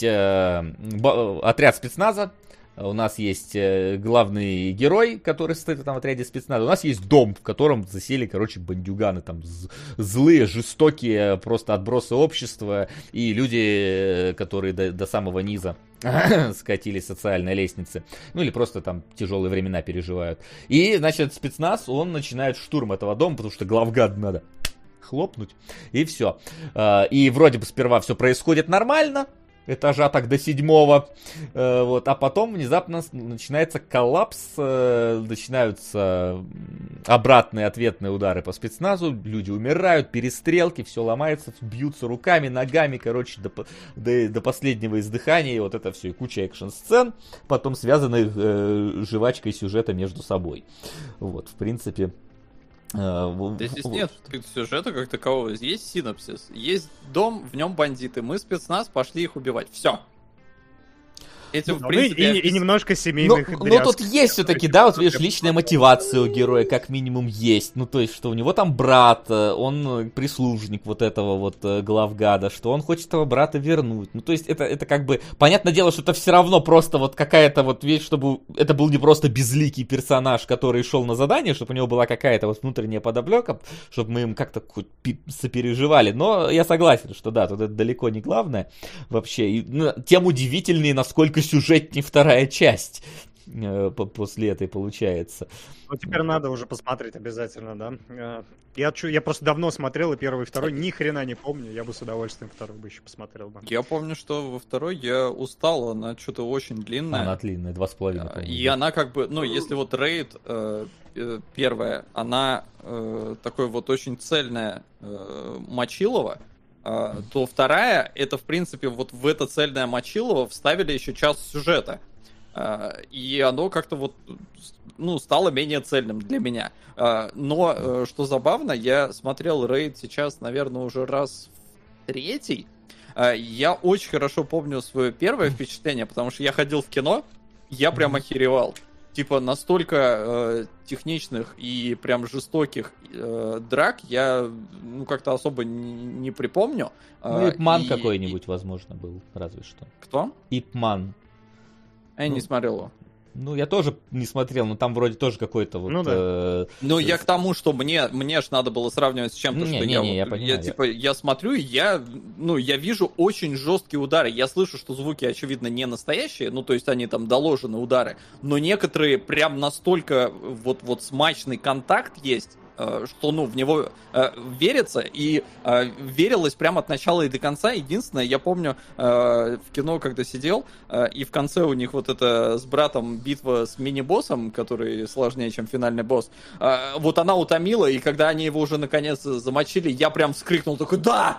[SPEAKER 1] отряд спецназа. У нас есть главный герой, который стоит в этом отряде спецназа. У нас есть дом, в котором засели, короче, бандюганы. Там злые, жестокие, просто отбросы общества. И люди, которые до самого низа скатились социальной лестницы. Ну или просто там тяжелые времена переживают. И, значит, спецназ, он начинает штурм этого дома, потому что главгад надо хлопнуть. И все. И вроде бы сперва все происходит нормально. Этажа так до 7-го, вот, а потом внезапно начинается коллапс, начинаются обратные ответные удары по спецназу, люди умирают, перестрелки, все ломается, бьются руками, ногами, короче, до последнего издыхания, и вот это все, и куча экшн-сцен, потом связанных жвачкой сюжета между собой. Вот, в принципе...
[SPEAKER 2] Здесь нет сюжета как такового. Есть синопсис. Есть дом, в нем бандиты. Мы спецназ, пошли их убивать. Все. Этим, в принципе,
[SPEAKER 3] и немножко семейных дрязг.
[SPEAKER 1] Но тут есть все-таки, да, вот видишь, личная мотивация у героя как минимум есть. Ну, то есть, что у него там брат, он прислужник вот этого вот главгада, что он хочет этого брата вернуть. Ну, то есть, это как бы, понятное дело, что это все равно просто вот какая-то вот вещь, чтобы это был не просто безликий персонаж, который шел на задание, чтобы у него была какая-то вот внутренняя подоплека, чтобы мы им как-то хоть сопереживали. Но я согласен, что да, тут это далеко не главное вообще. И, тем удивительнее, насколько сюжетнее вторая часть после этой получается.
[SPEAKER 3] Ну, теперь надо уже посмотреть обязательно, да. Я просто давно смотрел и первый, и второй, ни хрена не помню. Я бы с удовольствием второй бы еще посмотрел бы.
[SPEAKER 2] Я помню, что во второй я устал, она что-то очень длинная.
[SPEAKER 1] Она длинная, 2,5.
[SPEAKER 2] И она как бы, ну, если вот Рейд первая, она такой вот очень цельная мочилово, то вторая, это, в принципе, вот в это цельное мочилово вставили еще час сюжета. И оно как-то вот, ну, стало менее цельным для меня. Но, что забавно, я смотрел Рейд сейчас, наверное, уже раз в третий. Я очень хорошо помню свое первое впечатление, потому что я ходил в кино, я прям охеревал. Типа, настолько техничных и прям жестоких драк я, ну, как-то особо не припомню.
[SPEAKER 1] Ну, Ипман какой-нибудь, возможно, был, разве что.
[SPEAKER 2] Кто?
[SPEAKER 1] Ипман.
[SPEAKER 2] Я не смотрел его.
[SPEAKER 1] Ну, я тоже не смотрел, но там вроде тоже какой-то вот...
[SPEAKER 3] Ну, да.
[SPEAKER 2] Ну, я к тому, что мне ж надо было сравнивать с чем-то, что я смотрю, и я вижу очень жесткие удары. Я слышу, что звуки, очевидно, не настоящие, ну, то есть они там доложены удары, но некоторые прям настолько вот смачный контакт есть, что, ну, в него верится, и верилось прямо от начала и до конца. Единственное, я помню в кино, когда сидел, и в конце у них вот это с братом битва с мини-боссом, который сложнее, чем финальный босс, вот она утомила, и когда они его уже наконец замочили, я прям вскрикнул, такой «Да!»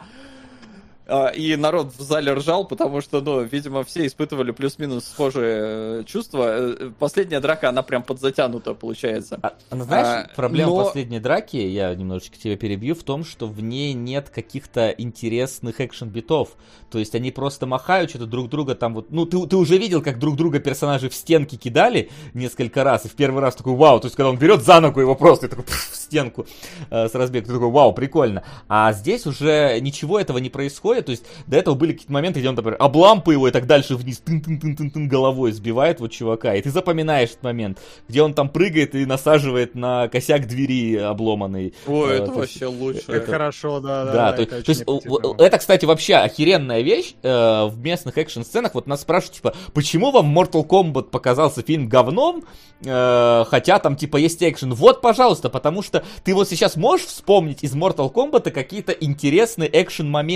[SPEAKER 2] И народ в зале ржал, потому что, ну, видимо, все испытывали плюс-минус схожие чувства. Последняя драка, она прям подзатянута, получается.
[SPEAKER 1] Знаешь, проблема последней драки, я немножечко тебя перебью, в том, что в ней нет каких-то интересных экшен-битов. То есть они просто махают что-то друг друга там вот... Ну, ты уже видел, как друг друга персонажи в стенки кидали несколько раз, и в первый раз такой вау, то есть когда он берет за ногу его просто и такой в стенку с разбега, ты такой вау, прикольно. А здесь уже ничего этого не происходит. То есть до этого были какие-то моменты, где он, например, облампы его и так дальше вниз, тын-тын-тын-тын головой сбивает вот чувака, и ты запоминаешь этот момент, где он там прыгает и насаживает на косяк двери обломанный.
[SPEAKER 2] Ой, это вообще лучше.
[SPEAKER 3] Это хорошо, да.
[SPEAKER 1] Да, то есть это, кстати, вообще охеренная вещь в местных экшн-сценах. Вот нас спрашивают, типа, почему вам Mortal Kombat показался фильм говном, хотя там, типа, есть экшен. Вот, пожалуйста, потому что ты вот сейчас можешь вспомнить из Mortal Kombat какие-то интересные экшн-моменты.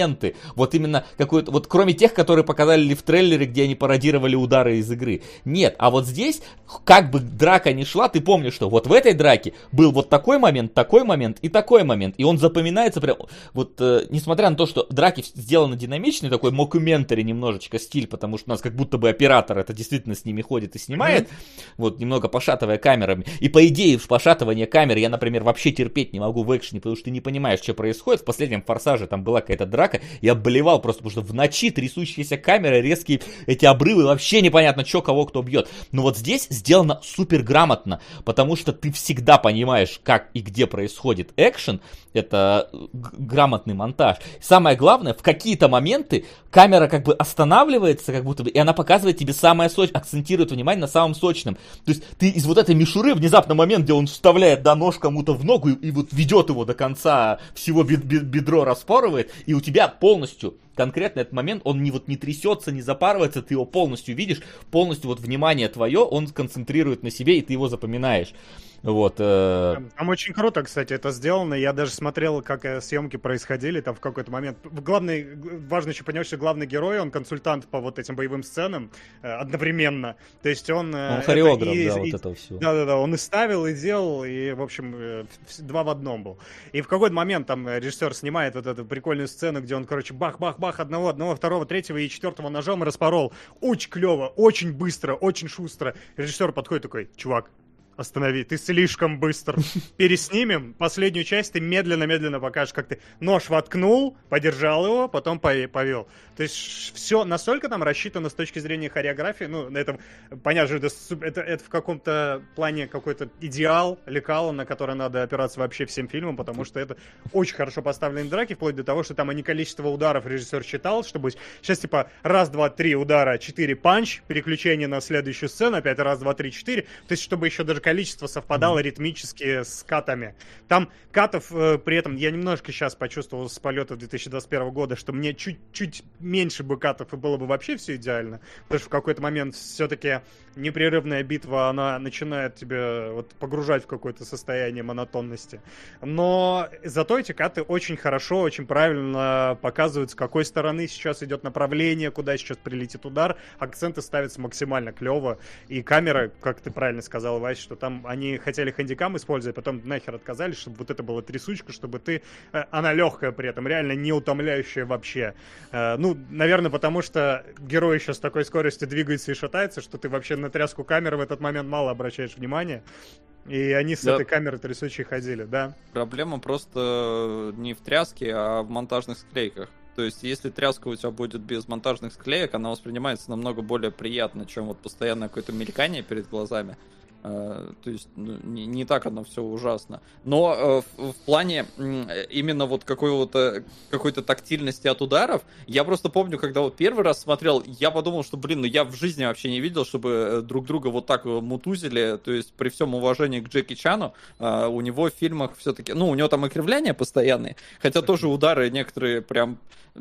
[SPEAKER 1] Вот именно какой-то, вот кроме тех, которые показали в трейлере, где они пародировали удары из игры. Нет, а вот здесь, как бы драка ни шла, ты помнишь, что вот в этой драке был вот такой момент и такой момент. И он запоминается прям, вот, несмотря на то, что драки сделаны динамичный, такой мокюментари немножечко стиль, потому что у нас как будто бы оператор это действительно с ними ходит и снимает, вот, немного пошатывая камерами. И по идее, в пошатывание камеры я, например, вообще терпеть не могу в экшене, потому что ты не понимаешь, что происходит. В последнем «Форсаже» там была какая-то драка, я болевал просто, потому что в ночи трясущиеся камеры, резкие эти обрывы, вообще непонятно, что кого кто бьет. Но вот здесь сделано супер грамотно, потому что ты всегда понимаешь, как и где происходит экшен. Это грамотный монтаж. Самое главное, в какие-то моменты камера как бы останавливается, как будто бы, и она показывает тебе самое сочное, акцентирует внимание на самом сочном. То есть ты из вот этой мишуры, внезапно момент, где он вставляет нож кому-то в ногу и вот ведет его до конца, всего бедро распарывает, и у тебя полностью конкретно этот момент, он не трясется, не запарывается, ты его полностью видишь, полностью вот внимание твое, он концентрирует на себе, и ты его запоминаешь. Вот.
[SPEAKER 3] Там очень круто, кстати, это сделано. Я даже смотрел, как съемки происходили там в какой-то момент. Важно еще понять, что главный герой, он консультант по вот этим боевым сценам одновременно. То есть он
[SPEAKER 1] хореограф, вот этого всего.
[SPEAKER 3] Да, он и ставил, и делал, и, в общем, два в одном был. И в какой-то момент там режиссер снимает вот эту прикольную сцену, где он, короче, бах-бах-бах, одного, второго, третьего и четвертого ножом распорол. Очень клево, очень быстро, очень шустро. Режиссер подходит такой: чувак, останови, ты слишком быстр. Переснимем, последнюю часть ты медленно-медленно покажешь, как ты нож воткнул, подержал его, потом повел. То есть все настолько там рассчитано с точки зрения хореографии, ну, на этом, понятно, это в каком-то плане какой-то идеал, лекало, на которое надо опираться вообще всем фильмам, потому что это очень хорошо поставленные драки, вплоть до того, что там они количество ударов режиссер считал, чтобы сейчас типа раз, два, три удара, 4 панч, переключение на следующую сцену, опять раз, два, три, 4, то есть чтобы еще даже количество совпадало ритмически с катами. Там катов при этом я немножко сейчас почувствовал с полета 2021 года, что мне чуть-чуть меньше бы катов и было бы вообще все идеально, потому что в какой-то момент все-таки непрерывная битва, она начинает тебя вот погружать в какое-то состояние монотонности. Но зато эти каты очень хорошо, очень правильно показывают, с какой стороны сейчас идет направление, куда сейчас прилетит удар. Акценты ставятся максимально клево. И камера, как ты правильно сказал, Вась, что там они хотели хэндикам использовать, потом нахер отказались, чтобы вот это была трясучка, чтобы ты... Она легкая при этом, реально не утомляющая вообще. Ну, наверное, потому что герой еще с такой скоростью двигается и шатается, что ты вообще на тряску камеры в этот момент мало обращаешь внимания. И они с этой камерой трясучей ходили, да.
[SPEAKER 2] Проблема просто не в тряске, а в монтажных склейках. То есть, если тряска у тебя будет без монтажных склеек, она воспринимается намного более приятно, чем вот постоянное какое-то мелькание перед глазами. То есть не так оно все ужасно. Но в плане именно вот какой-то тактильности от ударов, я просто помню, когда вот первый раз смотрел, я подумал, что, я в жизни вообще не видел, чтобы друг друга вот так мутузили. То есть при всем уважении к Джеки Чану, у него в фильмах все-таки, у него там окривляния постоянные, хотя тоже удары некоторые прям...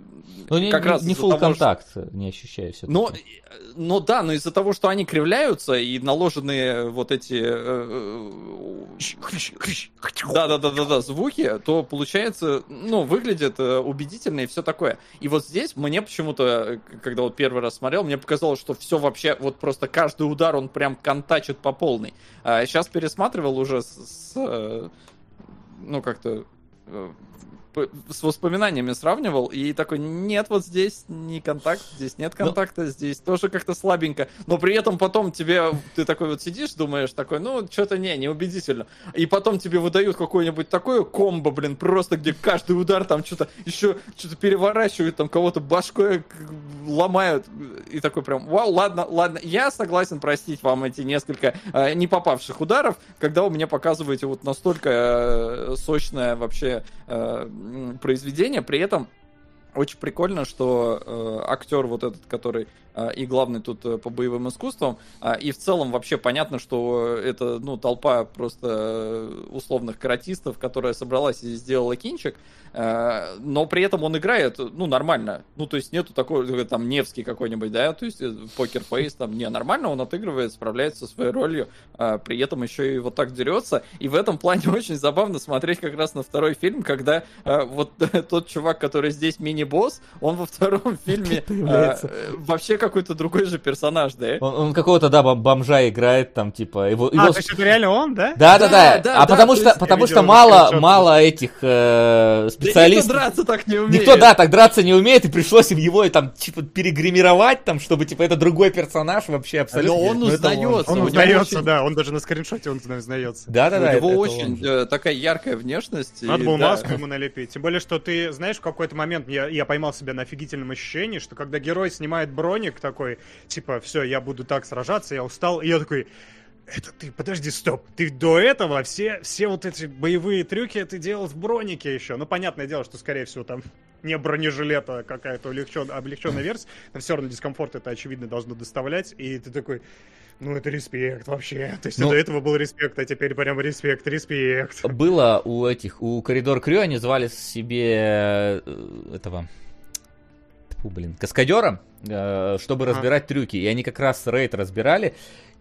[SPEAKER 1] как раз не full контакт, не ощущаю все.
[SPEAKER 2] Но из-за того, что они кривляются и наложенные вот эти звуки, то получается, выглядит убедительно и все такое. И вот здесь мне почему-то, когда вот первый раз смотрел, мне показалось, что все вообще, вот просто каждый удар, он прям контачит по полной. Сейчас пересматривал уже с воспоминаниями сравнивал, и такой, нет, вот здесь не контакт, здесь нет контакта, здесь тоже как-то слабенько, но при этом потом ты такой вот сидишь, думаешь, такой, что-то неубедительно, и потом тебе выдают какое-нибудь такое комбо, просто где каждый удар там что-то переворачивают, там кого-то башкой ломают, и такой прям, вау, ладно, я согласен простить вам эти несколько не попавших ударов, когда вы мне показываете вот настолько сочное вообще произведение, при этом очень прикольно, что актер вот этот, который и главный тут по боевым искусствам, и в целом вообще понятно, что это, толпа просто условных каратистов, которая собралась и сделала кинчик, но при этом он играет, нормально. То есть нету такого, там, Невский какой-нибудь, да, то есть покер-фейс, там, нормально он отыгрывает, справляется со своей ролью, при этом еще и вот так дерется, и в этом плане очень забавно смотреть как раз на второй фильм, когда вот тот чувак, который здесь мини-босс, он во втором фильме вообще какой-то другой же персонаж, да?
[SPEAKER 1] Он какого-то, да, бомжа играет, там, типа...
[SPEAKER 3] то есть это реально он, да?
[SPEAKER 1] Да. Потому что мало этих специалистов...
[SPEAKER 2] Никто драться так не умеет.
[SPEAKER 1] Никто, да, так драться не умеет, и пришлось им его там, типа, перегримировать, там, чтобы, типа, это другой персонаж вообще абсолютно.
[SPEAKER 2] Но он узнается.
[SPEAKER 3] Он узнается, да, он даже на скриншоте он узнается.
[SPEAKER 1] Да.
[SPEAKER 2] У него очень такая яркая внешность.
[SPEAKER 3] Надо было маску ему налепить. Тем более, что ты, знаешь, в какой-то момент я поймал себя на офигительном ощущении, что когда герой снимает броник такой, типа, все, я буду так сражаться, я устал, и я такой... Это ты, подожди, стоп, ты до этого все вот эти боевые трюки ты делал в бронике еще. Ну, понятное дело, что, скорее всего, там не бронежилет, а какая-то облегченная версия, но все равно дискомфорт это, очевидно, должно доставлять, и ты такой... Ну, это респект вообще. То есть до этого был респект, а теперь прям респект.
[SPEAKER 1] Было у Коридор Крю, они звали себе этого... каскадера, чтобы разбирать трюки. И они как раз рейд разбирали.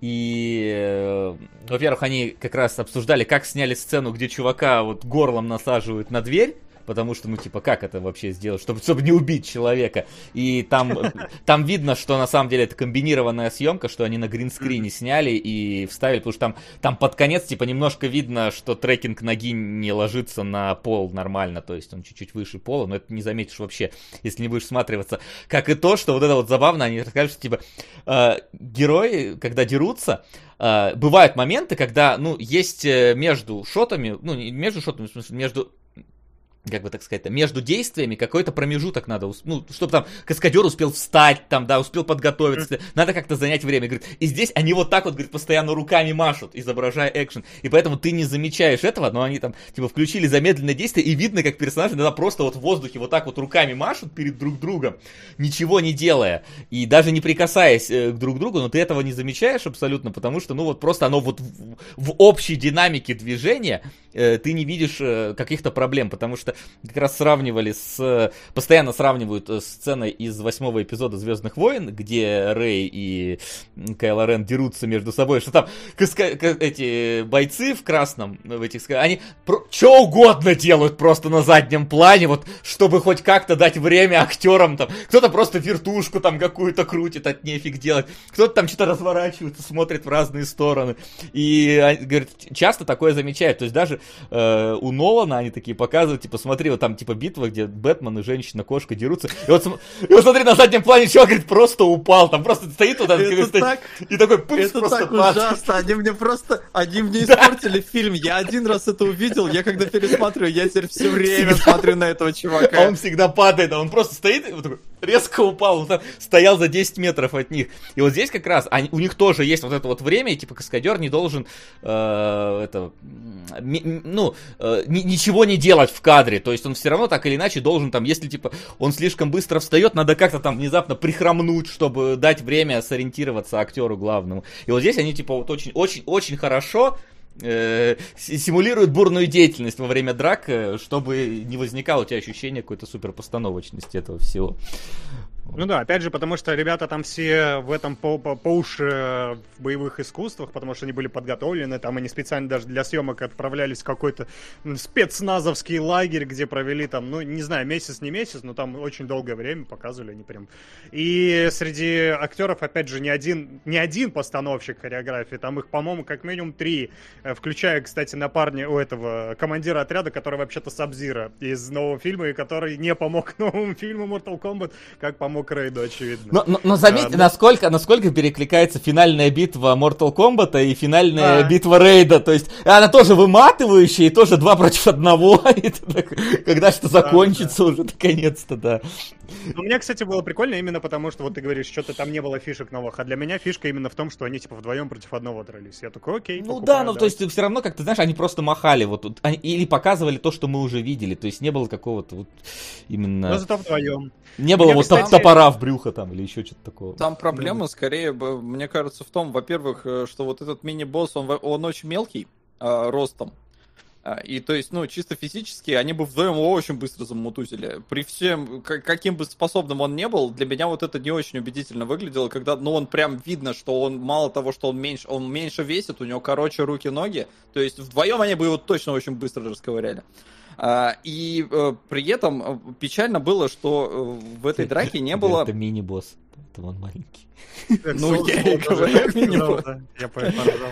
[SPEAKER 1] И, во-первых, они как раз обсуждали, как сняли сцену, где чувака вот горлом насаживают на дверь. Потому что, ну, типа, как это вообще сделать, чтобы не убить человека. И там видно, что на самом деле это комбинированная съемка, что они на гринскрине сняли и вставили, потому что там под конец, типа, немножко видно, что трекинг ноги не ложится на пол нормально, то есть он чуть-чуть выше пола, но это не заметишь вообще, если не будешь всматриваться. Как и то, что вот это вот забавно, они рассказывают, что, типа, герои, когда дерутся, бывают моменты, когда, ну, есть между шотами, ну, не между шотами, в смысле, между... как бы так сказать, между действиями какой-то промежуток надо, ну, чтобы там каскадер успел встать, там, да, успел подготовиться, надо как-то занять время, говорит, и здесь они вот так вот, говорит, постоянно руками машут, изображая экшен, и поэтому ты не замечаешь этого, но они там, типа, включили замедленное действие, и видно, как персонажи иногда просто вот в воздухе вот так вот руками машут перед друг другом, ничего не делая, и даже не прикасаясь к друг другу, но ты этого не замечаешь абсолютно, потому что, ну, вот просто оно вот в общей динамике движения ты не видишь каких-то проблем, потому что как раз сравнивали постоянно сравнивают с сценой из 8-го эпизода «Звездных войн», где Рей и Кайло Рен дерутся между собой, что там эти бойцы в красном, в этих, они что угодно делают просто на заднем плане, вот, чтобы хоть как-то дать время актерам, там, кто-то просто вертушку там какую-то крутит, от нефиг делать, кто-то там что-то разворачивается, смотрит в разные стороны, и, говорят, часто такое замечают, то есть даже у Нолана они такие показывают, типа, смотри, вот там, типа, битва, где Бэтмен и женщина-кошка дерутся, и вот смотри, на заднем плане чувак, говорит, просто упал, там просто стоит вот этот, и такой, пупс,
[SPEAKER 2] это
[SPEAKER 1] просто
[SPEAKER 2] так ужасно, они мне испортили фильм, я один раз это увидел, я когда пересматриваю, я теперь все время смотрю на этого чувака.
[SPEAKER 1] А он всегда падает, а он просто стоит, и вот такой, резко упал, вот стоял за 10 метров от них, и вот здесь как раз, у них тоже есть вот это вот время, и, типа, каскадер не должен, ничего не делать в кадре, то есть он все равно так или иначе должен там, если типа он слишком быстро встает, надо как-то там внезапно прихрамнуть, чтобы дать время сориентироваться актеру главному. И вот здесь они типа вот очень хорошо симулируют бурную деятельность во время драк, чтобы не возникало у тебя ощущение какой-то суперпостановочности этого всего.
[SPEAKER 3] Ну да, опять же, потому что ребята там все в этом по уши в боевых искусствах, потому что они были подготовлены, там они специально даже для съемок отправлялись в какой-то спецназовский лагерь, где провели там, ну, не знаю, месяц, не месяц, но там очень долгое время показывали они прям. И среди актеров, опять же, не один постановщик хореографии, там их, по-моему, как минимум 3, включая, кстати, напарня у этого командира отряда, который вообще-то Саб-Зиро из нового фильма, и который не помог новому фильму Mortal Kombat, как помог Рейду, очевидно.
[SPEAKER 1] Но заметьте, насколько перекликается финальная битва Mortal Kombat и финальная битва Рейда. То есть она тоже выматывающая, и тоже 2 против 1. Когда что закончится уже, наконец-то, да.
[SPEAKER 3] У меня, кстати, было прикольно именно потому, что вот ты говоришь, что-то там не было фишек новых, а для меня фишка именно в том, что они типа вдвоем против 1 дрались. Я такой, окей.
[SPEAKER 1] Ну да, то есть все равно, как ты знаешь, они просто махали вот тут, или показывали то, что мы уже видели. То есть не было какого-то вот именно...
[SPEAKER 3] Но зато вдвоем.
[SPEAKER 1] Не было вот топора в брюхо там или еще что-то такого.
[SPEAKER 2] Там проблема скорее, мне кажется, в том, во-первых, что вот этот мини-босс, он очень мелкий ростом. И то есть, ну, чисто физически они бы вдвоем его очень быстро замутузили. При всем, каким бы способным он не был, для меня вот это не очень убедительно выглядело, когда, ну, он прям видно, что он, мало того, что он меньше весит, у него короче руки-ноги, то есть вдвоем они бы его точно очень быстро расковыряли. И при этом печально было, что в этой драке не было...
[SPEAKER 1] Это мини-босс, поэтому он маленький.
[SPEAKER 2] Ну, я и говорю, мини-босс.
[SPEAKER 3] Я понял.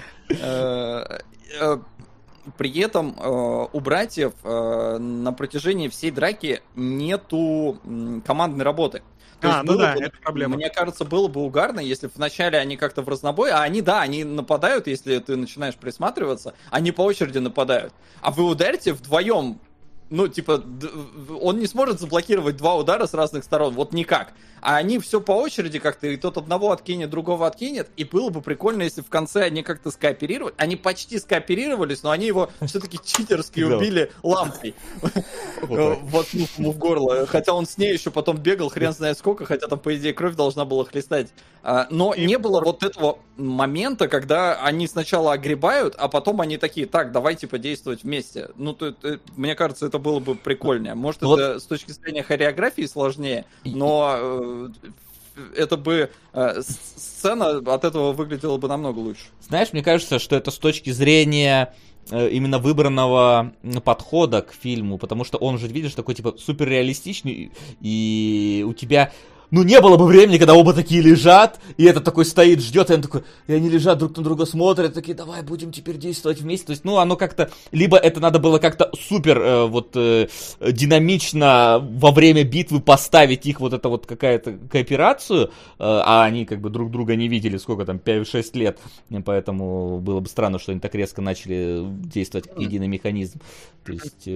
[SPEAKER 2] При этом у братьев на протяжении всей драки нету командной работы.
[SPEAKER 3] Это проблема.
[SPEAKER 2] Мне кажется, было бы угарно, если вначале они как-то в разнобой, а они нападают, если ты начинаешь присматриваться, они по очереди нападают. А вы ударите вдвоем. Ну, типа, он не сможет заблокировать 2 удара с разных сторон, вот никак. А они все по очереди как-то, и тот одного откинет, другого откинет, и было бы прикольно, если в конце они как-то скооперировали. Они почти скооперировались, но они его все-таки читерски убили лампой. Воткнув ему в горло. Хотя он с ней еще потом бегал, хрен знает сколько, хотя там, по идее, кровь должна была хлестать. Но не было вот этого момента, когда они сначала огребают, а потом они такие, так, давай, типа, действовать вместе. Ну, мне кажется, это было бы прикольнее. Может, это с точки зрения хореографии сложнее, но это бы сцена от этого выглядела бы намного лучше.
[SPEAKER 1] Знаешь, мне кажется, что это с точки зрения именно выбранного подхода к фильму, потому что он же, видишь, такой, типа, суперреалистичный, и у тебя... Ну, не было бы времени, когда оба такие лежат, и этот такой стоит, ждет, и он такой, и они лежат друг на друга, смотрят, такие, давай будем теперь действовать вместе. То есть, ну, оно как-то, либо это надо было как-то супер динамично во время битвы поставить их вот это вот какая-то кооперацию, а они как бы друг друга не видели, сколько там, 5-6 лет, поэтому было бы странно, что они так резко начали действовать как единый механизм. То есть...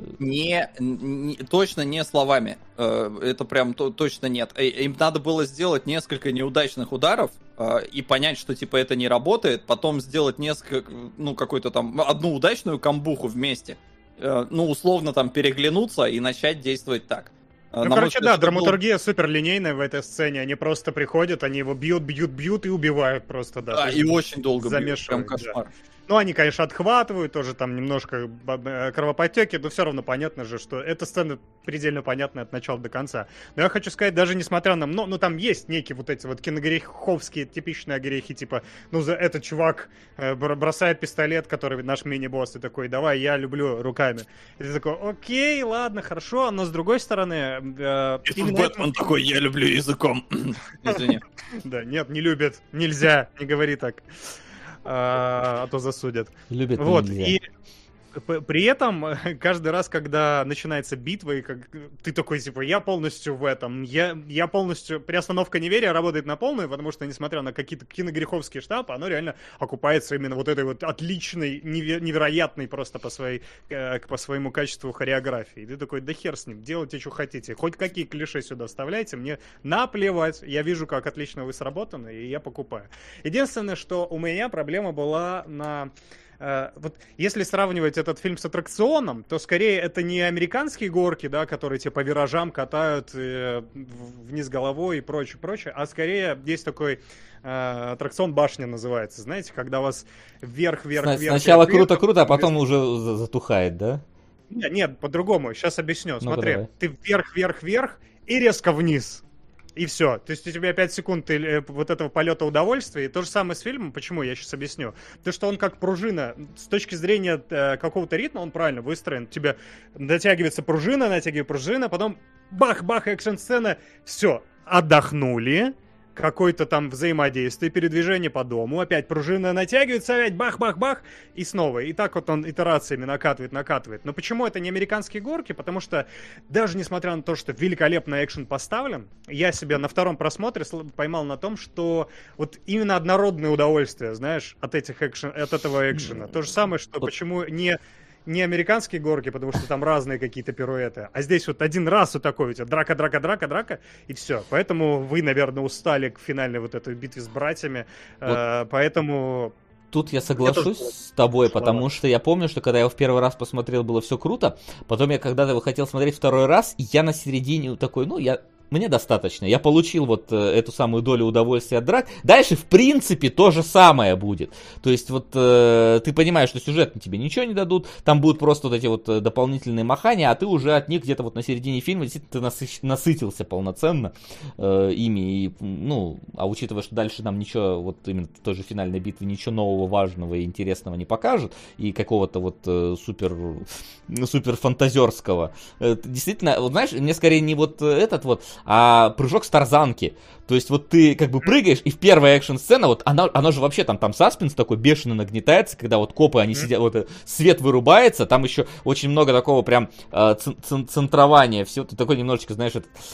[SPEAKER 2] Точно не словами, это прям точно нет. Им надо было сделать несколько неудачных ударов и понять, что типа это не работает, потом сделать несколько, ну, какую-то там одну удачную камбуху вместе, ну, условно там переглянуться и начать действовать так.
[SPEAKER 3] Ну, короче, да, драматургия суперлинейная в этой сцене. Они просто приходят, они его бьют и убивают просто, да.
[SPEAKER 2] Да, и очень долго
[SPEAKER 3] бьют, прям кошмар. Да. Ну, они, конечно, отхватывают, тоже там немножко кровоподтеки, но все равно понятно же, что эта сцена предельно понятная от начала до конца. Но я хочу сказать, даже несмотря на... Ну, там есть некие вот эти вот киногреховские типичные огрехи, типа, ну, этот чувак бросает пистолет, который наш мини-босс, и такой, давай, я люблю руками. И ты такой, окей, ладно, хорошо, но с другой стороны...
[SPEAKER 2] Бэтмен такой, я люблю языком. Извини.
[SPEAKER 3] Да, нет, не любит, нельзя, не говори так. А то засудят.
[SPEAKER 1] Любят,
[SPEAKER 3] вот,
[SPEAKER 1] нельзя.
[SPEAKER 3] И при этом каждый раз, когда начинается битва, и ты такой, типа, я полностью в этом, я полностью... Приостановка неверия работает на полную, потому что, несмотря на какие-то киногреховские штампы, оно реально окупается именно вот этой вот отличной, невероятной просто по своему качеству хореографии. И ты такой, да хер с ним, делайте, что хотите. Хоть какие клише сюда вставляйте, мне наплевать. Я вижу, как отлично вы сработаны, и я покупаю. Единственное, что у меня проблема была на... Вот если сравнивать этот фильм с аттракционом, то скорее это не американские горки, да, которые тебе по виражам катают вниз головой и прочее, а скорее есть такой аттракцион «Башня» называется, знаете, когда вас вверх.
[SPEAKER 1] Сначала круто, а потом уже затухает, да?
[SPEAKER 3] Нет, по-другому, сейчас объясню. Смотри, давай. Ты вверх и резко вниз. И все. То есть у тебя 5 секунд вот этого полета удовольствия. И то же самое с фильмом. Почему? Я сейчас объясню. То, что он как пружина. С точки зрения какого-то ритма он правильно выстроен. У тебя натягивается пружина, потом бах-бах, экшн-сцена. Все. Отдохнули. Какое-то там взаимодействие, передвижение по дому, опять пружина натягивается, опять бах-бах-бах, и снова. И так вот он итерациями накатывает. Но почему это не американские горки? Потому что даже несмотря на то, что великолепный экшен поставлен, я себя на втором просмотре поймал на том, что вот именно однородное удовольствие, знаешь, от этого экшена. То же самое, что почему не американские горки, потому что там разные какие-то пируэты, а здесь вот один раз вот такой у тебя драка, и все. Поэтому вы, наверное, устали к финальной вот этой битве с братьями, вот. Поэтому...
[SPEAKER 1] Тут я соглашусь с тобой, потому что я помню, что когда я его в первый раз посмотрел, было все круто, потом я когда-то хотел смотреть второй раз, и я на середине такой, ну, я мне достаточно. Я получил вот эту самую долю удовольствия от драк. Дальше, в принципе, то же самое будет. То есть, вот ты понимаешь, что сюжетно тебе ничего не дадут, там будут просто вот эти вот дополнительные махания, а ты уже от них где-то вот на середине фильма действительно ты насытился полноценно ими. И, ну, а учитывая, что дальше нам ничего, вот именно в той же финальной битве, ничего нового, важного и интересного не покажут, и какого-то вот супер фантазерского. Действительно, вот знаешь, мне скорее не вот этот вот, а прыжок с тарзанки. То есть вот ты как бы прыгаешь, и в первой экшн-сцена, вот она же вообще там саспенс такой бешено нагнетается, когда вот копы, они сидят, вот свет вырубается, там еще очень много такого прям центрования, все, ты такой немножечко, знаешь,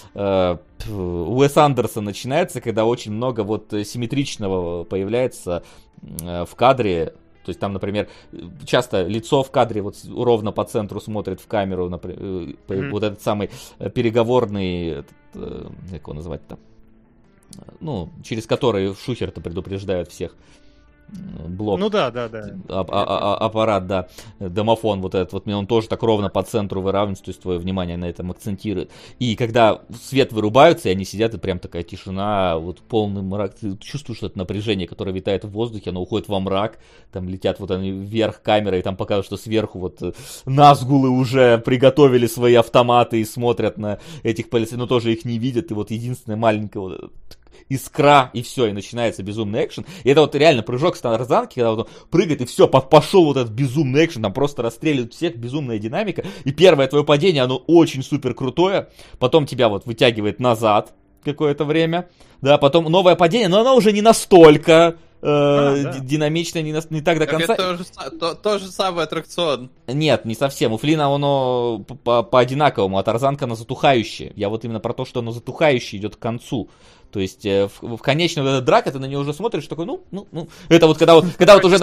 [SPEAKER 1] Уэс Андерсон начинается, когда очень много вот симметричного появляется в кадре. То есть там, например, часто лицо в кадре вот ровно по центру смотрит в камеру, например, вот этот самый переговорный, как его назвать-то, ну, через который шухер-то предупреждают всех. Блок.
[SPEAKER 3] Ну да.
[SPEAKER 1] Аппарат, да. Домофон вот этот вот, он тоже так ровно по центру выравнивается, то есть твое внимание на этом акцентирует. И когда свет вырубаются, и они сидят, и прям такая тишина, вот полный мрак, ты чувствуешь это напряжение, которое витает в воздухе, оно уходит во мрак, там летят вот они вверх камерой, и там показывают, что сверху вот назгулы уже приготовили свои автоматы и смотрят на этих полицейских, но тоже их не видят, и вот единственное маленькое вот искра, и все, и начинается безумный экшен. И это вот реально прыжок с тарзанки, когда вот он прыгает, и все, пошел вот этот безумный экшен, там просто расстреливают всех, безумная динамика. И первое твое падение, оно очень супер крутое, потом тебя вот вытягивает назад какое-то время, да, потом новое падение, но оно уже не настолько динамично, не так до конца.
[SPEAKER 2] Это то же самый аттракцион.
[SPEAKER 1] Нет, не совсем. У Флина оно по одинаковому, а тарзанка она затухающая. Я вот именно про то, что оно затухающее идет к концу. То есть в конечном этот драка ты на нее уже смотришь, такой, ну, это вот когда уже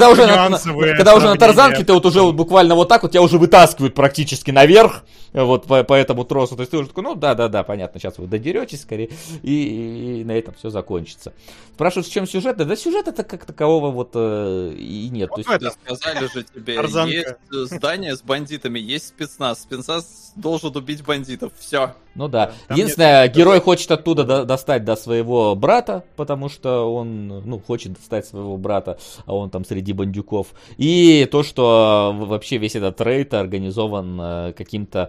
[SPEAKER 1] на тарзанке ты вот уже вот буквально вот так вот тебя уже вытаскивают практически наверх, вот по этому тросу. То есть ты уже такой, ну да, понятно, сейчас вы додеретесь скорее, и на этом все закончится. Спрашивают, в чем сюжет? Да сюжета-то как такового вот и нет.
[SPEAKER 2] Вот
[SPEAKER 1] то есть,
[SPEAKER 2] сказали же тебе, есть здание с бандитами, есть спецназ. Спецназ должен убить бандитов, все.
[SPEAKER 1] Ну да. Единственное, герой хочет оттуда достать до своего брата, потому что он, хочет достать своего брата, а он там среди бандюков. И то, что вообще весь этот рейд организован каким-то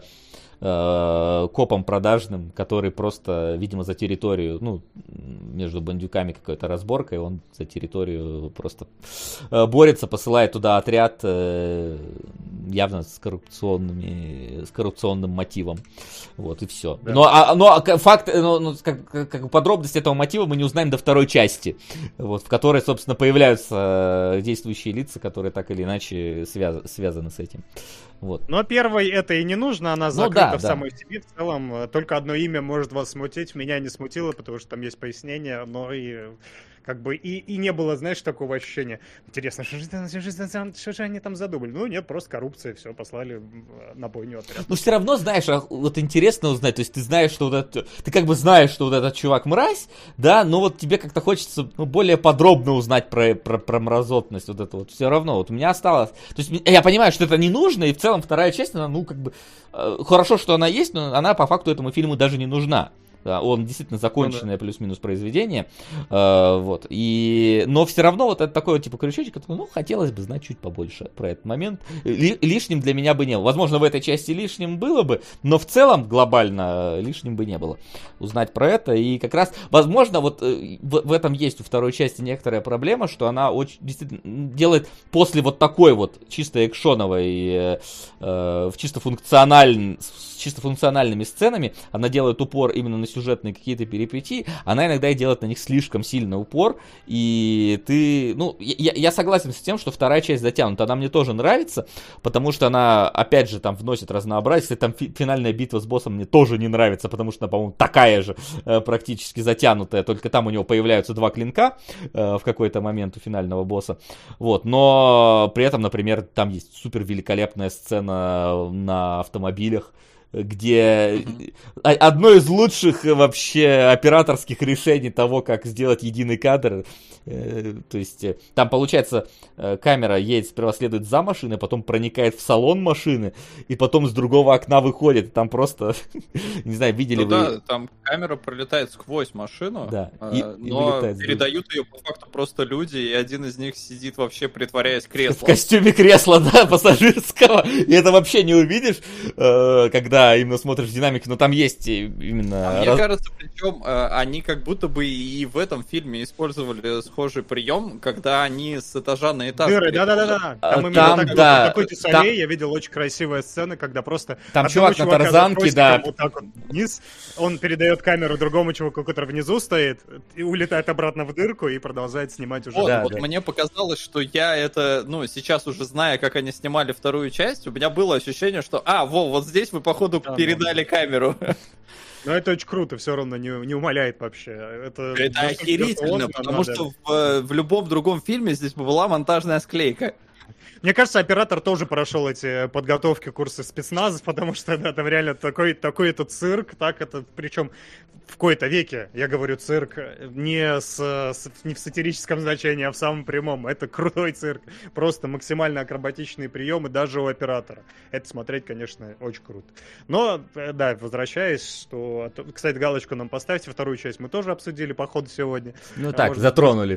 [SPEAKER 1] копом продажным, который просто, видимо, за территорию, между бандюками какая-то разборка, и он за территорию просто борется, посылает туда отряд явно с коррупционным мотивом. Вот, и все. Да. Но факт, как подробности этого мотива мы не узнаем до второй части, вот, в которой, собственно, появляются действующие лица, которые так или иначе связаны с этим. Вот.
[SPEAKER 3] Но первой это и не нужно, она закрыта в самой себе в целом. Только одно имя может вас смутить, меня не смутило, потому что там есть пояснение, но и как бы и не было, знаешь, такого ощущения. Интересно, что же они там задумали? Ну нет, просто коррупция, все, послали на бойню отряд.
[SPEAKER 1] Ну все равно, знаешь, вот интересно узнать, то есть ты знаешь, что ты как бы знаешь, что вот этот чувак мразь, да, но вот тебе как-то хочется более подробно узнать про мразотность вот это вот. Все равно, вот у меня осталось, то есть я понимаю, что это не нужно, и в целом вторая часть, она, хорошо, что она есть, но она по факту этому фильму даже не нужна. Да, он действительно законченное плюс-минус произведение, вот, но все равно вот это такой типа крючочек, хотелось бы знать чуть побольше про этот момент, лишним для меня бы не было, возможно в этой части лишним было бы, но в целом глобально лишним бы не было узнать про это, и как раз, возможно, вот в этом есть у второй части некоторая проблема, что она очень действительно делает после вот такой вот чисто экшоновой, чисто функциональными сценами, она делает упор именно на сюжетные какие-то перипетии, она иногда и делает на них слишком сильный упор, и ты, я согласен с тем, что вторая часть затянута, она мне тоже нравится, потому что она, опять же, там вносит разнообразие, кстати, там финальная битва с боссом мне тоже не нравится, потому что она, по-моему, такая же, практически затянутая, только там у него появляются два клинка в какой-то момент у финального босса, вот, но при этом, например, там есть супер великолепная сцена на автомобилях, где одно из лучших вообще операторских решений того, как сделать единый кадр. То есть там получается камера едет, сперва следует за машиной, потом проникает в салон машины, и потом с другого окна выходит. Там просто, не знаю, видели вы...
[SPEAKER 2] Да, там камера пролетает сквозь машину,
[SPEAKER 1] да,
[SPEAKER 2] но передают ее по факту просто люди, и один из них сидит вообще притворяясь креслом.
[SPEAKER 1] В костюме кресла, да, пассажирского. И это вообще не увидишь, когда именно смотришь динамики, но там есть именно...
[SPEAKER 2] Мне кажется, причем они как будто бы и в этом фильме использовали схожий прием, когда они с этажа на этаж...
[SPEAKER 3] Да-да-да. Там именно на такой тесале я видел очень красивая сцена, когда просто...
[SPEAKER 1] Там чувак на тарзанке, да.
[SPEAKER 3] Вот так вот вниз, он передает камеру другому чуваку, который внизу стоит, и улетает обратно в дырку и продолжает снимать уже.
[SPEAKER 2] Вот мне показалось, что я это, сейчас уже зная, как они снимали вторую часть, у меня было ощущение, что, вот здесь вы, походу, передали камеру.
[SPEAKER 3] Но это очень круто, все равно не умаляет вообще.
[SPEAKER 2] Это охерительно, потому что в любом другом фильме здесь бы была монтажная склейка.
[SPEAKER 3] Мне кажется, оператор тоже прошел эти подготовки, курсы спецназа, потому что там реально такой этот цирк, так это, причем в кои-то веке, я говорю цирк, не в сатирическом значении, а в самом прямом. Это крутой цирк, просто максимально акробатичные приемы даже у оператора. Это смотреть, конечно, очень круто. Но, да, возвращаясь, что... Кстати, галочку нам поставьте, вторую часть мы тоже обсудили по ходу сегодня.
[SPEAKER 1] Так, затронули.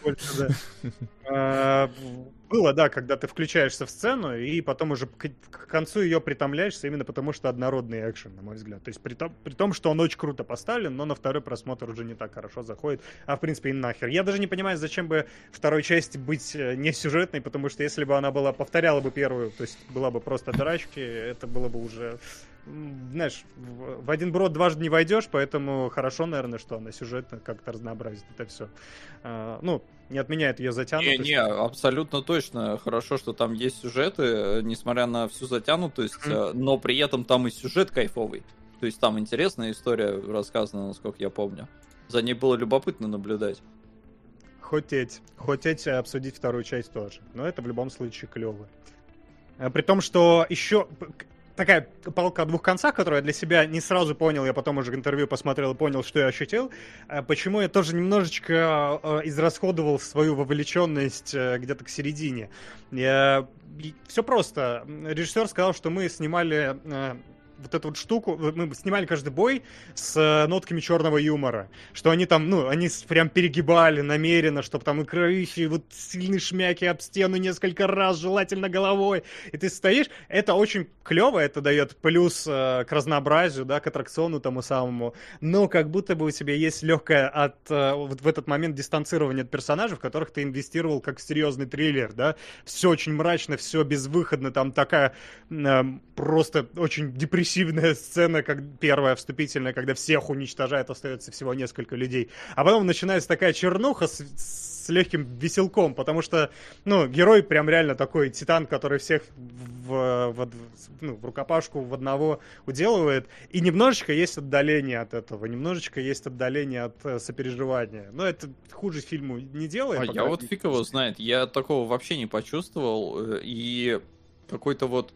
[SPEAKER 3] Было, да, когда ты включаешься в сцену, и потом уже к концу ее притомляешься, именно потому что однородный экшен, на мой взгляд. То есть при том, что он очень круто поставлен, но на второй просмотр уже не так хорошо заходит, а в принципе и нахер. Я даже не понимаю, зачем бы второй части быть не сюжетной, потому что если бы она повторяла бы первую, то есть была бы просто драчки, это было бы уже... Знаешь, в один брод дважды не войдешь, поэтому хорошо, наверное, что она сюжетно как-то разнообразит это все. Не отменяет ее затянутость.
[SPEAKER 2] Не, абсолютно точно. Хорошо, что там есть сюжеты, несмотря на всю затянутость, но при этом там и сюжет кайфовый. То есть там интересная история рассказана, насколько я помню. За ней было любопытно наблюдать.
[SPEAKER 3] Хотеть обсудить вторую часть тоже. Но это в любом случае клево. При том, что еще... Такая палка о двух концах, которую я для себя не сразу понял, я потом уже интервью посмотрел и понял, что я ощутил. Почему я тоже немножечко израсходовал свою вовлеченность где-то к середине. Все просто. Режиссер сказал, что мы снимали... вот эту вот штуку, мы снимали каждый бой с нотками черного юмора, что они там, они прям перегибали намеренно, чтобы там и кровищи, вот сильные шмяки об стену несколько раз, желательно головой, и ты стоишь, это очень клево, это дает плюс к разнообразию, да, к аттракциону тому самому, но как будто бы у тебя есть легкое вот в этот момент дистанцирование от персонажей, в которых ты инвестировал как в серьезный триллер, да, все очень мрачно, все безвыходно, там такая просто очень депрессивная сцена, как первая вступительная, когда всех уничтожает, остается всего несколько людей. А потом начинается такая чернуха с легким веселком, потому что, герой прям реально такой титан, который всех в рукопашку в одного уделывает. И немножечко есть отдаление от этого, немножечко есть отдаление от сопереживания. Но это хуже фильму не делает.
[SPEAKER 2] Я вот фиг его знает. Я такого вообще не почувствовал. И какой-то вот...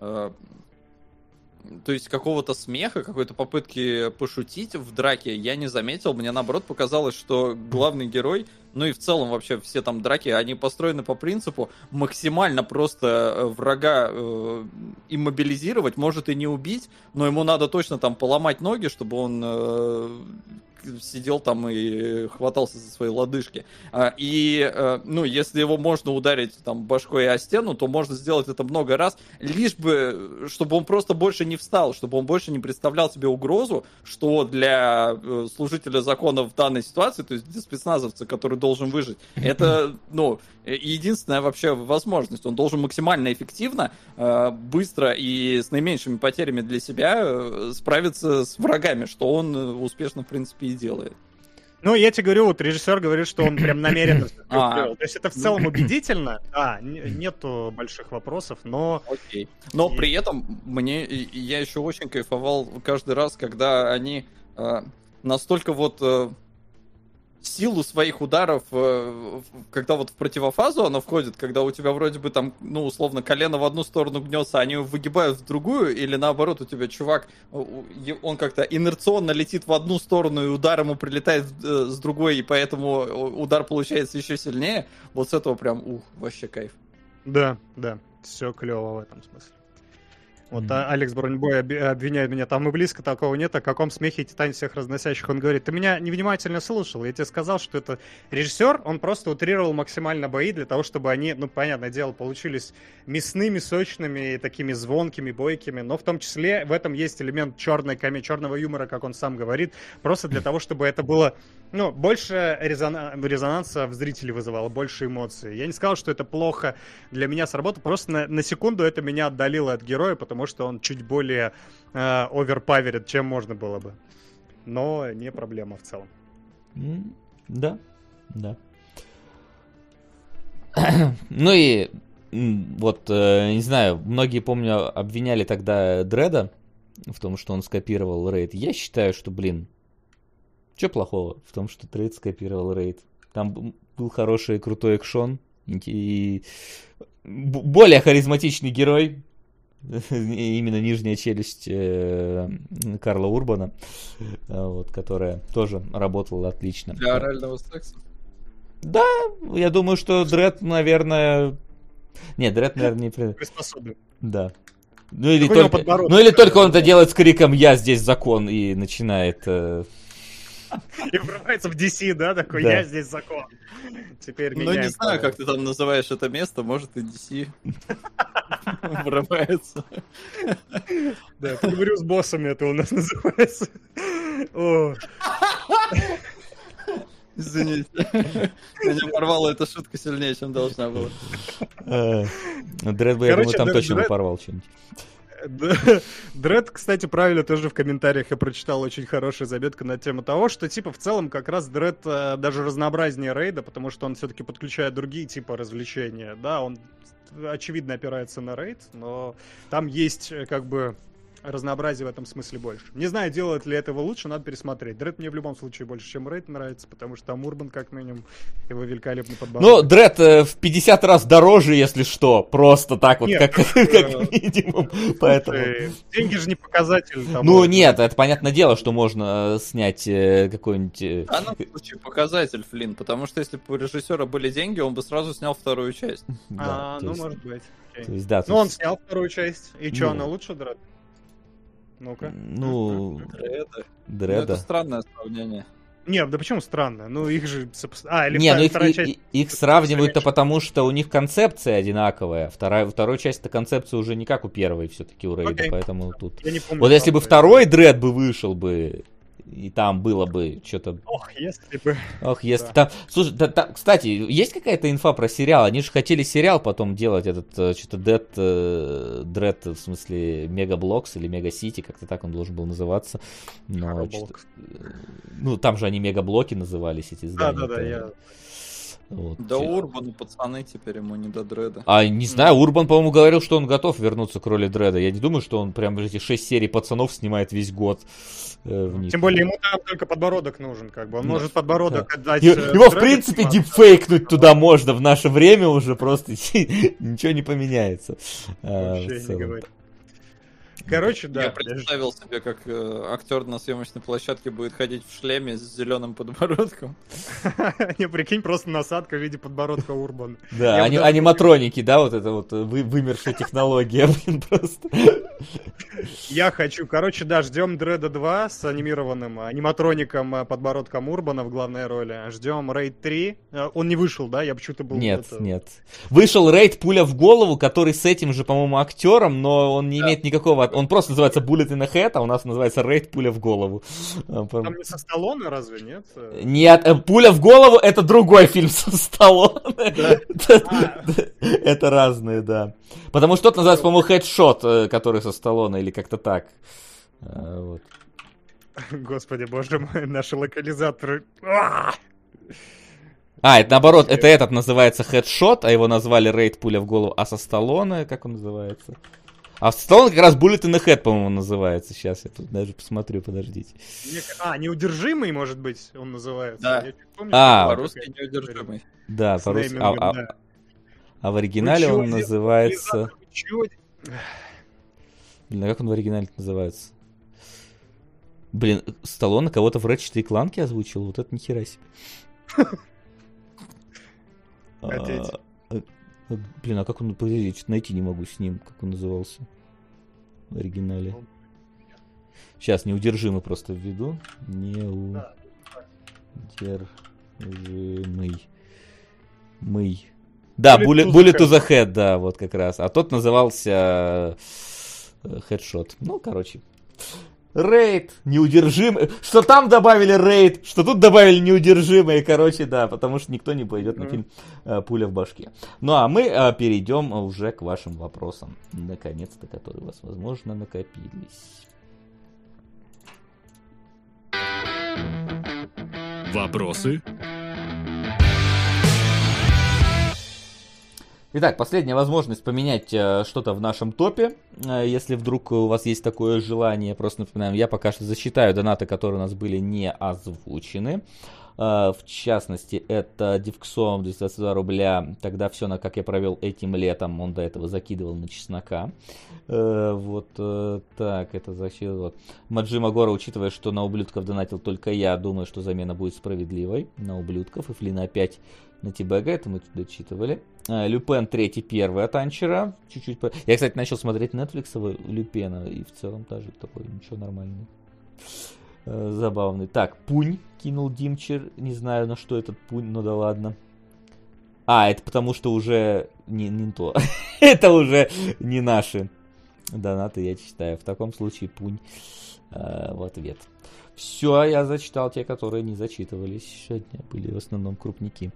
[SPEAKER 2] То есть какого-то смеха, какой-то попытки пошутить в драке я не заметил. Мне наоборот показалось, что главный герой, и в целом вообще все там драки, они построены по принципу максимально просто врага иммобилизировать, может и не убить, но ему надо точно там поломать ноги, чтобы он сидел там и хватался за свои лодыжки. Если его можно ударить там башкой о стену, то можно сделать это много раз, лишь бы, чтобы он просто больше не встал, чтобы он больше не представлял себе угрозу, что для служителя закона в данной ситуации, то есть для спецназовца, который должен выжить, это, единственная вообще возможность. Он должен максимально эффективно, быстро и с наименьшими потерями для себя справиться с врагами, что он успешно, в принципе, и делает.
[SPEAKER 3] Я тебе говорю, вот режиссер говорит, что он прям намеренно сделал. То есть это в целом убедительно, нету больших вопросов, но...
[SPEAKER 2] Окей. Но при этом я еще очень кайфовал каждый раз, когда они настолько вот силу своих ударов, когда вот в противофазу оно входит, когда у тебя вроде бы там, ну, условно, колено в одну сторону гнется, они выгибают в другую, или наоборот, у тебя чувак, он как-то инерционно летит в одну сторону, и удар ему прилетает с другой, и поэтому удар получается еще сильнее, вот с этого прям, вообще кайф.
[SPEAKER 3] Да, все клево в этом смысле. Вот Алекс Бронебой обвиняет меня, там и близко такого нет, о каком смехе Титане всех разносящих. Он говорит, ты меня невнимательно слушал, я тебе сказал, что это режиссер, он просто утрировал максимально бои для того, чтобы они, ну, понятное дело, получились мясными, сочными, такими звонкими, бойкими, но в том числе в этом есть элемент черного юмора, как он сам говорит, просто для того, чтобы это было, ну, больше резонанса в зрителе вызывало, больше эмоций. Я не сказал, что это плохо для меня сработало, просто на секунду это меня отдалило от героя, потому что он чуть более оверпаверит, чем можно было бы. Но не проблема в целом.
[SPEAKER 1] Да. Ну и вот, не знаю, многие, помню, обвиняли тогда Дреда в том, что он скопировал Рейд. Я считаю, что, что плохого в том, что Дред скопировал Рейд? Там был хороший, крутой экшон и более харизматичный герой. Именно нижняя челюсть Карла Урбана, вот, которая тоже работала отлично.
[SPEAKER 2] Для орального секса?
[SPEAKER 1] Да, я думаю, что Дред, наверное... Нет, Дред, наверное, не...
[SPEAKER 3] Приспособлен.
[SPEAKER 1] Да. Ну или только он это делает с криком «Я здесь закон» и начинает...
[SPEAKER 3] И врывается в DC, да, такой «Я здесь закон». Теперь
[SPEAKER 2] ну, не знаю, как ты там называешь это место, может и DC врывается.
[SPEAKER 3] Да, поговорю с боссами, это у нас называется.
[SPEAKER 2] Извините. Меня порвала эта шутка сильнее, чем должна была.
[SPEAKER 1] Дред бы, я думаю, там точно порвал что-нибудь.
[SPEAKER 3] Дред, кстати, правильно тоже в комментариях я прочитал очень хорошая заметка на тему того, что типа в целом как раз Дред даже разнообразнее Рейда, потому что он все-таки подключает другие типы развлечения. Да, он очевидно опирается на Рейд, но там есть как бы разнообразие в этом смысле больше. Не знаю, делает ли этого лучше, надо пересмотреть. Дред мне в любом случае больше, чем Рейд нравится, потому что там Урбан, как минимум, его великолепный подбородок.
[SPEAKER 1] Ну, Дред в 50 раз дороже, если что. Просто так вот, как минимум. Поэтому...
[SPEAKER 3] Деньги же не показатель.
[SPEAKER 1] Ну, нет, это понятное дело, что можно снять какой-нибудь...
[SPEAKER 2] А в случае показатель, Флинн, потому что если бы у режиссера были деньги, он бы сразу снял вторую часть.
[SPEAKER 3] Ну, может быть.
[SPEAKER 1] Ну,
[SPEAKER 3] он снял вторую часть. И что, она лучше, Дред? Ну-ка.
[SPEAKER 1] Ну, Дреда.
[SPEAKER 2] Это странное сравнение.
[SPEAKER 3] Не, да почему странно? Ну, их же...
[SPEAKER 1] их сравнивают-то потому, что у них концепция одинаковая. Вторая часть-то концепция уже не как у первой, все-таки у Рейда, поэтому тут... Вот если бы второй Дред бы вышел бы, и там было бы что-то...
[SPEAKER 3] Ох, если бы...
[SPEAKER 1] Там... Слушай, кстати, есть какая-то инфа про сериал? Они же хотели сериал потом делать, этот, что-то Дред, в смысле, Мегаблокс или Мегасити, как-то так он должен был называться. Но, ну, там же они Мегаблоки назывались, эти здания.
[SPEAKER 3] Да, я...
[SPEAKER 2] Вот. Да Урбану пацаны теперь ему не до Дреда.
[SPEAKER 1] Не знаю, Урбан, по-моему, говорил, что он готов вернуться к роли Дреда. Я не думаю, что он прям эти 6 серий пацанов снимает весь год.
[SPEAKER 3] Тем более ему там только подбородок нужен, как бы. Он может подбородок отдать...
[SPEAKER 1] Его, в принципе, дипфейкнуть туда можно в наше время уже, просто ничего не поменяется.
[SPEAKER 3] Вообще не говори. Короче, да.
[SPEAKER 2] Я представил себе, как актер на съемочной площадке будет ходить в шлеме с зеленым подбородком.
[SPEAKER 3] Не, прикинь, просто насадка в виде подбородка Урбана.
[SPEAKER 1] Да, аниматроники, да, вот это вот вымершая технология, блин, просто.
[SPEAKER 3] Я хочу, короче, да, ждем Дреда 2 с анимированным аниматроником подбородком Урбана в главной роли. Ждем Рейд 3. Он не вышел, да? Я почему-то был...
[SPEAKER 1] Нет. Вышел Рейд «Пуля в голову», который с этим же, по-моему, актером, но он не имеет никакого... Он просто называется Bullet in the Head, а у нас называется Рейд «Пуля в голову».
[SPEAKER 3] Там не со Сталлоне, разве, нет?
[SPEAKER 1] Нет, «Пуля в голову» — это другой фильм со Сталлоне. Это разные, да. Потому что тот называется, по-моему, «Хедшот», который со Сталлоне, или как-то так.
[SPEAKER 3] Господи, боже мой, наши локализаторы...
[SPEAKER 1] Это наоборот, это этот называется «Хедшот», а его назвали «Рейд. Пуля в голову», а со Сталлоне, как он называется? А Сталлоне как раз Bullet in the Head, по-моему, называется. Сейчас я тут даже посмотрю, подождите.
[SPEAKER 3] Неудержимый, может быть, он называется.
[SPEAKER 2] Да.
[SPEAKER 3] Я чуть помню,
[SPEAKER 2] По-русски неудержимый.
[SPEAKER 1] Да,
[SPEAKER 3] с
[SPEAKER 1] по-русски.
[SPEAKER 3] неймингом, да.
[SPEAKER 1] А в оригинале
[SPEAKER 3] Вы
[SPEAKER 1] он
[SPEAKER 3] чё,
[SPEAKER 1] называется...
[SPEAKER 3] Чё?
[SPEAKER 1] Блин, а как он в оригинале называется? Блин, Сталлоне кого-то в Ratchet & Clank озвучил? Вот это нихера себе.
[SPEAKER 3] Хотеть.
[SPEAKER 1] Блин, а как он... Подожди, я что-то найти не могу с ним, как он назывался в оригинале. Сейчас, неудержимый просто введу. Неудержимый. Да, Bullet to the Head, да, вот как раз. А тот назывался Headshot. Ну, короче. Рейд, неудержимый. Что там добавили рейд, что тут добавили неудержимый. Короче, да, потому что никто не пойдет на фильм «Пуля в башке». Ну, а мы перейдем уже к вашим вопросам. Наконец-то, которые у вас, возможно, накопились.
[SPEAKER 8] Вопросы?
[SPEAKER 1] Итак, последняя возможность поменять что-то в нашем топе. Если вдруг у вас есть такое желание, просто напоминаем, я пока что засчитаю донаты, которые у нас были не озвучены. В частности, это Дивксом 222 рубля. Тогда все, как я провел этим летом, он до этого закидывал на чеснока. Вот так, это засчитывал. Маджима Гора, учитывая, что на ублюдков донатил только я, думаю, что замена будет справедливой на ублюдков. И Флина опять на Тибега, это мы тут дочитывали. Люпен 3-1 от Анчера. Чуть-чуть. Я, кстати, начал смотреть Netflix Люпена, и в целом тоже такой, ничего, нормальный. Забавный. Так, Пунь кинул Димчер. Не знаю, на что этот Пунь, но да ладно. Это потому что уже не то. Это уже не наши донаты, я читаю. В таком случае Пунь в ответ. Все, я зачитал те, которые не зачитывались сегодня. Были в основном крупники.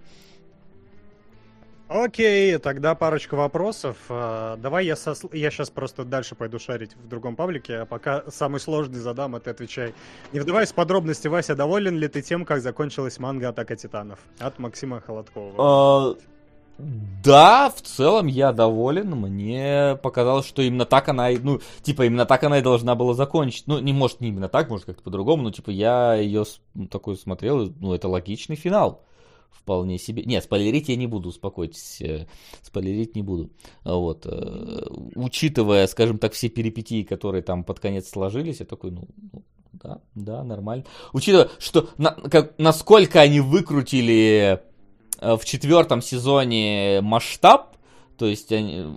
[SPEAKER 3] Окей, тогда парочка вопросов. Давай я сейчас просто дальше пойду шарить в другом паблике, а пока самый сложный задам, а ты отвечай. Не вдаваясь в подробности, Вася, доволен ли ты тем, как закончилась манга «Атака Титанов» от Максима Холодкова?
[SPEAKER 1] Да, в целом я доволен. Мне показалось, что именно так она, именно так она и должна была закончить. Ну, не может не именно так, может как-то по-другому, но я ее такой смотрел, это логичный финал. Вполне себе. Нет, спойлерить я не буду, успокойтесь. Спойлерить не буду. Вот. Учитывая, скажем так, все перипетии, которые там под конец сложились, я такой, да, нормально. Учитывая, что насколько они выкрутили в 4 сезоне масштаб, то есть они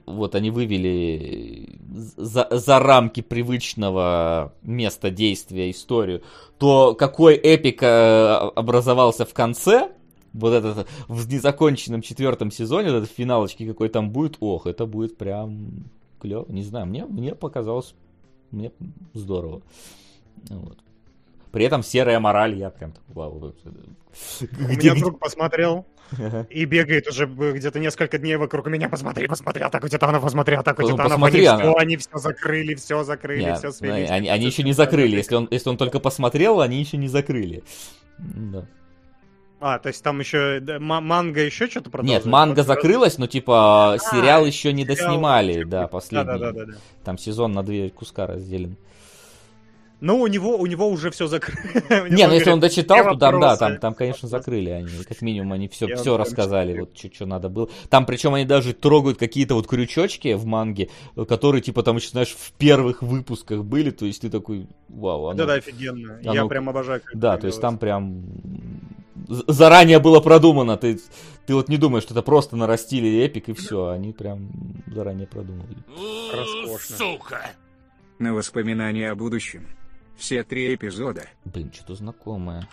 [SPEAKER 1] вывели за рамки привычного места действия историю, то какой эпик образовался в конце. Вот этот в незаконченном 4 сезоне, вот этот финалочки какой там будет, это будет прям клево. Не знаю, мне показалось, мне здорово. Вот. При этом серая мораль, я прям так, вау.
[SPEAKER 3] У меня друг посмотрел и бегает уже где-то несколько дней вокруг меня. Посмотри, «Атаку Титанов», посмотри «Атаку Титанов». Они все закрыли, все свели.
[SPEAKER 1] Они еще не закрыли. Если он только посмотрел, они еще не закрыли. Да.
[SPEAKER 3] То есть там еще манга еще что-то продолжает?
[SPEAKER 1] Нет, манга закрылась, но сериал еще не доснимали, да, последний.
[SPEAKER 3] Да.
[SPEAKER 1] Там сезон на 2 куска разделен.
[SPEAKER 3] Ну, у него уже все закрыли.
[SPEAKER 1] Не, если он дочитал, то там, конечно, закрыли они. Как минимум, они все рассказали, что надо было. Там, причем, они даже трогают какие-то крючочки в манге, которые, там еще, знаешь, в первых выпусках были, то есть ты такой, вау.
[SPEAKER 3] Да, офигенно. Я прям обожаю.
[SPEAKER 1] Да, то есть там прям заранее было продумано. Ты не думаешь, что это просто нарастили эпик и все. Они прям заранее продумали.
[SPEAKER 3] Роскошно.
[SPEAKER 5] Сука!
[SPEAKER 4] На воспоминания о будущем. Все 3 эпизода.
[SPEAKER 1] Блин, что-то знакомое.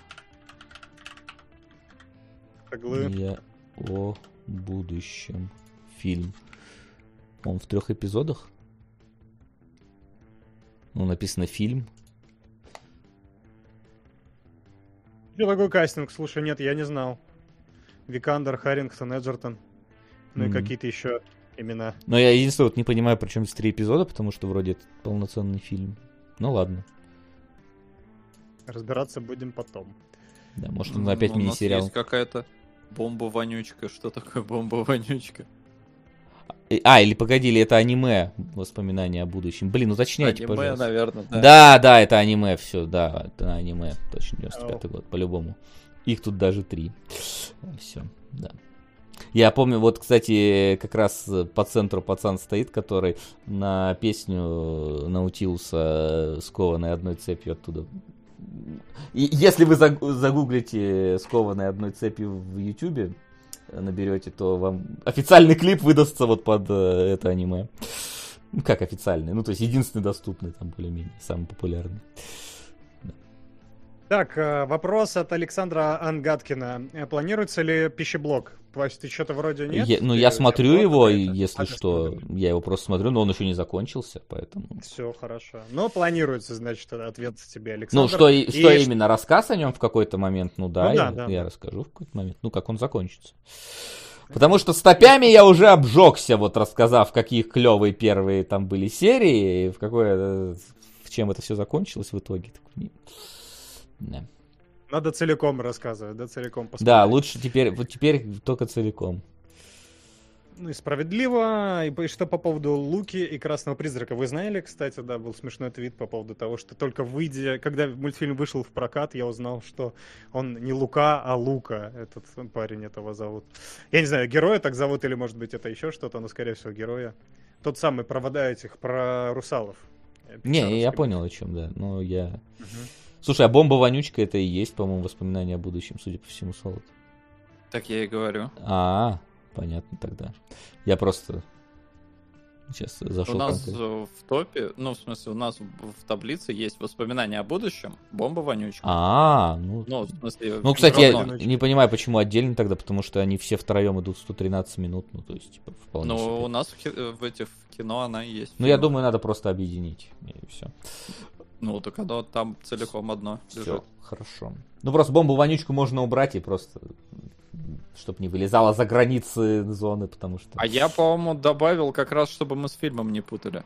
[SPEAKER 3] Таглы.
[SPEAKER 1] О будущем. Фильм. Он в 3 эпизодах? Написано фильм.
[SPEAKER 3] Что такой кастинг? Слушай, нет, я не знал. Викандер, Харрингтон, Эджертон. Ну и какие-то еще имена.
[SPEAKER 1] Но я единственное не понимаю, причем здесь 3 эпизода, потому что вроде это полноценный фильм. Ну ладно.
[SPEAKER 3] Разбираться будем потом.
[SPEAKER 1] Да, может он опять мини-сериал.
[SPEAKER 2] У нас есть какая-то бомба-вонючка. Что такое бомба-вонючка?
[SPEAKER 1] или погоди, или это аниме «Воспоминания о будущем». Блин, уточняйте,
[SPEAKER 2] аниме,
[SPEAKER 1] пожалуйста.
[SPEAKER 2] наверное, да.
[SPEAKER 1] Да, это аниме, все, да, это аниме, точно, 95-й год, по-любому. Их тут даже 3. Все, да. Я помню, вот, кстати, как раз по центру пацан стоит, который на песню Наутилуса, скованной одной цепью оттуда. И если вы загуглите «скованной одной цепью» в Ютубе, наберете, то вам официальный клип выдастся вот под это аниме. Ну, как официальный? Ну, то есть единственный доступный, там, более-менее, самый популярный.
[SPEAKER 3] Так, вопрос от Александра Ангаткина. Планируется ли пищеблок? Ты что-то вроде нет?
[SPEAKER 1] Я смотрю его, если что. Я его просто смотрю, но он еще не закончился, поэтому...
[SPEAKER 3] Все, хорошо. Но планируется, значит, ответ тебе, Александр.
[SPEAKER 1] Ну, что именно? Рассказ о нем в какой-то момент? Ну да, я расскажу в какой-то момент. Ну, как он закончится. Потому что с топями я уже обжегся, вот рассказав, какие клевые первые там были серии, и в чем это все закончилось в итоге. Да.
[SPEAKER 3] Надо целиком рассказывать, да, целиком посмотреть.
[SPEAKER 1] Да, лучше теперь только целиком.
[SPEAKER 3] Ну и справедливо. И что по поводу Луки и Красного Призрака? Вы знали, кстати, да, был смешной твит по поводу того, что только когда мультфильм вышел в прокат, я узнал, что он не Лука, а Лука, этот парень этого зовут. Я не знаю, героя так зовут, или может быть это еще что-то, но скорее всего героя. Тот самый про русалов.
[SPEAKER 1] Не, я понял о чем, да, но я... Слушай, а бомба-вонючка это и есть, по-моему, воспоминания о будущем, судя по всему, Солод.
[SPEAKER 2] Так я и говорю.
[SPEAKER 1] Понятно тогда. Я просто сейчас зашел.
[SPEAKER 2] У нас в топе, ну, в смысле, у нас в таблице есть воспоминания о будущем, бомба-вонючка.
[SPEAKER 1] Ну, в смысле... Ну, кстати, я не понимаю, почему отдельно тогда, потому что они все втроем идут 113 минут, ну, то есть, типа, вполне себе.
[SPEAKER 2] Ну, у нас в кино она и есть.
[SPEAKER 1] Ну, я думаю, надо просто объединить, и все.
[SPEAKER 2] Ну, так оно там целиком одно лежит.
[SPEAKER 1] Все, хорошо. Ну, просто бомбу-вонючку можно убрать и просто, чтобы не вылезала за границы зоны, потому что...
[SPEAKER 2] А я, по-моему, добавил как раз, чтобы мы с фильмом не путали.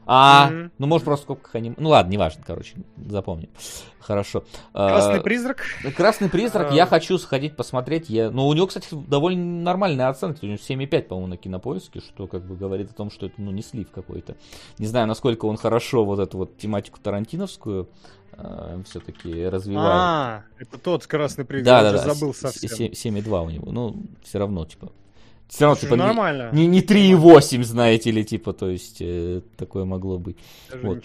[SPEAKER 1] Ну, может, просто в скобках они... Ну, ладно, неважно, короче, запомним. Хорошо.
[SPEAKER 3] Красный призрак?
[SPEAKER 1] Красный призрак, я хочу сходить посмотреть. Ну, у него, кстати, довольно нормальные оценки. У него 7,5, по-моему, на Кинопоиске, что как бы говорит о том, что это, ну, не слив какой-то. Не знаю, насколько он хорошо вот эту вот тематику тарантиновскую все-таки развивает.
[SPEAKER 3] Это тот красный призрак, я забыл совсем.
[SPEAKER 1] 7,2 у него, ну, все равно, типа... Все равно, типа,
[SPEAKER 3] нормально.
[SPEAKER 1] Не 3,8, знаете ли, типа, то есть, такое могло быть. Вот,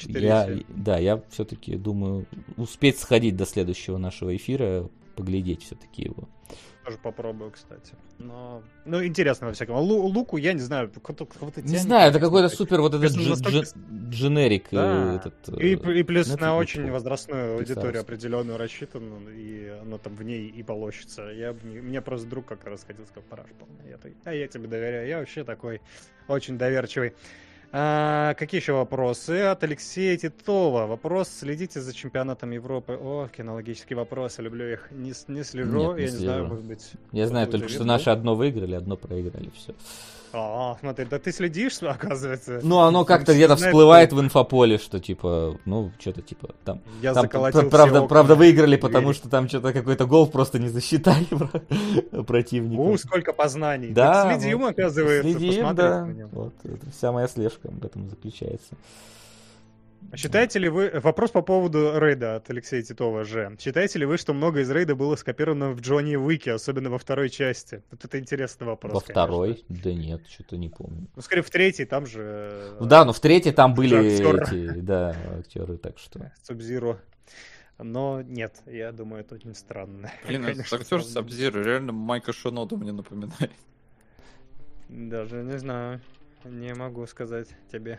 [SPEAKER 1] я все-таки думаю успеть сходить до следующего нашего эфира, поглядеть все-таки его.
[SPEAKER 3] Тоже попробую, кстати. Ну, интересно, во всяком. Луку, я не знаю, кого-то
[SPEAKER 1] не знаю, это какой-то супер вот этот дженерик.
[SPEAKER 3] Да. И плюс на очень возрастную аудиторию определенную рассчитано, и оно там в ней и полощется. Мне просто друг как раз ходил, сказал, параш полный. Я тебе доверяю, я вообще такой очень доверчивый. Какие еще вопросы? От Алексея Титова. Вопрос: следите за чемпионатом Европы? Кинологические вопросы, люблю их. Не слежу, я не знаю, может быть...
[SPEAKER 1] Я знаю только, что наши одно выиграли, одно проиграли, все.
[SPEAKER 3] Смотри, да ты следишь, оказывается.
[SPEAKER 1] Ну, оно как-то где-то всплывает в инфополе, что типа, ну, что-то типа там...
[SPEAKER 3] Я заколотил
[SPEAKER 1] правда, выиграли, потому что там что-то какой-то гол просто не засчитали противнику.
[SPEAKER 3] Сколько познаний.
[SPEAKER 1] Да,
[SPEAKER 3] следим, оказывается.
[SPEAKER 1] Следим, да. Вот, это вся моя слежка в этом заключается.
[SPEAKER 3] Считаете ли вы... Вопрос по поводу рейда от Алексея Титова же. Считаете ли вы, что много из рейда было скопировано в Джонни Уике, особенно во второй части? Вот это интересный вопрос,
[SPEAKER 1] Во второй? Да нет, что-то не помню.
[SPEAKER 3] Ну, скорее, в третьей там же...
[SPEAKER 1] Ну да, но в третьей там были эти, актеры, так что...
[SPEAKER 3] Саб-Зиро. Но нет, я думаю, это очень странно.
[SPEAKER 2] Блин, актер Саб-Зиро реально Майка Шиноду мне напоминает.
[SPEAKER 3] Даже не знаю. Не могу сказать тебе.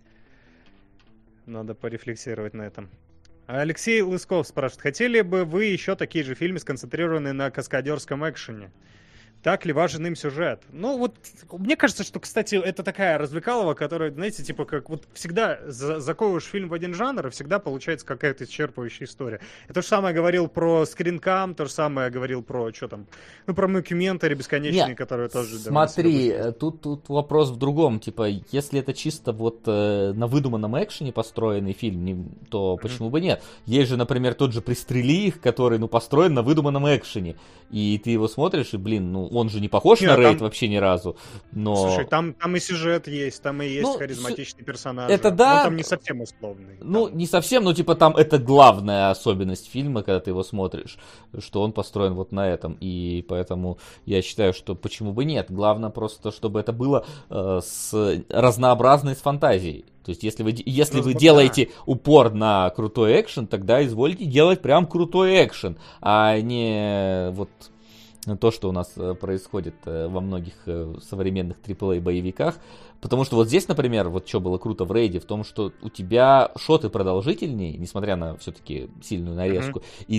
[SPEAKER 3] Надо порефлексировать на этом. Алексей Лысков спрашивает: хотели бы вы еще такие же фильмы, сконцентрированные на каскадерском экшене? Так ли важен им сюжет? Ну, вот, мне кажется, что, кстати, это такая развлекалова, которая, знаете, типа, как вот всегда заковываешь фильм в один жанр, и всегда получается какая-то исчерпывающая история. Я то же самое говорил про скринкам, то же самое говорил про, что там, ну, про мокюментари бесконечные, которые тоже...
[SPEAKER 1] Смотри, тут вопрос в другом, типа, если это чисто вот на выдуманном экшене построенный фильм, то почему бы нет? Есть же, например, тот же «Пристрели их», который, ну, построен на выдуманном экшене, и ты его смотришь, и, блин, ну, он же не похож на Рейд вообще ни разу. Но...
[SPEAKER 3] Слушай, там и сюжет есть, там и есть харизматичный персонаж.
[SPEAKER 1] Это да.
[SPEAKER 3] Он там не совсем условный.
[SPEAKER 1] Ну, не совсем, но типа там это главная особенность фильма, когда ты его смотришь, что он построен вот на этом. И поэтому я считаю, что почему бы нет. Главное просто, чтобы это было с разнообразной, с фантазией. То есть, если вы делаете упор на крутой экшен, тогда извольте делать прям крутой экшен, а не вот то, что у нас происходит во многих современных AAA боевиках. Потому что вот здесь, например, вот что было круто в Рейде, в том, что у тебя шоты продолжительнее, несмотря на все-таки сильную нарезку,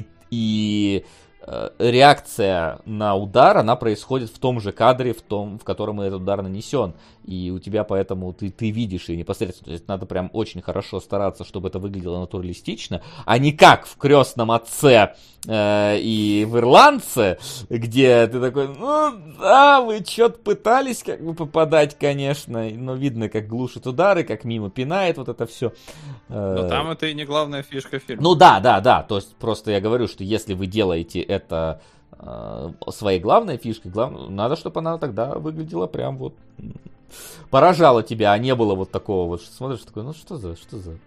[SPEAKER 1] и реакция на удар, она происходит в том же кадре, в котором этот удар нанесен. И у тебя поэтому ты видишь ее непосредственно. То есть надо прям очень хорошо стараться, чтобы это выглядело натуралистично, а не как в «Крестном отце» и в «Ирландце», где ты такой, ну да, вы что-то пытались как бы попадать, конечно, но видно, как глушит удары, как мимо пинает вот это все.
[SPEAKER 2] Но там это и не главная фишка фильма.
[SPEAKER 1] Ну да. То есть просто я говорю, что если вы делаете это своей главной фишкой, надо, чтобы она тогда выглядела прям вот поражала тебя, а не было вот такого вот, что смотришь, такой, ну что за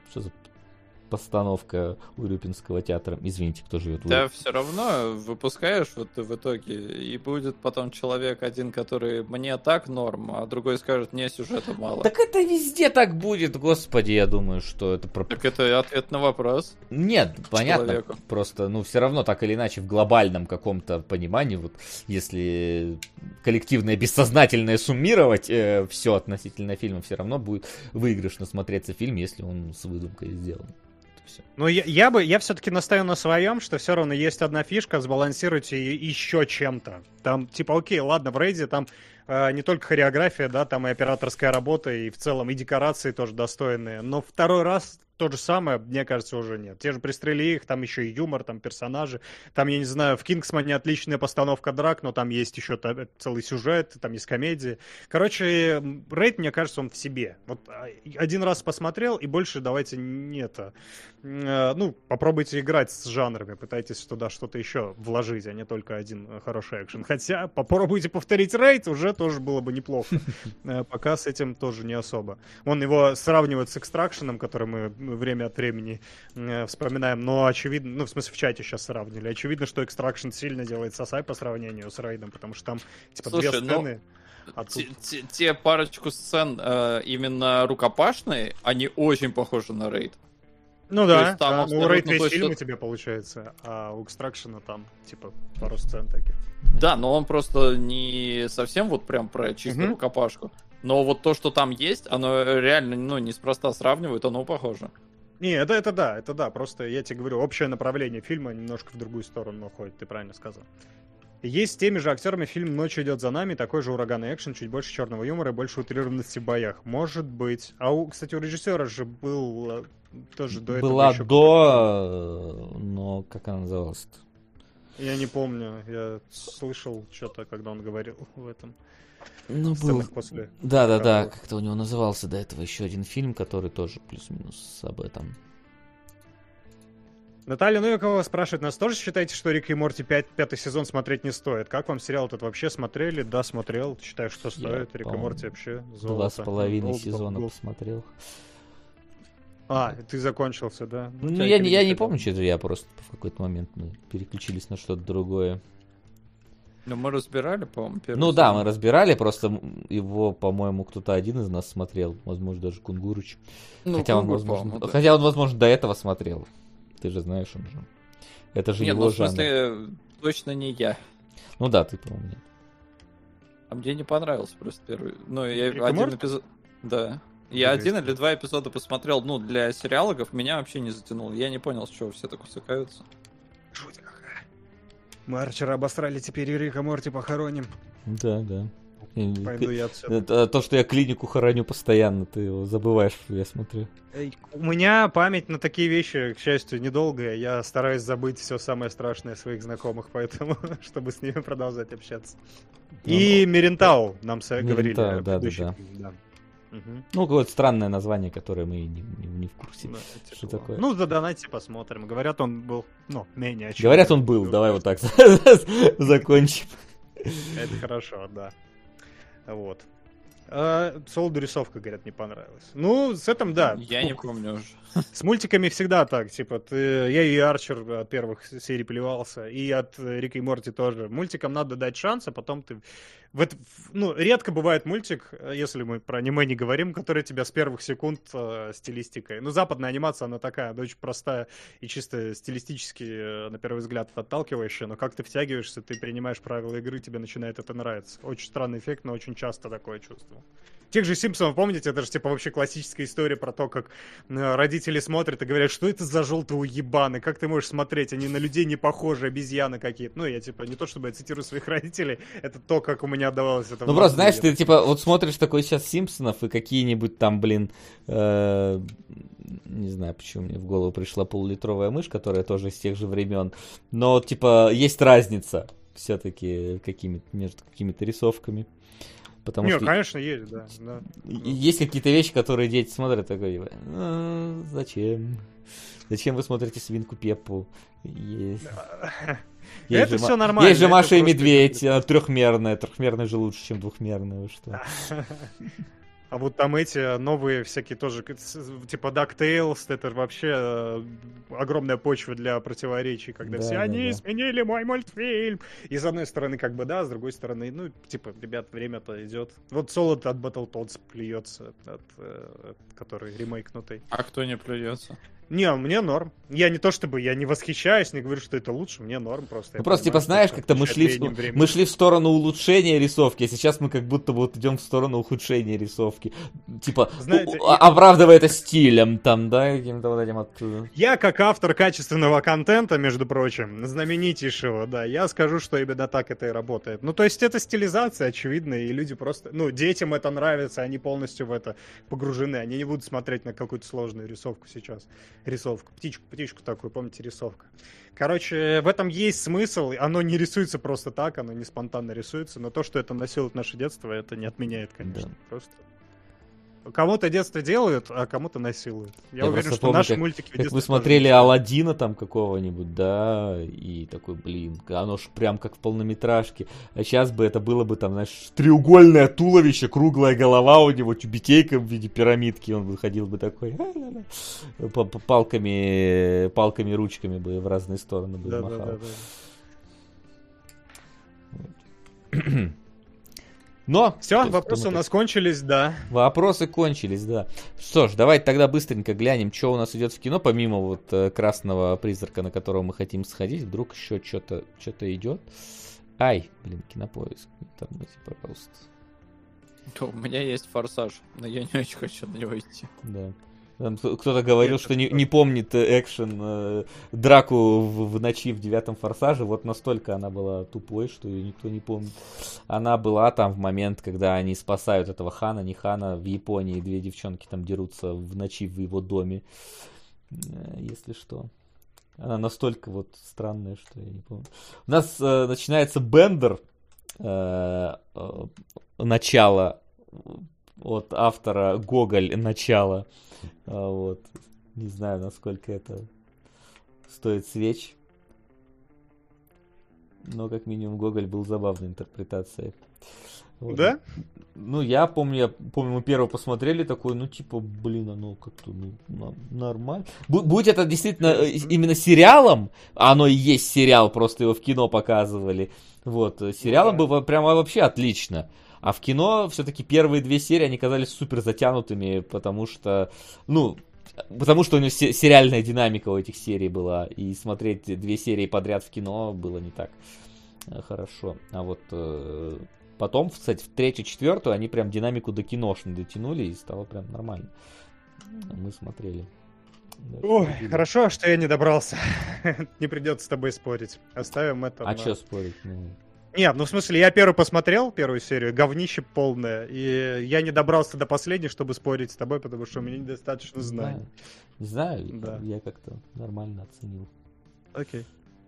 [SPEAKER 1] постановка Урюпинского театра. Извините, кто живет в
[SPEAKER 2] Да, все равно выпускаешь вот в итоге, и будет потом человек один, который мне так норм, а другой скажет, мне сюжета мало.
[SPEAKER 1] Так это везде так будет, господи, я думаю, что это...
[SPEAKER 2] Так это ответ на вопрос.
[SPEAKER 1] Нет, понятно,
[SPEAKER 2] человеку.
[SPEAKER 1] Просто, все равно так или иначе в глобальном каком-то понимании, вот если коллективное бессознательное суммировать все относительно фильма, все равно будет выигрышно смотреться фильм, если он с выдумкой сделан.
[SPEAKER 3] Ну, я все-таки настаиваю на своем, что все равно есть одна фишка, сбалансируйте еще чем-то. Там, типа, окей, ладно, в Рейде там не только хореография, да, там и операторская работа, и в целом и декорации тоже достойные. Но второй раз то же самое, мне кажется, уже нет. Те же «Пристрели их», там еще и юмор, там персонажи. Там, я не знаю, в «Кингсмане» отличная постановка драк, но там есть еще целый сюжет, там есть комедия. Короче, Рейд, мне кажется, он в себе. Вот один раз посмотрел, и больше давайте не это... Ну, попробуйте играть с жанрами, пытайтесь туда что-то еще вложить, а не только один хороший экшен. Хотя, попробуйте повторить Рейд, уже тоже было бы неплохо. Пока с этим тоже не особо. Он его сравнивает с Экстракшеном, который мы время от времени вспоминаем, но очевидно, ну, в смысле, в чате сейчас сравнили. Очевидно, что Экстракшен сильно делает сосай по сравнению с Рейдом, потому что там, типа, две сцены...
[SPEAKER 2] Те парочку сцен именно рукопашные, они очень похожи на Рейд.
[SPEAKER 3] Ну да, у Рейд весь фильм у тебя получается, а у Экстракшена там, типа, пару сцен таких.
[SPEAKER 2] Да, но он просто не совсем вот прям про чистую рукопашку. Но вот то, что там есть, оно реально, неспроста сравнивают, оно похоже.
[SPEAKER 3] Не, это да, просто я тебе говорю, общее направление фильма немножко в другую сторону уходит, ты правильно сказал. Есть с теми же актерами фильм «Ночь идет за нами», такой же ураганный экшен, чуть больше черного юмора и больше утрированности в боях. Может быть. Кстати, у режиссера же был тоже до этого.
[SPEAKER 1] Была до, но как она называлась-то?
[SPEAKER 3] Я не помню, я слышал что-то, когда он говорил в этом.
[SPEAKER 1] Ну, был.
[SPEAKER 3] После
[SPEAKER 1] да, как-то у него назывался до этого еще один фильм, который тоже плюс-минус об этом.
[SPEAKER 3] Наталья Новикова спрашивает, нас тоже считаете, что Рик и Морти 5-й сезон смотреть не стоит? Как вам сериал этот вообще смотрели? Да, смотрел. Считаю, что стоит. Рик и Морти вообще золото.
[SPEAKER 1] 2,5 сезона посмотрел.
[SPEAKER 3] Ты закончился, да?
[SPEAKER 1] Ну, я не помню, что я просто в какой-то момент переключились на что-то другое.
[SPEAKER 2] Ну, мы разбирали, по-моему, первый
[SPEAKER 1] сезон. Да, мы разбирали, просто его, по-моему, кто-то один из нас смотрел, возможно, даже Кунгурыч. Хотя он, возможно, до этого смотрел. Ты же знаешь, он же. Это же его жанр.
[SPEAKER 2] В смысле, точно не я.
[SPEAKER 1] Ну да, ты, по-моему, нет.
[SPEAKER 2] А мне не понравился просто первый. Ну, я один эпизод... Да. Я один или два эпизода посмотрел, для сериалогов меня вообще не затянул. Я не понял, с чего все так усыкаются.
[SPEAKER 3] Шутка какая. Мы Арчера обосрали, теперь и Рика Морти похороним.
[SPEAKER 1] Да.
[SPEAKER 3] Пойду я отсюда.
[SPEAKER 1] То, что я клинику хороню постоянно, ты его забываешь, я смотрю.
[SPEAKER 3] У меня память на такие вещи, к счастью, недолгая. Я стараюсь забыть все самое страшное своих знакомых, поэтому, чтобы с ними продолжать общаться. И Мерентау нам говорили.
[SPEAKER 1] Да. Ну, какое-то странное название, которое мы не в курсе. Что такое?
[SPEAKER 3] Ну, задонайте, посмотрим. Говорят, он был, менее очевидный.
[SPEAKER 1] Говорят, он был. Давай вот так закончим.
[SPEAKER 3] Это хорошо, да. Вот. Солоду рисовка, говорят, не понравилась. Ну, с этим, да.
[SPEAKER 2] Я не помню уже.
[SPEAKER 3] С мультиками всегда так, типа, я и Арчер от первых серий плевался, и от Рика и Морти тоже. Мультикам надо дать шанс, а потом ты... редко бывает мультик, если мы про аниме не говорим, который тебя с первых секунд стилистикой... Ну, западная анимация, она такая, она очень простая и чисто стилистически, на первый взгляд, отталкивающая, но как ты втягиваешься, ты принимаешь правила игры, тебе начинает это нравиться. Очень странный эффект, но очень часто такое чувство. Тех же Симпсонов, помните, это же типа вообще классическая история про то, как родители смотрят и говорят, что это за желтые уебаны, как ты можешь смотреть, они на людей не похожи, обезьяны какие-то. Ну, я типа, не то чтобы я цитирую своих родителей, это то, как у меня отдавалось это.
[SPEAKER 1] Ну, просто, знаешь, ты типа вот смотришь такой сейчас Симпсонов и какие-нибудь там, блин, не знаю, почему мне в голову пришла полулитровая мышь, которая тоже из тех же времен, но типа есть разница все-таки между какими-то рисовками. Потому что
[SPEAKER 3] конечно, есть, да.
[SPEAKER 1] Есть какие-то вещи, которые дети смотрят, такой, зачем? Зачем вы смотрите Свинку Пеппу?
[SPEAKER 3] Это все нормально.
[SPEAKER 1] Есть же Маша и Медведь, трехмерная. Трехмерная же лучше, чем двухмерная. Вы что?
[SPEAKER 3] А вот там эти новые всякие тоже, типа DuckTales, это вообще огромная почва для противоречий, когда они изменили мой мультфильм. И с одной стороны, как бы да, с другой стороны, ну, типа, ребят, время-то идет. Вот Солод от Battletoads плюется, который ремейкнутый.
[SPEAKER 2] А кто не плюется?
[SPEAKER 3] Не, мне норм. Я не то чтобы, я не восхищаюсь, не говорю, что это лучше, мне норм просто.
[SPEAKER 1] Ну просто, типа, знаешь, как-то мы шли в сторону улучшения рисовки, а сейчас мы как будто вот идем в сторону ухудшения рисовки. Типа, оправдывая это стилем, там, да, каким-то вот этим вот...
[SPEAKER 3] Я, как автор качественного контента, между прочим, знаменитейшего, да, я скажу, что именно так это и работает. Ну, то есть это стилизация, очевидно, и люди просто... Ну, детям это нравится, они полностью в это погружены, они не будут смотреть на какую-то сложную рисовку сейчас. Рисовку, птичку такую, помните, рисовка. Короче, в этом есть смысл, оно не рисуется просто так, оно не спонтанно рисуется, но то, что это насилует наше детство, это не отменяет, конечно, просто. Кому-то детство делают, а кому-то насилуют. Я уверен, что помню, наши мультики в детстве...
[SPEAKER 1] Как вы смотрели Аладдина там какого-нибудь, да, и такой, блин, оно ж прям как в полнометражке. А сейчас бы это было бы там, знаешь, треугольное туловище, круглая голова у него, тюбетейка в виде пирамидки, он выходил бы такой, палками, ручками бы в разные стороны бы махал. Но...
[SPEAKER 3] Все, вопросы у нас кончились, да.
[SPEAKER 1] Вопросы кончились, да. Что ж, давайте тогда быстренько глянем, что у нас идет в кино, помимо вот красного призрака, на которого мы хотим сходить. Вдруг еще что-то идет. Ай, блин, Кинопоиск. Тормози, пожалуйста.
[SPEAKER 2] У меня есть «Форсаж», но я не очень хочу на него идти.
[SPEAKER 1] Да. Кто-то говорил, что не помнит экшен, драку в ночи в 9-м «Форсаже». Вот настолько она была тупой, что ее никто не помнит. Она была там в момент, когда они спасают этого Хана, не Хана, в Японии. Две девчонки там дерутся в ночи в его доме. Если что. Она настолько вот странная, что я не помню. У нас начинается Бендер. Начало от автора Гоголь «Начало». Вот. Не знаю, насколько это стоит свеч. Но, как минимум, Гоголь был забавной интерпретацией. Вот.
[SPEAKER 3] Да?
[SPEAKER 1] Ну, я помню, мы первый посмотрели такой, ну, типа, блин, оно как-то нормально. Будь это действительно именно сериалом, а оно и есть сериал, просто его в кино показывали. Вот, сериалом было прямо вообще отлично. А в кино все-таки первые 2 серии, они казались супер затянутыми, потому что у него сериальная динамика у этих серий была, и смотреть 2 серии подряд в кино было не так хорошо. А вот потом, кстати, в 3-ю, 4-ю они прям динамику до киношной дотянули, и стало прям нормально. Мы смотрели.
[SPEAKER 3] Ой, хорошо, что я не добрался. Не придется с тобой спорить. Оставим это.
[SPEAKER 1] А что спорить?
[SPEAKER 3] Нет, ну в смысле, я посмотрел первую серию, говнище полное, и я не добрался до последней, чтобы спорить с тобой, потому что у меня недостаточно знаний.
[SPEAKER 1] Не знаю, да. Я как-то нормально оценил.
[SPEAKER 3] Окей.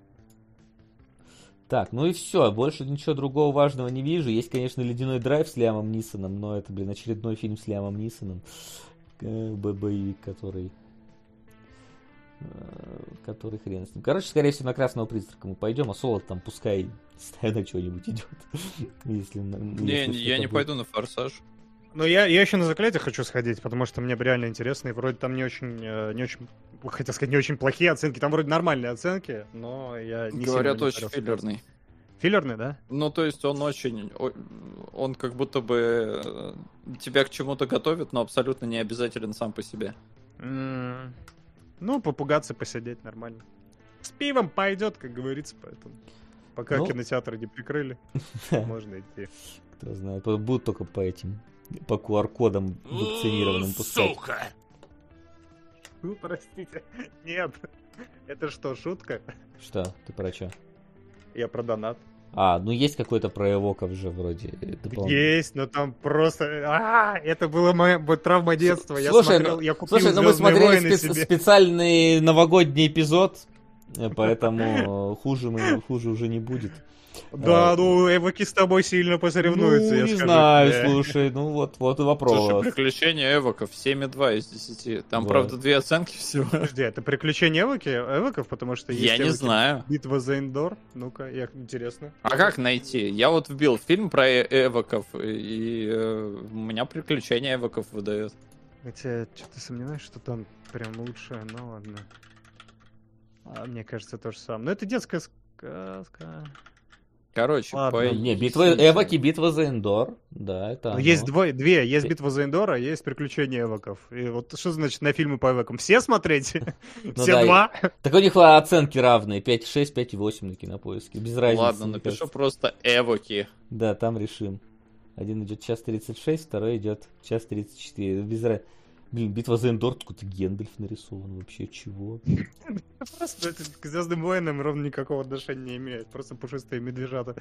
[SPEAKER 1] Так, ну и все, больше ничего другого важного не вижу. Есть, конечно, «Ледяной драйв» с Лиамом Нисоном, но это, блин, очередной фильм с Лиамом Нисоном, боевик, который который хрен с ним. Короче, скорее всего, на Красного Призрака мы пойдем, а Солод там пускай на что-нибудь идет.
[SPEAKER 2] Я не пойду на Форсаж.
[SPEAKER 3] Ну, я еще на Заклятие хочу сходить, потому что мне реально интересно, и вроде там не очень, хотел сказать, не очень плохие оценки, там вроде нормальные оценки, но я не
[SPEAKER 2] Говорят, очень филлерный.
[SPEAKER 3] Филлерный, да?
[SPEAKER 2] Ну, то есть он как будто бы тебя к чему-то готовит, но абсолютно не обязателен сам по себе.
[SPEAKER 3] Ну, попугаться, посидеть нормально. С пивом пойдет, как говорится, поэтому. Пока кинотеатры не прикрыли, можно идти.
[SPEAKER 1] Кто знает, будут только по QR-кодам вакцинированным пускать.
[SPEAKER 5] Сука!
[SPEAKER 3] Ну, простите. Нет. Это что, шутка?
[SPEAKER 1] Что? Ты про что?
[SPEAKER 3] Я про донат.
[SPEAKER 1] Ну есть какой-то про эвоков же вроде.
[SPEAKER 3] Есть, но там просто... это была моя травма детства.
[SPEAKER 1] Слушай,
[SPEAKER 3] я купил
[SPEAKER 1] мы смотрели
[SPEAKER 3] себе.
[SPEAKER 1] специальный новогодний эпизод, поэтому хуже уже не будет.
[SPEAKER 3] Да, эвоки с тобой сильно посоревнуются, я
[SPEAKER 1] не
[SPEAKER 3] скажу.
[SPEAKER 1] знаю, слушай, вот и вопрос.
[SPEAKER 2] Слушай, приключения эвоков 7,2 из 10. Там, правда, 2 оценки всего.
[SPEAKER 3] Подожди, это приключения эвоков, потому что есть...
[SPEAKER 2] Я не знаю.
[SPEAKER 3] Битва за Эндор. Ну-ка, интересно.
[SPEAKER 2] А как найти? Я вот вбил фильм про эвоков, и у меня приключения эвоков выдает.
[SPEAKER 3] Хотя, что-то сомневаюсь, что там прям лучше, ну ладно. Мне кажется, то же самое. Но это детская сказка...
[SPEAKER 2] Короче,
[SPEAKER 1] Эвоки, битва за Эндор. Да, это.
[SPEAKER 3] Есть две. Есть битва за Эндор, а есть приключения эвоков. И вот что значит на фильмы по эвокам? Все смотреть? Все два?
[SPEAKER 1] Так у них оценки равные. 5,6, 5,8 на Кинопоиске. Без разницы.
[SPEAKER 2] Ладно, напишу просто эвоки.
[SPEAKER 1] Да, там решим. Один идет час 36, второй идет час 34. Без разницы. Блин, битва за Эндор, какой-то Гендальф нарисован. Вообще чего?
[SPEAKER 3] Просто это к Звездным войнам ровно никакого отношения не имеет. Просто пушистые медвежата.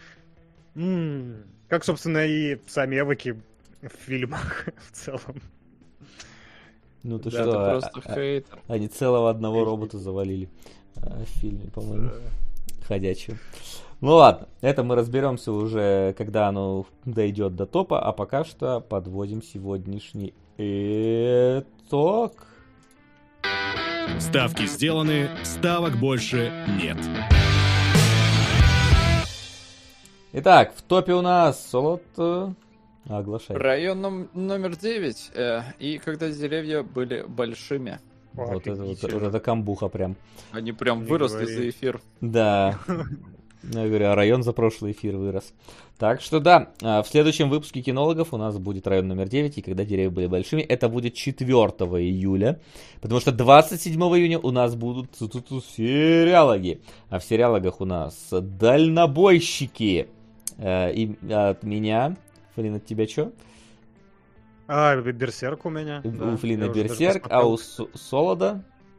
[SPEAKER 3] Как, собственно, и сами эвоки в фильмах в целом.
[SPEAKER 1] Ну ты
[SPEAKER 2] да,
[SPEAKER 1] что?
[SPEAKER 2] Ты просто хейтер.
[SPEAKER 1] Они целого одного робота завалили в фильме, по-моему. Ходячего. Ну ладно, это мы разберемся уже, когда оно дойдет до топа, а пока что подводим сегодняшний итог.
[SPEAKER 8] Ставки сделаны, ставок больше нет.
[SPEAKER 1] Итак, в топе у нас Солод оглашай.
[SPEAKER 2] Район номер 9. И когда деревья были большими.
[SPEAKER 1] Вот это камбуха прям.
[SPEAKER 2] Они прям выросли за эфир.
[SPEAKER 1] Да. Я говорю, район за прошлый эфир вырос. Так что да, в следующем выпуске кинологов у нас будет район номер 9, и когда деревья были большими, это будет 4 июля, потому что 27 июня у нас будут сериалоги. А в сериалогах у нас дальнобойщики. И от меня, Флин, от тебя что?
[SPEAKER 3] Берсерк у меня.
[SPEAKER 1] У Флина Берсерк, а у Солода?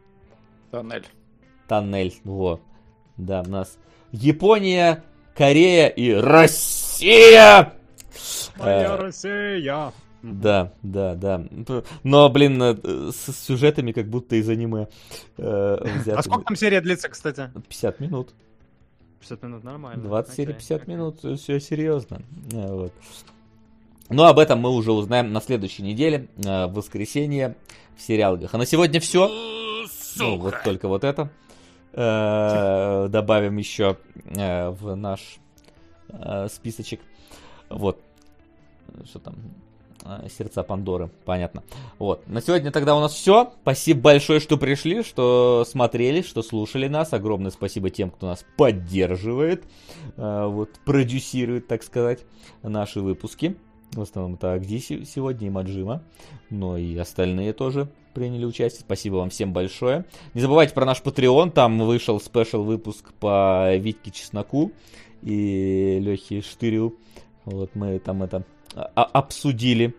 [SPEAKER 1] Тоннель, во. Да, у нас Япония, Корея и Россия!
[SPEAKER 3] Моя Россия!
[SPEAKER 1] Да. Но, блин, с сюжетами как будто из аниме взятыми.
[SPEAKER 3] А сколько там серия длится, кстати?
[SPEAKER 1] 50 минут.
[SPEAKER 3] 50 минут нормально.
[SPEAKER 1] 20 серий, 50 минут, все серьезно. Вот. Но об этом мы уже узнаем на следующей неделе, в воскресенье, в сериалах. А на сегодня все. Ну, вот только вот это. Добавим еще в наш списочек. Вот. Что там? Сердца Пандоры. Понятно. Вот. На сегодня тогда у нас все. Спасибо большое, что пришли, что смотрели, что слушали нас. Огромное спасибо тем, кто нас поддерживает. Вот. Продюсирует, так сказать, наши выпуски. В основном это Агди сегодня и Маджима. Но и остальные тоже приняли участие. Спасибо вам всем большое. Не забывайте про наш Patreon. Там вышел спешл выпуск по Витьке Чесноку и Лехе Штырю. Вот мы там это обсудили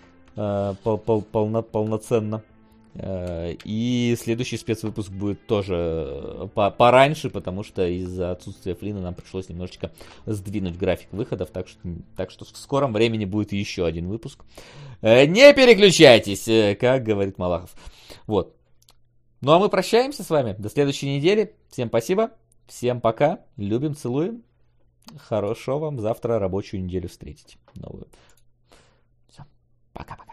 [SPEAKER 1] полноценно. И следующий спецвыпуск будет тоже пораньше, потому что из-за отсутствия Флина нам пришлось немножечко сдвинуть график выходов, так что в скором времени будет еще один выпуск. Не переключайтесь, как говорит Малахов. Вот. Ну а мы прощаемся с вами до следующей недели. Всем спасибо, всем пока, любим, целуем. Хорошо вам завтра рабочую неделю встретить новую. Все, пока-пока.